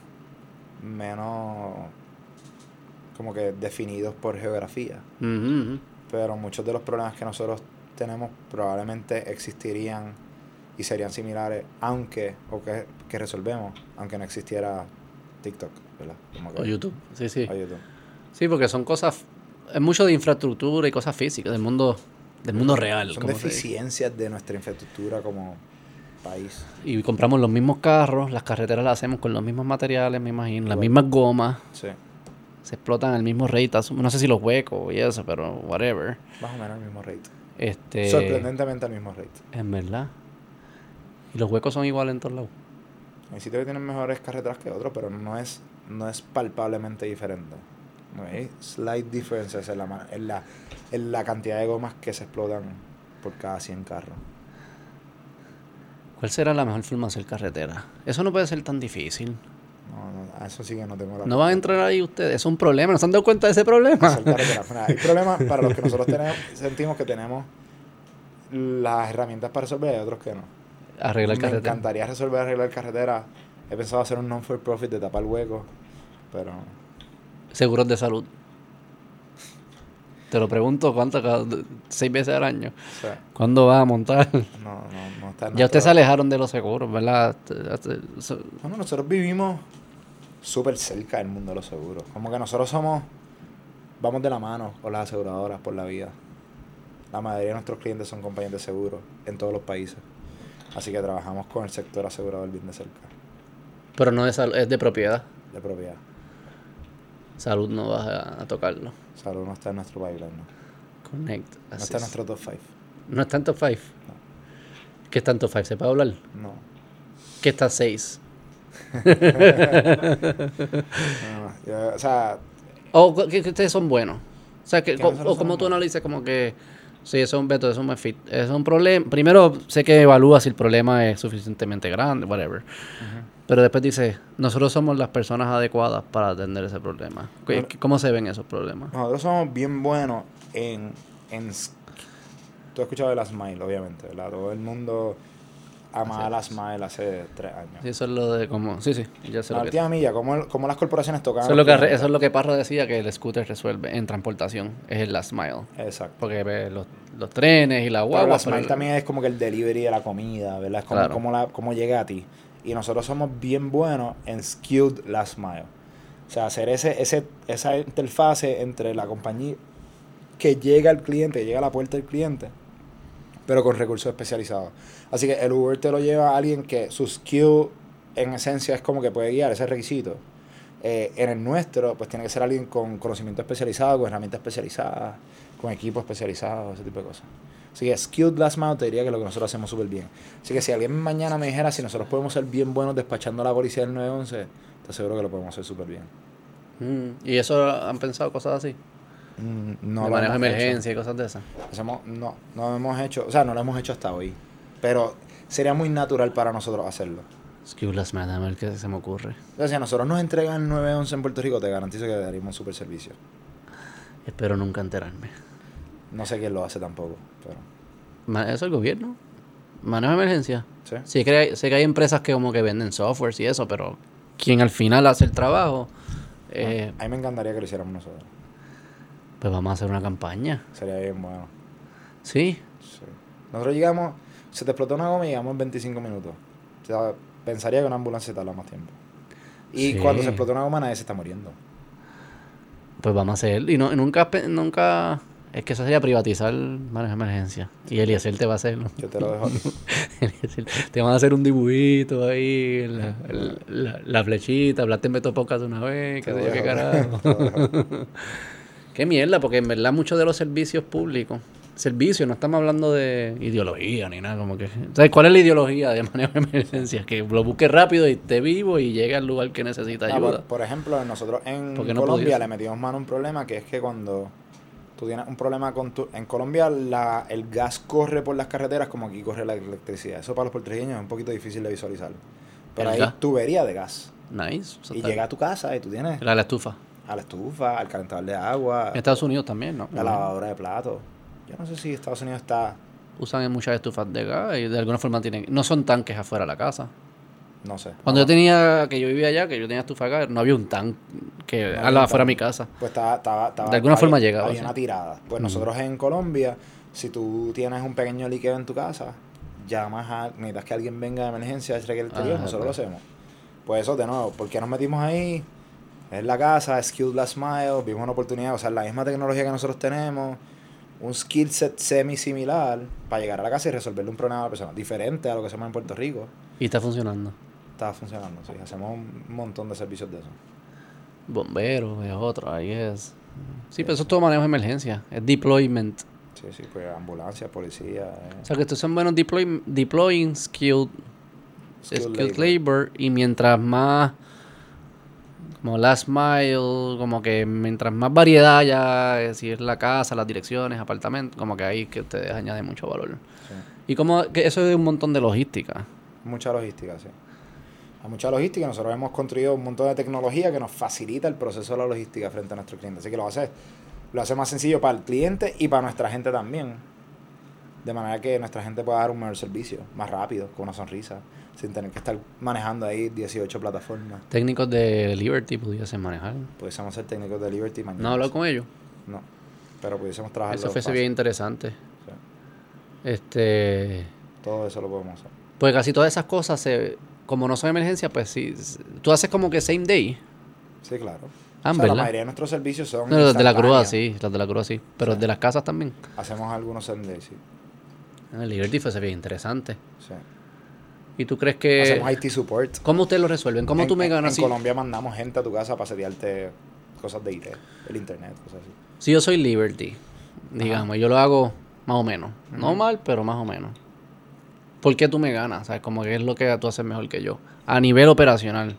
[SPEAKER 2] como que definidos por geografía.
[SPEAKER 1] Uh-huh.
[SPEAKER 2] Pero muchos de los problemas que nosotros tenemos probablemente existirían y serían similares que resolvemos aunque no existiera TikTok, ¿verdad?
[SPEAKER 1] O YouTube, sí.
[SPEAKER 2] O YouTube.
[SPEAKER 1] Sí, porque son cosas, es mucho de infraestructura y cosas físicas del mundo real.
[SPEAKER 2] Son deficiencias de nuestra infraestructura como país.
[SPEAKER 1] Y compramos los mismos carros, las carreteras las hacemos con los mismos materiales, me imagino, las mismas gomas.
[SPEAKER 2] Sí.
[SPEAKER 1] Se explotan al mismo rate, no sé si los huecos y eso, pero whatever.
[SPEAKER 2] Más o menos al mismo rate. Sorprendentemente al mismo rate.
[SPEAKER 1] En verdad. Y los huecos son iguales en todos lados.
[SPEAKER 2] Hay sitios que tienen mejores carreteras que otros, pero no es palpablemente diferente. No hay slight differences en la cantidad de gomas que se explotan por cada 100 carros.
[SPEAKER 1] ¿Cuál será la mejor forma de hacer carretera? Eso no puede ser tan difícil.
[SPEAKER 2] No, a eso sí que no tengo la
[SPEAKER 1] ¿No van a entrar ahí ustedes? Es un problema. ¿No se han dado cuenta de ese problema?
[SPEAKER 2] Hay problemas para los que nosotros sentimos que tenemos las herramientas para resolver, hay otros que no.
[SPEAKER 1] Arreglar carretera.
[SPEAKER 2] Me encantaría arreglar carretera. He pensado hacer un non-for-profit de tapar huecos, pero...
[SPEAKER 1] Seguros de salud. Te lo pregunto, ¿cuánto? 6 veces al año.
[SPEAKER 2] Sí.
[SPEAKER 1] ¿Cuándo vas a montar?
[SPEAKER 2] No está.
[SPEAKER 1] Ya ustedes se alejaron de los seguros, ¿verdad?
[SPEAKER 2] Bueno, nosotros vivimos súper cerca del mundo de los seguros. Como que nosotros vamos de la mano con las aseguradoras por la vida. La mayoría de nuestros clientes son compañías de seguros en todos los países. Así que trabajamos con el sector asegurador bien de cerca.
[SPEAKER 1] Pero no es de propiedad.
[SPEAKER 2] De propiedad.
[SPEAKER 1] Salud no vas a tocarlo.
[SPEAKER 2] Salud no está en nuestro pipeline, ¿no?
[SPEAKER 1] Connect.
[SPEAKER 2] No está en nuestro top 5.
[SPEAKER 1] ¿No está en top 5?
[SPEAKER 2] No.
[SPEAKER 1] ¿Qué está en top 5? ¿Se puede hablar?
[SPEAKER 2] No.
[SPEAKER 1] ¿Qué está 6?
[SPEAKER 2] O sea...
[SPEAKER 1] O que ustedes son buenos. O sea,
[SPEAKER 2] Que nosotros
[SPEAKER 1] o como
[SPEAKER 2] somos
[SPEAKER 1] tú
[SPEAKER 2] buenos.
[SPEAKER 1] analizas como que... Sí, eso es un veto, eso es un buen fit. Es un problema... Primero, sé que evalúa si el problema es suficientemente grande, whatever. Pero después dice, nosotros somos las personas adecuadas para atender ese problema. ¿Cómo se ven esos problemas?
[SPEAKER 2] Nosotros somos bien buenos en tú has escuchado de la Smile, obviamente, ¿verdad? Todo el mundo ama a la Smile hace 3 años.
[SPEAKER 1] Sí, eso es lo de como... Sí, ya sé
[SPEAKER 2] La
[SPEAKER 1] lo que...
[SPEAKER 2] última milla, ¿cómo las corporaciones tocan
[SPEAKER 1] Eso
[SPEAKER 2] a
[SPEAKER 1] es,
[SPEAKER 2] los clientes?
[SPEAKER 1] eso es lo que Parra decía que el scooter resuelve en transportación. Es el last mile.
[SPEAKER 2] Exacto.
[SPEAKER 1] Porque ve los trenes y la
[SPEAKER 2] Pero
[SPEAKER 1] guagua.
[SPEAKER 2] la Smile también es como que el delivery de la comida, ¿verdad? Es como
[SPEAKER 1] Claro.
[SPEAKER 2] cómo llega a ti. Y nosotros somos bien buenos en skilled last mile. O sea, hacer esa interfase entre la compañía que llega al cliente, llega a la puerta del cliente, pero con recursos especializados. Así que el Uber te lo lleva a alguien que su skill en esencia es como que puede guiar ese requisito. En el nuestro, pues tiene que ser alguien con conocimiento especializado, con herramientas especializadas, con equipos especializados, ese tipo de cosas. Así que skilled last mile te diría que es lo que nosotros hacemos súper bien. Así que si alguien mañana me dijera si nosotros podemos ser bien buenos despachando a la policía del 911, te aseguro que lo podemos hacer súper bien.
[SPEAKER 1] ¿Y eso han pensado cosas así?
[SPEAKER 2] No
[SPEAKER 1] De
[SPEAKER 2] lo
[SPEAKER 1] manejo de
[SPEAKER 2] hemos
[SPEAKER 1] emergencia y cosas de esas.
[SPEAKER 2] hecho. No lo hemos hecho, o sea, no lo hemos hecho hasta hoy. Pero sería muy natural para nosotros hacerlo.
[SPEAKER 1] Excuse last mile, a ver qué se me ocurre.
[SPEAKER 2] O sea, si a nosotros nos entregan el 911 en Puerto Rico, te garantizo que daríamos un super servicio.
[SPEAKER 1] Espero nunca enterarme.
[SPEAKER 2] No sé quién lo hace tampoco, pero...
[SPEAKER 1] ¿Eso es el gobierno? ¿Manejo de emergencia?
[SPEAKER 2] ¿Sí?
[SPEAKER 1] Sí, sé que hay empresas que como que venden softwares y eso, pero quien al final hace el trabajo...
[SPEAKER 2] a mí me encantaría que lo hiciéramos nosotros.
[SPEAKER 1] Pues vamos a hacer una campaña.
[SPEAKER 2] Sería bien bueno.
[SPEAKER 1] Sí.
[SPEAKER 2] Sí. Nosotros llegamos, se te explotó una goma y llegamos en 25 minutos. O sea, pensaría que una ambulancia tarda más tiempo. Y
[SPEAKER 1] Sí.
[SPEAKER 2] cuando se explotó una goma nadie se está muriendo.
[SPEAKER 1] Pues vamos a hacer. Y nunca. Es que eso sería privatizar manejo de emergencia. Y Eliezer te va a hacerlo.
[SPEAKER 2] Yo te lo dejo.
[SPEAKER 1] Eliezer, te van a hacer un dibujito ahí, la flechita, hablaste en Beto Podcast una vez, qué sé yo, qué carajo. Qué mierda, porque en verdad muchos de los servicios públicos, no estamos hablando de ideología ni nada, como que... ¿Sabes cuál es la ideología de manejo de emergencia? Que lo busques rápido y esté vivo y llegue al lugar que necesita ayuda.
[SPEAKER 2] Por ejemplo, nosotros en
[SPEAKER 1] ¿Por qué no
[SPEAKER 2] Colombia
[SPEAKER 1] pudiese?
[SPEAKER 2] le metimos mano a un problema que es que cuando tú tienes un problema con en Colombia el gas corre por las carreteras como aquí corre la electricidad. Eso para los puertorriqueños es un poquito difícil de visualizar. Pero
[SPEAKER 1] ¿El
[SPEAKER 2] hay
[SPEAKER 1] gas?
[SPEAKER 2] tubería de gas.
[SPEAKER 1] Nice.
[SPEAKER 2] Y llega a tu casa y tú tienes
[SPEAKER 1] La estufa.
[SPEAKER 2] a la estufa, al calentador de agua,
[SPEAKER 1] En Estados Unidos también, ¿no?
[SPEAKER 2] la lavadora de platos. Yo no sé si Estados Unidos está...
[SPEAKER 1] Usan en muchas estufas de gas y de alguna forma tienen... No son tanques afuera de la casa.
[SPEAKER 2] No sé.
[SPEAKER 1] Cuando yo vivía allá, que yo tenía estufa acá, no había un tanque que
[SPEAKER 2] No había un
[SPEAKER 1] afuera de mi
[SPEAKER 2] tanque.
[SPEAKER 1] casa.
[SPEAKER 2] Pues estaba
[SPEAKER 1] De alguna forma llegaba,
[SPEAKER 2] había
[SPEAKER 1] sí.
[SPEAKER 2] una tirada. Pues nosotros en Colombia, si tú tienes un pequeño líquido en tu casa, necesitas que alguien venga de emergencia a extraer el exterior, nosotros lo hacemos. Pues eso, de nuevo, ¿por qué nos metimos ahí? Es la casa, skilled last mile, vimos una oportunidad, o sea, la misma tecnología que nosotros tenemos, un skill set semi similar para llegar a la casa y resolverle un problema a la persona, diferente a lo que hacemos en Puerto Rico.
[SPEAKER 1] Y está funcionando.
[SPEAKER 2] Está funcionando, sí, hacemos un montón de servicios de eso.
[SPEAKER 1] Bomberos, es otro, ahí es. Sí, pero eso es todo manejo de emergencia. Es deployment.
[SPEAKER 2] Sí, pues ambulancia, policía.
[SPEAKER 1] O sea, que estos son buenos deploying skilled labor. Y mientras más, como last mile, como que mientras más variedad haya, si es la casa, las direcciones, apartamentos, como que ahí que ustedes añaden mucho valor.
[SPEAKER 2] Sí.
[SPEAKER 1] Y como que eso es un montón de logística.
[SPEAKER 2] Mucha logística, sí. Hay mucha logística. Nosotros hemos construido un montón de tecnología que nos facilita el proceso de la logística frente a nuestros clientes. Así que lo hace más sencillo para el cliente y para nuestra gente también. De manera que nuestra gente pueda dar un mejor servicio, más rápido, con una sonrisa, sin tener que estar manejando ahí 18 plataformas.
[SPEAKER 1] Técnicos de Liberty pudiesen manejar.
[SPEAKER 2] Pudiésemos ser técnicos de Liberty mañana.
[SPEAKER 1] ¿No hablar con ellos?
[SPEAKER 2] No, pero pudiésemos trabajar.
[SPEAKER 1] Eso fuese bien interesante.
[SPEAKER 2] Sí. Todo eso lo podemos hacer.
[SPEAKER 1] Pues casi todas esas cosas, como no son emergencias, pues sí. Tú haces como que same day.
[SPEAKER 2] Sí, claro.
[SPEAKER 1] Ah,
[SPEAKER 2] O sea,
[SPEAKER 1] ¿verdad?
[SPEAKER 2] la mayoría de nuestros servicios son
[SPEAKER 1] No, los de la grúa
[SPEAKER 2] instantáneos.
[SPEAKER 1] sí, los de la grúa sí. Pero
[SPEAKER 2] Sí.
[SPEAKER 1] de las casas también.
[SPEAKER 2] Hacemos algunos same days, sí.
[SPEAKER 1] El Liberty fuese bien interesante.
[SPEAKER 2] Sí.
[SPEAKER 1] ¿Y tú crees que...?
[SPEAKER 2] Hacemos IT support.
[SPEAKER 1] ¿Cómo ustedes lo resuelven? ¿Cómo tú me ganas?
[SPEAKER 2] En Colombia mandamos gente a tu casa para setearte cosas de IT, el internet, cosas así.
[SPEAKER 1] Si yo soy Liberty, digamos, yo lo hago más o menos. No mal, pero más o menos. ¿Por qué tú me ganas? ¿Sabes? Como que es lo que tú haces mejor que yo. A nivel operacional.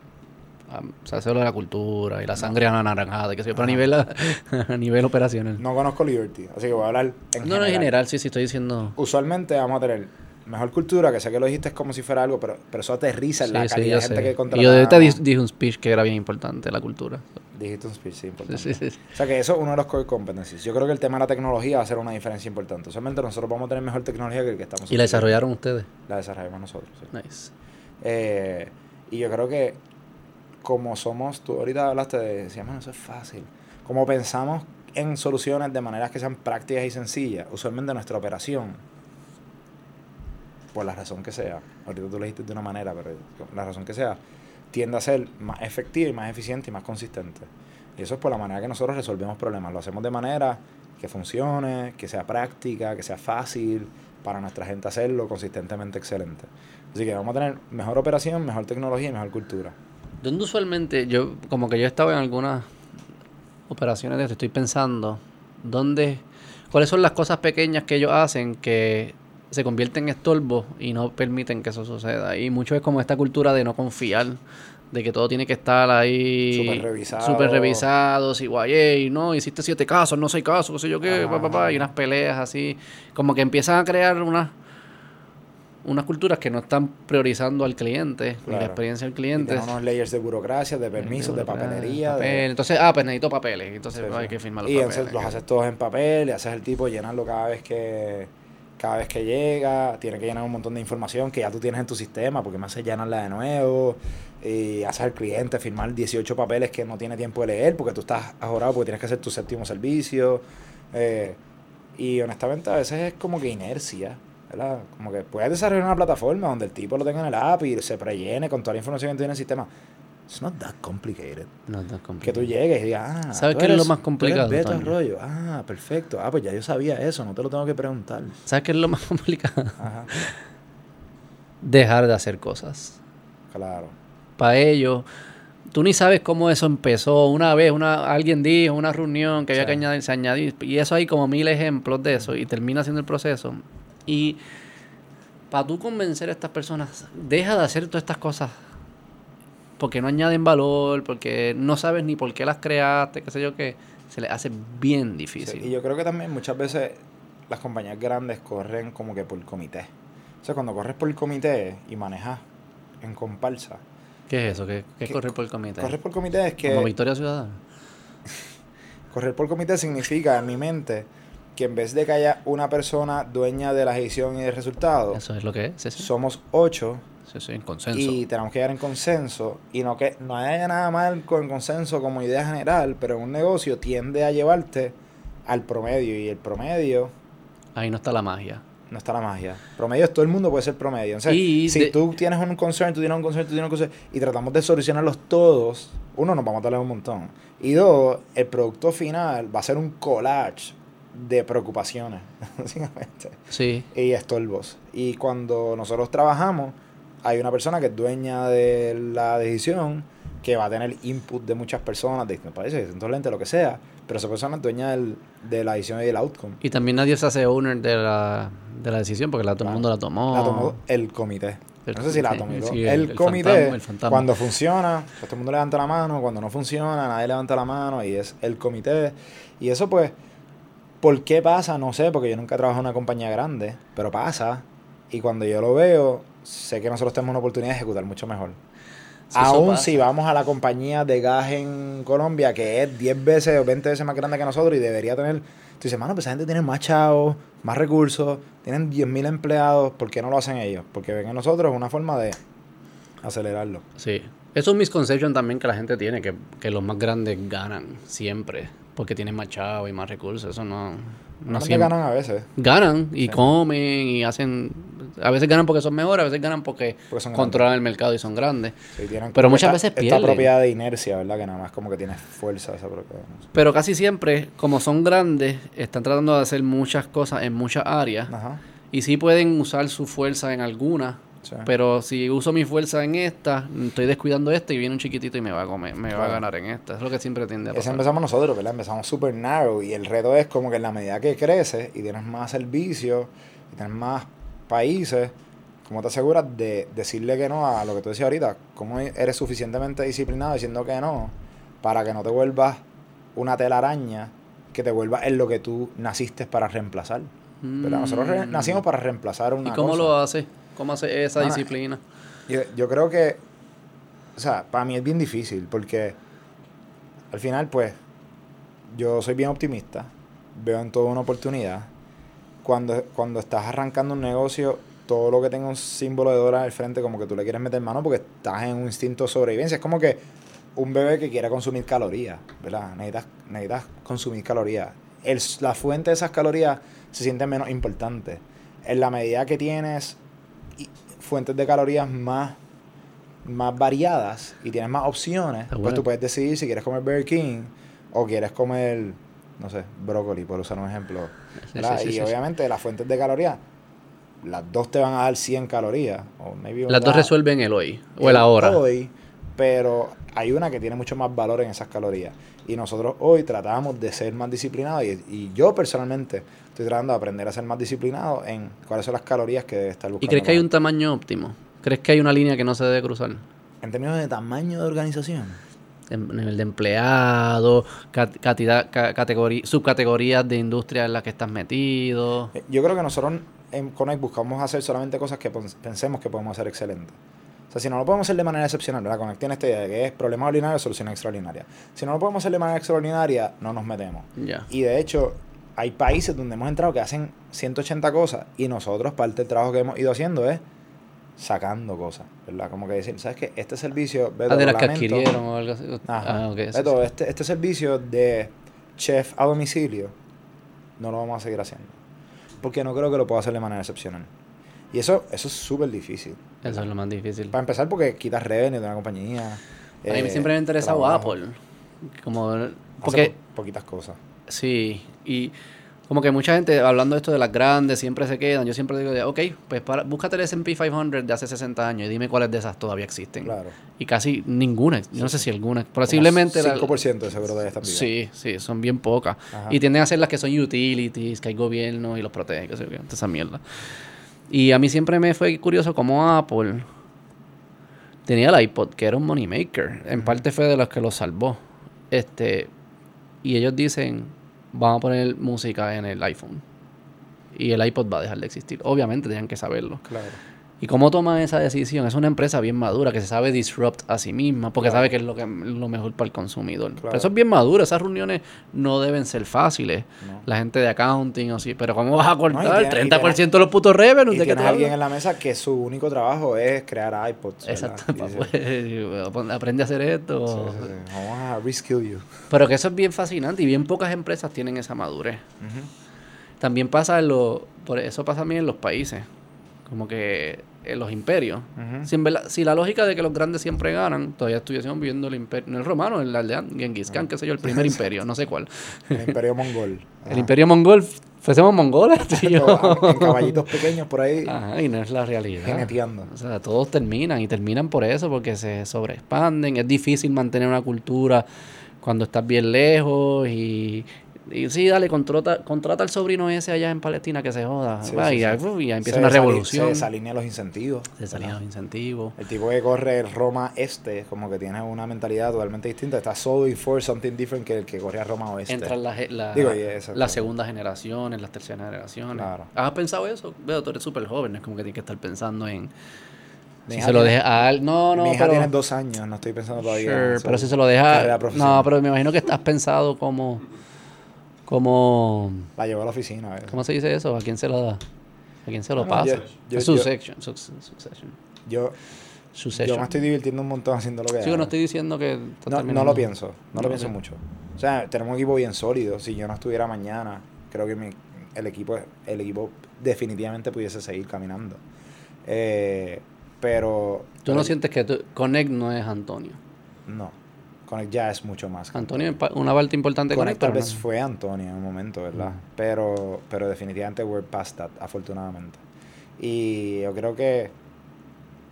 [SPEAKER 1] O sea, hacerlo de la cultura y la sangre anaranjada, que sé yo, pero a nivel operacional.
[SPEAKER 2] No conozco Liberty, así que voy a hablar en general.
[SPEAKER 1] No, en general, sí, estoy diciendo...
[SPEAKER 2] Usualmente vamos a tener mejor cultura, que sé que lo dijiste como si fuera algo, pero eso aterriza en la calidad de gente que
[SPEAKER 1] Y
[SPEAKER 2] contratamos.
[SPEAKER 1] yo ahorita dije un speech que era bien importante, la cultura.
[SPEAKER 2] Dijiste un speech, sí, importante.
[SPEAKER 1] Sí.
[SPEAKER 2] O sea que eso es uno de los core competencies. Yo creo que el tema de la tecnología va a hacer una diferencia importante. Usualmente nosotros vamos a tener mejor tecnología que el que estamos
[SPEAKER 1] ¿Y la desarrollaron ustedes?
[SPEAKER 2] La desarrollamos nosotros, sí.
[SPEAKER 1] Nice.
[SPEAKER 2] Y yo creo que como somos, tú ahorita hablaste de, decías, bueno, eso es fácil. Como pensamos en soluciones de maneras que sean prácticas y sencillas, usualmente nuestra operación, por la razón que sea, ahorita tú lo dijiste de una manera, pero la razón que sea, tiende a ser más efectiva y más eficiente y más consistente. Y eso es por la manera que nosotros resolvemos problemas. Lo hacemos de manera que funcione, que sea práctica, que sea fácil para nuestra gente hacerlo consistentemente excelente. Así que vamos a tener mejor operación, mejor tecnología y mejor cultura.
[SPEAKER 1] ¿Dónde usualmente, yo he estado en algunas operaciones de esto, estoy pensando, cuáles son las cosas pequeñas que ellos hacen que se convierten en estorbos y no permiten que eso suceda? Y mucho es como esta cultura de no confiar, de que todo tiene que estar ahí súper revisado, si guay, no, hiciste 7 casos, no 6 casos, qué sé yo qué, y unas peleas así, como que empiezan a crear unas culturas que no están priorizando al cliente, ni la experiencia del cliente.
[SPEAKER 2] Tienen unos layers de burocracia, de permisos, de papelería.
[SPEAKER 1] Entonces, pues necesito papeles. Entonces hay que firmar los papeles.
[SPEAKER 2] Y entonces los haces todos en papel, y haces el tipo llenarlo cada vez que llega, tiene que llenar un montón de información que ya tú tienes en tu sistema, porque me hace llenarla de nuevo, y haces al cliente firmar 18 papeles que no tiene tiempo de leer, porque tú estás ajorado, porque tienes que hacer tu 7º servicio. Y honestamente a veces es como que inercia, ¿verdad? Como que puedes desarrollar una plataforma donde el tipo lo tenga en el app y se prellene con toda la información que tiene en el sistema. It's not that complicated. Que tú llegues y digas,
[SPEAKER 1] ¿sabes qué es lo más complicado?
[SPEAKER 2] Beto Arroyo. Perfecto. Pues ya yo sabía eso, no te lo tengo que preguntar.
[SPEAKER 1] ¿Sabes qué es lo más complicado? Dejar de hacer cosas.
[SPEAKER 2] Claro.
[SPEAKER 1] Para ello, tú ni sabes cómo eso empezó. Una vez alguien dijo, una reunión que había que añadir, se añadió, y eso hay como 1000 ejemplos de eso, y termina haciendo el proceso. Y para tú convencer a estas personas, deja de hacer todas estas cosas porque no añaden valor, porque no sabes ni por qué las creaste, qué sé yo, que se les hace bien difícil.
[SPEAKER 2] Sí, y yo creo que también muchas veces las compañías grandes corren como que por comité. O sea, cuando corres por el comité y manejas en comparsa.
[SPEAKER 1] ¿Qué es eso? ¿Qué es correr por el comité?
[SPEAKER 2] Correr por comité es que...
[SPEAKER 1] ¿Como Victoria Ciudadana?
[SPEAKER 2] Correr por comité significa, en mi mente, que en vez de que haya una persona dueña de la gestión y del resultado...
[SPEAKER 1] Eso es lo que es. Sí.
[SPEAKER 2] Somos 8...
[SPEAKER 1] Sí, en consenso.
[SPEAKER 2] Y tenemos que llegar en consenso. Y no haya nada mal con el consenso como idea general, pero en un negocio tiende a llevarte al promedio. Y el promedio...
[SPEAKER 1] Ahí no está la magia.
[SPEAKER 2] No está la magia. Promedio es todo el mundo puede ser promedio. Entonces, si tú tienes un concern, tú tienes un concern, y tratamos de solucionarlos todos, uno, nos vamos a tardar un montón. Y dos, el producto final va a ser un collage de preocupaciones, básicamente.
[SPEAKER 1] Sí.
[SPEAKER 2] Y estorbos. Y cuando nosotros trabajamos, hay una persona que es dueña de la decisión, que va a tener input de muchas personas, de países, de distintos lentes, lo que sea, pero esa persona es dueña de la decisión y del outcome.
[SPEAKER 1] Y también nadie se hace owner de la decisión, porque todo el mundo la tomó.
[SPEAKER 2] La tomó el comité. No sé si la tomó.
[SPEAKER 1] Sí,
[SPEAKER 2] el comité, cuando funciona, pues todo el mundo levanta la mano, cuando no funciona, nadie levanta la mano, y es el comité. Y eso pues, ¿por qué pasa? No sé, porque yo nunca he trabajado en una compañía grande, pero pasa, y cuando yo lo veo, sé que nosotros tenemos una oportunidad de ejecutar mucho mejor. Sí, aún si vamos a la compañía de gas en Colombia, que es 10 veces o 20 veces más grande que nosotros y debería tener... Tú dices, mano, pues esa gente tiene más chavos, más recursos, tienen 10.000 empleados, ¿por qué no lo hacen ellos? Porque ven en nosotros una forma de acelerarlo.
[SPEAKER 1] Sí. Eso es un misconception también que la gente tiene, que los más grandes ganan siempre, porque tienen más chavos y más recursos. Eso no
[SPEAKER 2] siempre ganan a veces.
[SPEAKER 1] Ganan y comen y hacen... A veces ganan porque son mejores, a veces ganan porque
[SPEAKER 2] son
[SPEAKER 1] controlan el mercado y son grandes.
[SPEAKER 2] Sí,
[SPEAKER 1] pero muchas veces pierden.
[SPEAKER 2] Esta propiedad de inercia, ¿verdad? Que nada más como que tiene fuerza esa propiedad. No sé.
[SPEAKER 1] Pero casi siempre, como son grandes, están tratando de hacer muchas cosas en muchas áreas.
[SPEAKER 2] Ajá.
[SPEAKER 1] Y sí pueden usar su fuerza en algunas
[SPEAKER 2] Sí.
[SPEAKER 1] Pero si uso mi fuerza en esta, estoy descuidando esta y viene un chiquitito y me va a comer, me va a
[SPEAKER 2] Claro.
[SPEAKER 1] ganar en esta. Es lo que siempre tiende a
[SPEAKER 2] Eso
[SPEAKER 1] pasar.
[SPEAKER 2] empezamos nosotros, ¿verdad? Empezamos super narrow y el reto es como que en la medida que creces y tienes más servicios y tienes más países, ¿cómo te aseguras de decirle que no a lo que tú decías ahorita? ¿Cómo eres suficientemente disciplinado diciendo que no para que no te vuelvas una telaraña que te vuelva en lo que tú naciste para reemplazar? ¿Verdad? Nosotros nacimos para reemplazar
[SPEAKER 1] ¿Y
[SPEAKER 2] una
[SPEAKER 1] cómo
[SPEAKER 2] cosa.
[SPEAKER 1] lo hace? ¿Cómo hace esa
[SPEAKER 2] Mano,
[SPEAKER 1] disciplina?
[SPEAKER 2] yo creo que, o sea, para mí es bien difícil porque al final, pues, yo soy bien optimista, veo en todo una oportunidad. Cuando estás arrancando un negocio, todo lo que tenga un símbolo de dólar al frente, como que tú le quieres meter mano porque estás en un instinto de sobrevivencia. Es como que un bebé que quiere consumir calorías, ¿verdad? Necesitas consumir calorías. La fuente de esas calorías se siente menos importante. En la medida que tienes fuentes de calorías más variadas y tienes más opciones,
[SPEAKER 1] Está
[SPEAKER 2] pues
[SPEAKER 1] bueno.
[SPEAKER 2] tú puedes decidir si quieres comer Burger King o quieres comer, no sé, brócoli, por usar un ejemplo. ¿Verdad?
[SPEAKER 1] Sí,
[SPEAKER 2] Y
[SPEAKER 1] sí.
[SPEAKER 2] obviamente las fuentes de calorías, las dos te van a dar 100 calorías, o maybe una
[SPEAKER 1] Las dos
[SPEAKER 2] da
[SPEAKER 1] resuelven el hoy o el
[SPEAKER 2] el
[SPEAKER 1] ahora.
[SPEAKER 2] hoy, pero hay una que tiene mucho más valor en esas calorías. Y nosotros hoy tratamos de ser más disciplinados y yo personalmente estoy tratando de aprender a ser más disciplinado en cuáles son las calorías que debe estar
[SPEAKER 1] ¿Y
[SPEAKER 2] buscando
[SPEAKER 1] crees que hay
[SPEAKER 2] comer.
[SPEAKER 1] un tamaño óptimo? ¿Crees que hay una línea que no se debe cruzar?
[SPEAKER 2] En términos de tamaño de organización,
[SPEAKER 1] Nivel de empleado, subcategorías de industria en las que estás metido.
[SPEAKER 2] yo creo que nosotros en Connect buscamos hacer solamente cosas que pensemos que podemos hacer excelentes. O sea, si no lo podemos hacer de manera excepcional, ¿verdad? Connect tiene esta idea de que es problemas ordinarios, soluciones extraordinarias. Si no lo podemos hacer de manera extraordinaria, no nos metemos.
[SPEAKER 1] Ya.
[SPEAKER 2] Y de hecho, hay países donde hemos entrado que hacen 180 cosas y nosotros, parte del trabajo que hemos ido haciendo es sacando cosas, ¿verdad? Como que decir, ¿sabes qué? Este servicio, Beto,
[SPEAKER 1] De
[SPEAKER 2] lo
[SPEAKER 1] las que
[SPEAKER 2] lamento.
[SPEAKER 1] adquirieron o algo así.
[SPEAKER 2] Ajá.
[SPEAKER 1] Ok, eso
[SPEAKER 2] Beto,
[SPEAKER 1] sí.
[SPEAKER 2] este servicio de chef a domicilio no lo vamos a seguir haciendo. Porque no creo que lo pueda hacer de manera excepcional. Y eso es súper difícil.
[SPEAKER 1] Eso es lo más difícil.
[SPEAKER 2] Para empezar, porque quitas revenue de una compañía.
[SPEAKER 1] A mí siempre me ha interesado
[SPEAKER 2] trabajo.
[SPEAKER 1] Apple. Como,
[SPEAKER 2] Hace
[SPEAKER 1] porque,
[SPEAKER 2] poquitas cosas.
[SPEAKER 1] sí, y como que mucha gente hablando de esto de las grandes siempre se quedan. Yo siempre digo, ok, pues búscate el S&P 500 de hace 60 años y dime cuáles de esas todavía existen.
[SPEAKER 2] Claro.
[SPEAKER 1] Y casi ninguna, yo no sé
[SPEAKER 2] Sí.
[SPEAKER 1] si alguna. Posiblemente...
[SPEAKER 2] 5% de seguro de esta vida.
[SPEAKER 1] Sí, son bien pocas.
[SPEAKER 2] Ajá.
[SPEAKER 1] Y tienden a ser las que son utilities, que hay gobierno y los protege, que sé yo, toda esa mierda. Y a mí siempre me fue curioso cómo Apple tenía el iPod, que era un moneymaker. En parte fue de los que lo salvó. Y ellos dicen, vamos a poner música en el iPhone. Y el iPod va a dejar de existir. Obviamente tenían que saberlo.
[SPEAKER 2] Claro.
[SPEAKER 1] ¿Y cómo toman esa decisión? Es una empresa bien madura que se sabe disrupt a sí misma porque sabe que es lo mejor para el consumidor.
[SPEAKER 2] Claro.
[SPEAKER 1] Pero eso es bien maduro. Esas reuniones no deben ser fáciles.
[SPEAKER 2] No.
[SPEAKER 1] La gente de accounting o sí. Pero ¿cómo vas a cortar
[SPEAKER 2] y tiene-
[SPEAKER 1] 30% de los putos revenues?
[SPEAKER 2] Y
[SPEAKER 1] ¿De qué
[SPEAKER 2] tienes
[SPEAKER 1] tú
[SPEAKER 2] a alguien
[SPEAKER 1] hablas?
[SPEAKER 2] en la mesa que su único trabajo es crear iPods. ¿verdad?
[SPEAKER 1] Exacto.
[SPEAKER 2] Y dice,
[SPEAKER 1] Aprende a hacer esto.
[SPEAKER 2] sí. Vamos a reskill you.
[SPEAKER 1] Pero que eso es bien fascinante y bien pocas empresas tienen esa madurez. También pasa por eso pasa también en los países. Como que en los imperios. Si la lógica de que los grandes siempre ganan, todavía estuviésemos viviendo el imperio, no el romano, el aldeano, Genghis Khan, qué sé yo, el primer imperio, no sé cuál.
[SPEAKER 2] El imperio mongol.
[SPEAKER 1] El imperio mongol, fuésemos mongoles, tío.
[SPEAKER 2] En caballitos pequeños por ahí,
[SPEAKER 1] Ajá, y no es la realidad.
[SPEAKER 2] jineteando.
[SPEAKER 1] O sea, todos terminan por eso, porque se sobreexpanden. Es difícil mantener una cultura cuando estás bien lejos y sí, dale, contrata al sobrino ese allá en Palestina que se joda.
[SPEAKER 2] Sí,
[SPEAKER 1] Va,
[SPEAKER 2] sí,
[SPEAKER 1] y,
[SPEAKER 2] sí.
[SPEAKER 1] ya empieza una revolución.
[SPEAKER 2] Se desalinean los incentivos.
[SPEAKER 1] Se salían los incentivos.
[SPEAKER 2] El tipo que corre el Roma Este, como que tiene una mentalidad totalmente distinta. Está solely for something different que el que corre a Roma Oeste.
[SPEAKER 1] Entran
[SPEAKER 2] Digo, y eso,
[SPEAKER 1] las
[SPEAKER 2] claro.
[SPEAKER 1] segundas generaciones, las terceras generaciones.
[SPEAKER 2] Claro.
[SPEAKER 1] ¿Has pensado eso? Veo, tú eres súper joven, es como que tienes que estar pensando en...
[SPEAKER 2] Mi
[SPEAKER 1] Si
[SPEAKER 2] hija
[SPEAKER 1] se lo
[SPEAKER 2] tiene-
[SPEAKER 1] deja a él... No,
[SPEAKER 2] Mi hija
[SPEAKER 1] pero...
[SPEAKER 2] tiene 2 años, no estoy pensando todavía.
[SPEAKER 1] Sure,
[SPEAKER 2] en su
[SPEAKER 1] pero si se lo deja...
[SPEAKER 2] carrera profesional.
[SPEAKER 1] No, pero me imagino que has pensado como...
[SPEAKER 2] La llevo a la oficina. a veces.
[SPEAKER 1] ¿Cómo se dice eso? ¿A quién se lo da? ¿A quién se lo
[SPEAKER 2] No,
[SPEAKER 1] pasa?
[SPEAKER 2] yo-
[SPEAKER 1] Es
[SPEAKER 2] yo-
[SPEAKER 1] succession.
[SPEAKER 2] Yo
[SPEAKER 1] Succession.
[SPEAKER 2] me estoy divirtiendo un montón haciendo lo que
[SPEAKER 1] Sí,
[SPEAKER 2] hago.
[SPEAKER 1] no estoy diciendo que... estás
[SPEAKER 2] No
[SPEAKER 1] terminando.
[SPEAKER 2] lo pienso, no lo
[SPEAKER 1] Ok.
[SPEAKER 2] pienso mucho. O sea, tenemos un equipo bien sólido. Si yo no estuviera mañana, creo que el equipo definitivamente pudiese seguir caminando. Pero...
[SPEAKER 1] ¿Tú no sientes que Connect no es Antonio?
[SPEAKER 2] No. Connect ya es mucho más. que
[SPEAKER 1] Antonio es una parte importante de
[SPEAKER 2] Connect
[SPEAKER 1] Connect,
[SPEAKER 2] tal
[SPEAKER 1] pero
[SPEAKER 2] vez
[SPEAKER 1] no.
[SPEAKER 2] fue Antonio en un momento, ¿verdad? Pero definitivamente we're past that, afortunadamente. Y yo creo que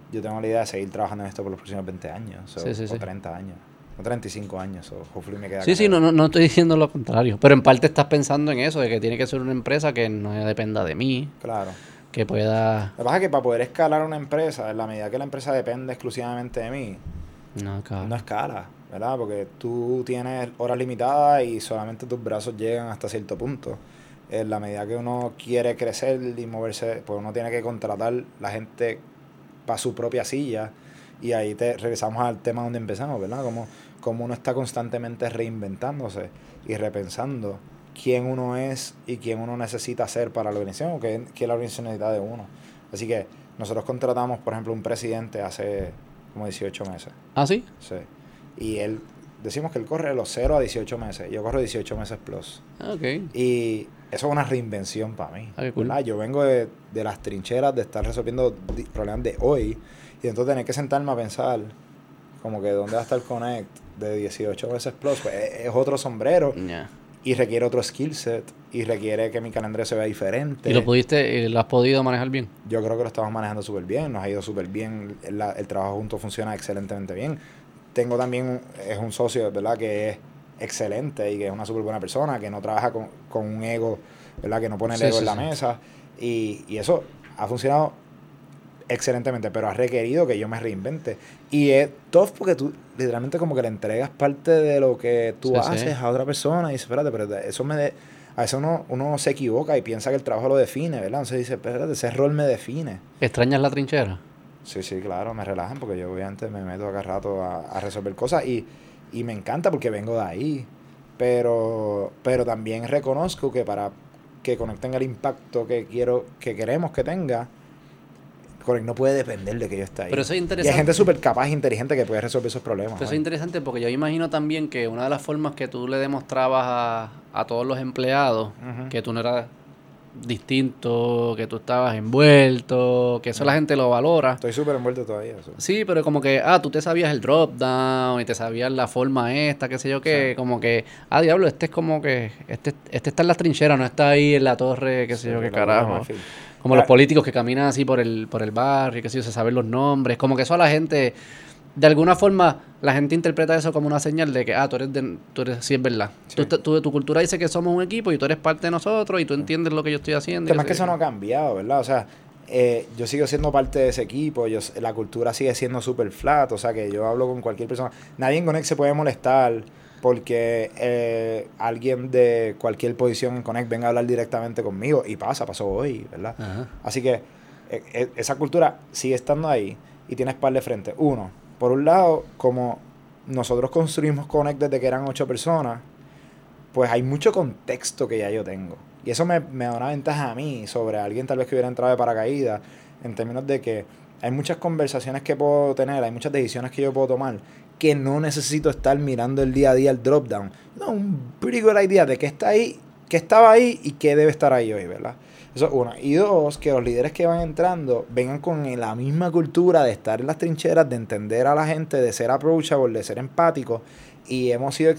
[SPEAKER 2] yo tengo la idea de seguir trabajando en esto por los próximos 20 años,
[SPEAKER 1] Sí, sí,
[SPEAKER 2] o
[SPEAKER 1] sí.
[SPEAKER 2] 30 años, o 35 años, o hopefully me queda
[SPEAKER 1] Sí, sí,
[SPEAKER 2] carrera.
[SPEAKER 1] no estoy diciendo lo contrario. Pero en parte estás pensando en eso, de que tiene que ser una empresa que no dependa de mí,
[SPEAKER 2] Claro.
[SPEAKER 1] que pueda...
[SPEAKER 2] Lo que pasa es que para poder escalar una empresa, en la medida que la empresa depende exclusivamente de mí,
[SPEAKER 1] No,
[SPEAKER 2] no
[SPEAKER 1] claro.
[SPEAKER 2] escala, ¿verdad? Porque tú tienes horas limitadas y solamente tus brazos llegan hasta cierto punto. En la medida que uno quiere crecer y moverse, pues uno tiene que contratar la gente para su propia silla. Y ahí regresamos al tema donde empezamos, ¿verdad? Como uno está constantemente reinventándose y repensando quién uno es y quién uno necesita ser para la organización o qué la organización necesita de uno. Así que nosotros contratamos, por ejemplo, un presidente hace como 18 meses.
[SPEAKER 1] ¿Ah, sí?
[SPEAKER 2] Sí. Y él, decimos que él corre de los 0 a 18 meses. Yo corro 18 meses plus.
[SPEAKER 1] Ah, ok.
[SPEAKER 2] Y eso es una reinvención para mí,
[SPEAKER 1] Ah, qué cool.
[SPEAKER 2] ¿verdad? Yo vengo de las trincheras de estar resolviendo problemas de hoy y entonces tener que sentarme a pensar como que dónde va a estar el Connect de 18 meses plus, pues es otro sombrero
[SPEAKER 1] Ya.
[SPEAKER 2] y requiere otro skill set y requiere que mi calendario se vea diferente.
[SPEAKER 1] ¿Y lo has podido manejar bien?
[SPEAKER 2] Yo creo que lo estamos manejando súper bien, nos ha ido súper bien, el trabajo junto funciona excelentemente bien. Tengo también, es un socio, ¿verdad? Que es excelente y que es una súper buena persona, que no trabaja con un ego, ¿verdad? Que no pone el
[SPEAKER 1] Sí,
[SPEAKER 2] ego en
[SPEAKER 1] sí,
[SPEAKER 2] la
[SPEAKER 1] sí.
[SPEAKER 2] mesa. Y eso ha funcionado excelentemente, pero ha requerido que yo me reinvente. Y es tough porque tú literalmente como que le entregas parte de lo que tú
[SPEAKER 1] Sí, sí.
[SPEAKER 2] haces a otra persona y dices, espérate, pero eso a veces uno se equivoca y piensa que el trabajo lo define, ¿verdad? Entonces dice, espérate, ese rol me define.
[SPEAKER 1] ¿Extrañas la trinchera?
[SPEAKER 2] Sí, sí, claro, me relajan porque yo obviamente me meto acá rato a resolver cosas y me encanta porque vengo de ahí. Pero también reconozco que para que conecten el impacto que queremos que tenga, Connect no puede depender de que yo esté
[SPEAKER 1] Pero
[SPEAKER 2] ahí.
[SPEAKER 1] eso es
[SPEAKER 2] Y hay gente
[SPEAKER 1] interesante.
[SPEAKER 2] súper capaz e inteligente que puede resolver esos problemas
[SPEAKER 1] Pero eso es
[SPEAKER 2] hoy.
[SPEAKER 1] interesante porque yo imagino también que una de las formas que tú le demostrabas a todos los empleados
[SPEAKER 2] Ujú,
[SPEAKER 1] que tú no eras distinto, que tú estabas envuelto, que eso la
[SPEAKER 2] ujú.
[SPEAKER 1] gente lo valora.
[SPEAKER 2] Estoy súper envuelto todavía. Eso.
[SPEAKER 1] Sí, pero como que, tú te sabías el drop down y te sabías la forma esta, qué sé yo
[SPEAKER 2] Sí,
[SPEAKER 1] qué, como que, diablo, este es como que, este está en las trincheras, no está ahí en la torre, qué sé
[SPEAKER 2] sí,
[SPEAKER 1] yo qué
[SPEAKER 2] la Torre de
[SPEAKER 1] carajo.
[SPEAKER 2] Marfil.
[SPEAKER 1] Como los
[SPEAKER 2] Ah,
[SPEAKER 1] políticos que caminan así por el barrio, qué sé yo, se saben los nombres, como que eso a la gente, de alguna forma, la gente interpreta eso como una señal de que, sí es verdad.
[SPEAKER 2] sí,
[SPEAKER 1] Tu cultura dice que somos un equipo y tú eres parte de nosotros y tú
[SPEAKER 2] sí.
[SPEAKER 1] entiendes lo que yo estoy
[SPEAKER 2] El
[SPEAKER 1] haciendo y qué
[SPEAKER 2] tema es
[SPEAKER 1] sé
[SPEAKER 2] que
[SPEAKER 1] yo
[SPEAKER 2] eso no
[SPEAKER 1] qué.
[SPEAKER 2] ha cambiado, ¿verdad? O sea, yo sigo siendo parte de ese equipo, la cultura sigue siendo súper flat, o sea que yo hablo con cualquier persona. Nadie en Connect se puede molestar porque alguien de cualquier posición en Connect venga a hablar directamente conmigo y pasó hoy, ¿verdad?
[SPEAKER 1] Ajá.
[SPEAKER 2] Así que esa cultura sigue estando ahí y tienes par de frente. Uno, por un lado, como nosotros construimos Connect desde que eran 8 personas, pues hay mucho contexto que ya yo tengo. Y eso me da una ventaja a mí sobre alguien tal vez que hubiera entrado de paracaídas, en términos de que hay muchas conversaciones que puedo tener, hay muchas decisiones que yo puedo tomar, que no necesito estar mirando el día a día el drop down. No, un pretty good idea de qué está ahí, qué estaba ahí y qué debe estar ahí hoy, ¿verdad? Eso es uno. Y dos, que los líderes que van entrando vengan con la misma cultura de estar en las trincheras, de entender a la gente, de ser approachable, de ser empático. Y hemos sido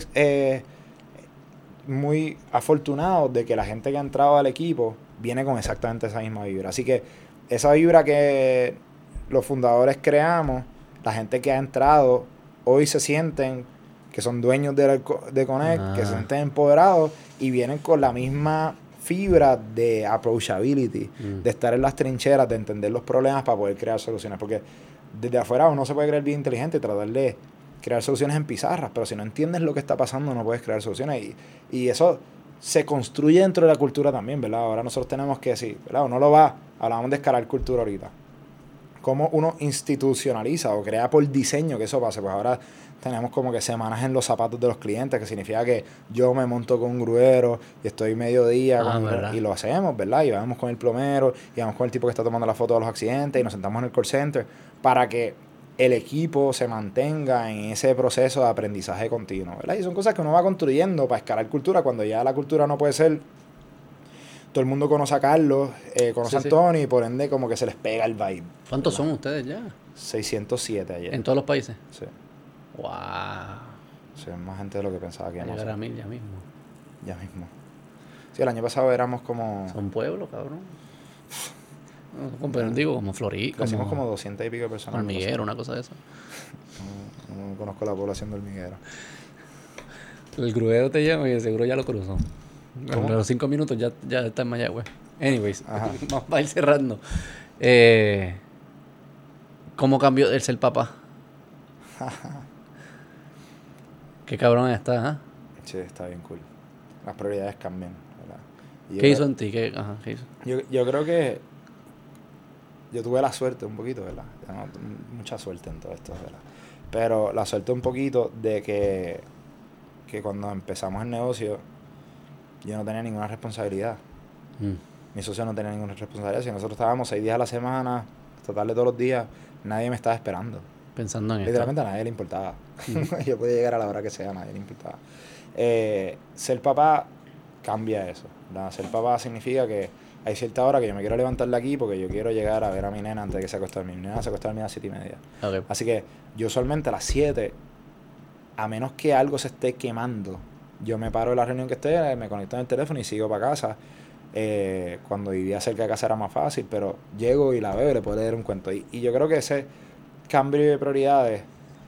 [SPEAKER 2] muy afortunados de que la gente que ha entrado al equipo viene con exactamente esa misma vibra. Así que esa vibra que los fundadores creamos, la gente que ha entrado, hoy se sienten que son dueños de Connect, que se
[SPEAKER 1] Ah,
[SPEAKER 2] sienten empoderados y vienen con la misma fibra de approachability,
[SPEAKER 1] mm.
[SPEAKER 2] de estar en las trincheras, de entender los problemas para poder crear soluciones. Porque desde afuera uno se puede creer bien inteligente y tratar de crear soluciones en pizarras, pero si no entiendes lo que está pasando no puedes crear soluciones y eso se construye dentro de la cultura también, ¿verdad? Ahora nosotros tenemos que decir, ¿verdad? Uno lo va, hablamos de escalar cultura ahorita. Cómo uno institucionaliza o crea por diseño que eso pase. Pues ahora tenemos como que semanas en los zapatos de los clientes, que significa que yo me monto con un gruero y estoy mediodía
[SPEAKER 1] ¿Verdad?
[SPEAKER 2] y lo hacemos, ¿verdad? Y vamos con el plomero y vamos con el tipo que está tomando la foto de los accidentes y nos sentamos en el call center para que el equipo se mantenga en ese proceso de aprendizaje continuo, ¿verdad? Y son cosas que uno va construyendo para escalar cultura cuando ya la cultura no puede ser todo el mundo conoce a Carlos, conoce a
[SPEAKER 1] Sí, sí.
[SPEAKER 2] Antonio y por ende como que se les pega el vibe,
[SPEAKER 1] ¿Cuántos
[SPEAKER 2] ¿verdad?
[SPEAKER 1] son ustedes ya?
[SPEAKER 2] 607 ayer.
[SPEAKER 1] En todos los países.
[SPEAKER 2] Sí,
[SPEAKER 1] ¡Wow!
[SPEAKER 2] sí, más gente de lo que pensaba que
[SPEAKER 1] Va a
[SPEAKER 2] íbamos a
[SPEAKER 1] llegar
[SPEAKER 2] ser.
[SPEAKER 1] a 1000 ya mismo.
[SPEAKER 2] Ya mismo. Sí, el año pasado éramos como...
[SPEAKER 1] Son pueblos, cabrón. Pero digo, como Florida.
[SPEAKER 2] Crecimos como 200 y pico de personas.
[SPEAKER 1] Hormiguero, una cosa de eso.
[SPEAKER 2] No conozco la población de Hormiguero.
[SPEAKER 1] El gruero te llama y de seguro ya lo cruzó.
[SPEAKER 2] ¿Cómo?
[SPEAKER 1] A los 5 minutos ya está en Mayagüez. Anyways,
[SPEAKER 2] Ajá.
[SPEAKER 1] vamos a ir cerrando. ¿Cómo cambió el ser papá? Qué cabrón está, ¿ah?
[SPEAKER 2] Sí, está bien cool. Las prioridades cambian, ¿verdad? Y
[SPEAKER 1] ¿Qué
[SPEAKER 2] yo
[SPEAKER 1] hizo
[SPEAKER 2] creo-
[SPEAKER 1] en ti? ¿Qué hizo?
[SPEAKER 2] Yo creo que yo tuve la suerte un poquito, ¿verdad? Ya no, mucha suerte en todo esto, ¿verdad? Pero la suerte un poquito de que cuando empezamos el negocio yo no tenía ninguna responsabilidad. Mi socio no tenía ninguna responsabilidad. Si nosotros estábamos 6 días a la semana, total de todos los días, nadie me estaba esperando.
[SPEAKER 1] Pensando en
[SPEAKER 2] Literalmente a nadie le importaba. Yo podía llegar a la hora que sea, a nadie le importaba. Ser papá cambia eso, ¿verdad? Ser papá significa que hay cierta hora que yo me quiero levantar de aquí porque yo quiero llegar a ver a mi nena antes de que se acueste a dormir. Mi nena se acuesta a dormir a las 7:30.
[SPEAKER 1] Ok.
[SPEAKER 2] Así que yo usualmente a las 7, a menos que algo se esté quemando, yo me paro de la reunión que esté, me conecto en el teléfono y sigo para casa. Cuando vivía cerca de casa era más fácil, pero llego y la veo y le puedo leer un cuento. Y yo creo que ese cambio de prioridades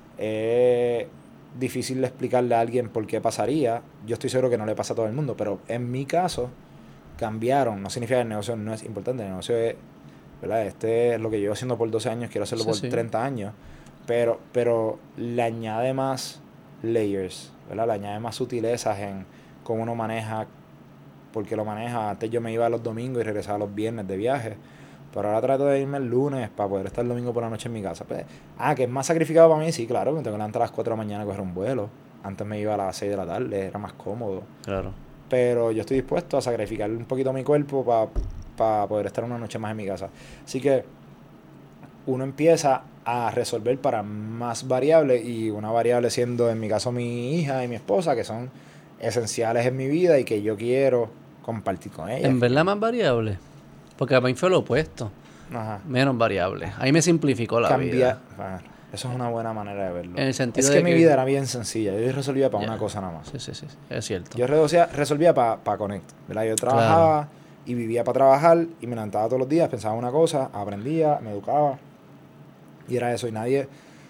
[SPEAKER 2] es difícil de explicarle a alguien por qué pasaría. Yo estoy seguro que no le pasa a todo el mundo, pero en mi caso cambiaron. No significa que el negocio no es importante, el negocio es, ¿verdad? Este es lo que llevo haciendo por 12 años, quiero hacerlo
[SPEAKER 1] Sí,
[SPEAKER 2] por
[SPEAKER 1] sí.
[SPEAKER 2] 30 años, pero le añade más layers, ¿verdad? Le añade más sutilezas en cómo uno maneja, porque lo maneja. Antes yo me iba los domingos y regresaba los viernes de viaje, pero ahora trato de irme el lunes para poder estar el domingo por la noche en mi casa. Pues, que es más sacrificado para mí, sí, claro, me tengo que levantar a las 4 de la mañana a coger un vuelo. Antes me iba a las 6 de la tarde, era más cómodo.
[SPEAKER 1] Claro.
[SPEAKER 2] Pero yo estoy dispuesto a sacrificar un poquito mi cuerpo para poder estar una noche más en mi casa. Así que uno empieza a resolver para más variables, y una variable siendo en mi caso mi hija y mi esposa, que son esenciales en mi vida y que yo quiero compartir con ellas.
[SPEAKER 1] En verdad más variable. Porque a mí fue lo opuesto.
[SPEAKER 2] Ajá.
[SPEAKER 1] Menos variable. Ahí me simplificó la vida.
[SPEAKER 2] Bueno, eso es una buena manera de verlo.
[SPEAKER 1] En el sentido
[SPEAKER 2] Es que
[SPEAKER 1] de
[SPEAKER 2] mi
[SPEAKER 1] que-
[SPEAKER 2] vida era bien sencilla. Yo resolvía para
[SPEAKER 1] Ya.
[SPEAKER 2] una cosa nada más.
[SPEAKER 1] Sí, es cierto.
[SPEAKER 2] Yo resolvía para Connect, ¿verdad? Yo trabajaba y vivía para trabajar y me levantaba todos los días, pensaba una cosa, aprendía, me educaba y era eso. Y nadie,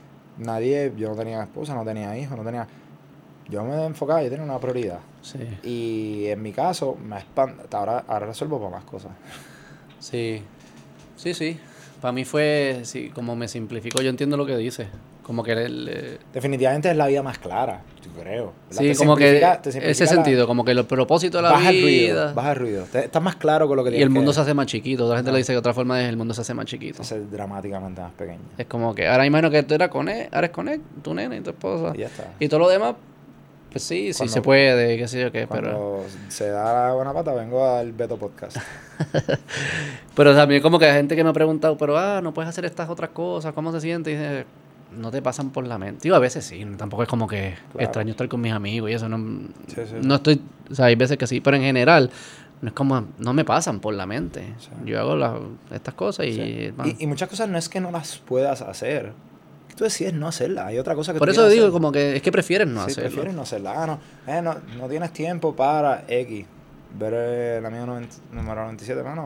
[SPEAKER 2] yo no tenía esposa, no tenía hijos, no tenía... Yo me enfocaba, yo tenía una prioridad.
[SPEAKER 1] Sí.
[SPEAKER 2] Y en mi caso, ahora resuelvo para más cosas.
[SPEAKER 1] Sí. Sí. Para mí fue, sí, como me simplificó. Yo entiendo lo que dice. Como que
[SPEAKER 2] Definitivamente es la vida más clara, yo creo. ¿Verdad?
[SPEAKER 1] sí,
[SPEAKER 2] Te
[SPEAKER 1] como que
[SPEAKER 2] simplifica
[SPEAKER 1] ese sentido, como que el propósito de la
[SPEAKER 2] baja
[SPEAKER 1] vida.
[SPEAKER 2] el ruido. Estás más claro con lo que
[SPEAKER 1] Y
[SPEAKER 2] tienes
[SPEAKER 1] el mundo
[SPEAKER 2] que...
[SPEAKER 1] se hace más chiquito. Otra gente lo dice de otra forma, es el mundo se hace más chiquito.
[SPEAKER 2] Se hace dramáticamente más pequeño.
[SPEAKER 1] Es como que ahora imagino que tú eres Connect, tu nena y tu esposa.
[SPEAKER 2] Y ya está.
[SPEAKER 1] Y todo lo demás, pues sí
[SPEAKER 2] Cuando-
[SPEAKER 1] se puede, qué sé yo qué, pero...
[SPEAKER 2] Cuando se da la buena pata, vengo al Beto Podcast.
[SPEAKER 1] Pero también como que hay gente que me ha preguntado, pero no puedes hacer estas otras cosas, ¿cómo se siente? Y dice, no te pasan por la mente. Digo, a veces sí, tampoco es como que
[SPEAKER 2] Claro.
[SPEAKER 1] extraño estar con mis amigos y eso, no,
[SPEAKER 2] Sí.
[SPEAKER 1] no estoy, o sea, hay veces que sí, pero en general, no es como, no me pasan por la mente.
[SPEAKER 2] Sí.
[SPEAKER 1] Yo hago estas cosas y...
[SPEAKER 2] Sí.
[SPEAKER 1] man,
[SPEAKER 2] Y muchas cosas no es que no las puedas hacer. Tú decides no hacerlas. Hay otra cosa que
[SPEAKER 1] por
[SPEAKER 2] tú
[SPEAKER 1] eso
[SPEAKER 2] quieres
[SPEAKER 1] digo,
[SPEAKER 2] hacer.
[SPEAKER 1] como que es que prefieres no
[SPEAKER 2] Sí,
[SPEAKER 1] hacerlo.
[SPEAKER 2] prefieres no hacerla. No tienes tiempo para X. Ver el amigo número 97, mano.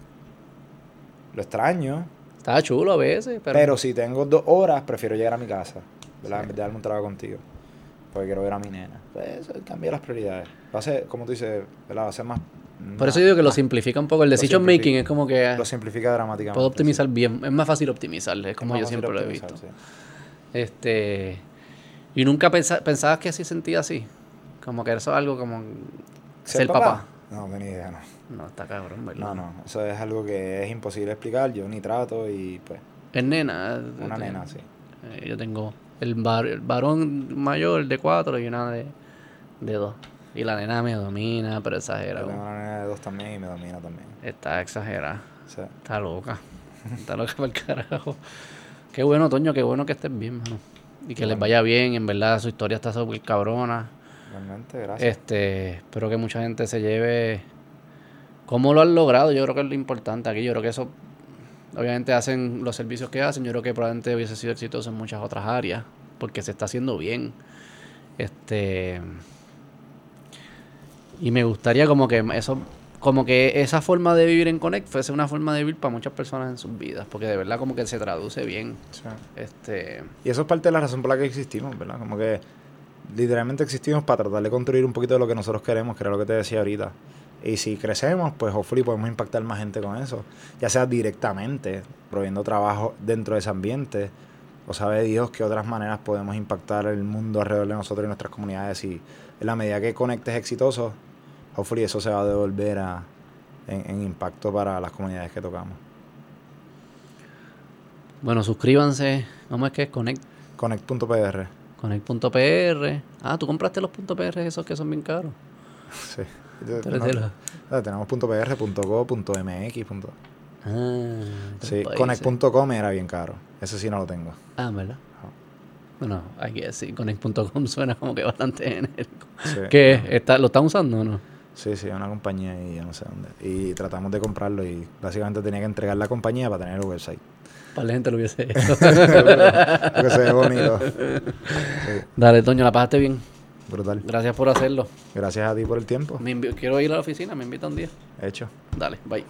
[SPEAKER 2] Lo extraño.
[SPEAKER 1] Está chulo a veces,
[SPEAKER 2] Pero si tengo 2 horas, prefiero llegar a mi casa, ¿verdad? En vez de darme un trabajo contigo. Porque quiero ver a mi nena. Pues eso cambia las prioridades. Va a ser, como tú dices, ¿verdad? Va a ser más...
[SPEAKER 1] Por eso digo que lo simplifica un poco. El decision
[SPEAKER 2] simplifica.
[SPEAKER 1] making es como que
[SPEAKER 2] Lo simplifica dramáticamente.
[SPEAKER 1] puedo optimizar bien. Es más fácil optimizar, es como
[SPEAKER 2] más
[SPEAKER 1] yo
[SPEAKER 2] fácil
[SPEAKER 1] siempre lo he
[SPEAKER 2] optimizar,
[SPEAKER 1] visto.
[SPEAKER 2] sí.
[SPEAKER 1] Y nunca pensabas que así sentía así. Como que eso es algo como ser
[SPEAKER 2] papá?
[SPEAKER 1] papá.
[SPEAKER 2] No, tenía idea, no.
[SPEAKER 1] No, está cabrón, ¿verdad?
[SPEAKER 2] No, eso es algo que es imposible explicar. Yo ni trato y pues...
[SPEAKER 1] Es nena.
[SPEAKER 2] Una nena, sí.
[SPEAKER 1] Yo tengo el varón mayor de 4 y una de 2. Y la nena me domina, pero
[SPEAKER 2] Yo
[SPEAKER 1] exagera.
[SPEAKER 2] tengo una nena de 2 también y me domina también.
[SPEAKER 1] Está exagerada.
[SPEAKER 2] O sea,
[SPEAKER 1] Está loca. Está loca para el carajo. Qué bueno, Toño, qué bueno que estés bien, mano. Y que les vaya bien. En verdad, su historia está súper cabrona.
[SPEAKER 2] realmente, gracias.
[SPEAKER 1] Espero que mucha gente se lleve cómo lo han logrado. Yo creo que es lo importante aquí. Yo creo que eso, obviamente, hacen los servicios que hacen. Yo creo que probablemente hubiese sido exitoso en muchas otras áreas, porque se está haciendo bien. Y me gustaría como que eso como que esa forma de vivir en Connect fuese una forma de vivir para muchas personas en sus vidas, porque de verdad como que se traduce bien.
[SPEAKER 2] Sí.
[SPEAKER 1] Y
[SPEAKER 2] eso es parte de la razón por la que existimos, ¿verdad? Como que literalmente existimos para tratar de construir un poquito de lo que nosotros queremos, que era lo que te decía ahorita. Y si crecemos, pues hopefully podemos impactar más gente con eso. Ya sea directamente, proveyendo trabajo dentro de ese ambiente, o sabe Dios que otras maneras podemos impactar el mundo alrededor de nosotros y nuestras comunidades. Y en la medida que Connect es exitoso, hopefully eso se va a devolver en impacto para las comunidades que tocamos.
[SPEAKER 1] bueno, suscríbanse. ¿Cómo es que es?
[SPEAKER 2] Connect.pr.
[SPEAKER 1] Connect.pr. Ah, tú compraste los .pr esos que son bien caros.
[SPEAKER 2] Sí.
[SPEAKER 1] Tenemos
[SPEAKER 2] Tenemos .pr, .go, .mx.
[SPEAKER 1] Ah,
[SPEAKER 2] Sí, Connect.com era bien caro. Ese sí no lo tengo.
[SPEAKER 1] Ah, ¿verdad? Bueno, hay que decir, Connect.com suena como que bastante genérico.
[SPEAKER 2] Sí,
[SPEAKER 1] ¿Qué? ¿Lo están usando o no?
[SPEAKER 2] Sí, es una compañía y yo no sé dónde. Y tratamos de comprarlo y básicamente tenía que entregar la compañía para tener el website.
[SPEAKER 1] Para la gente lo hubiese hecho.
[SPEAKER 2] Porque se ve bonito. Sí.
[SPEAKER 1] Dale, Toño, la pasaste bien.
[SPEAKER 2] Brutal.
[SPEAKER 1] Gracias por hacerlo.
[SPEAKER 2] Gracias a ti por el tiempo.
[SPEAKER 1] Quiero ir a la oficina, me invita un día.
[SPEAKER 2] Hecho.
[SPEAKER 1] Dale, bye.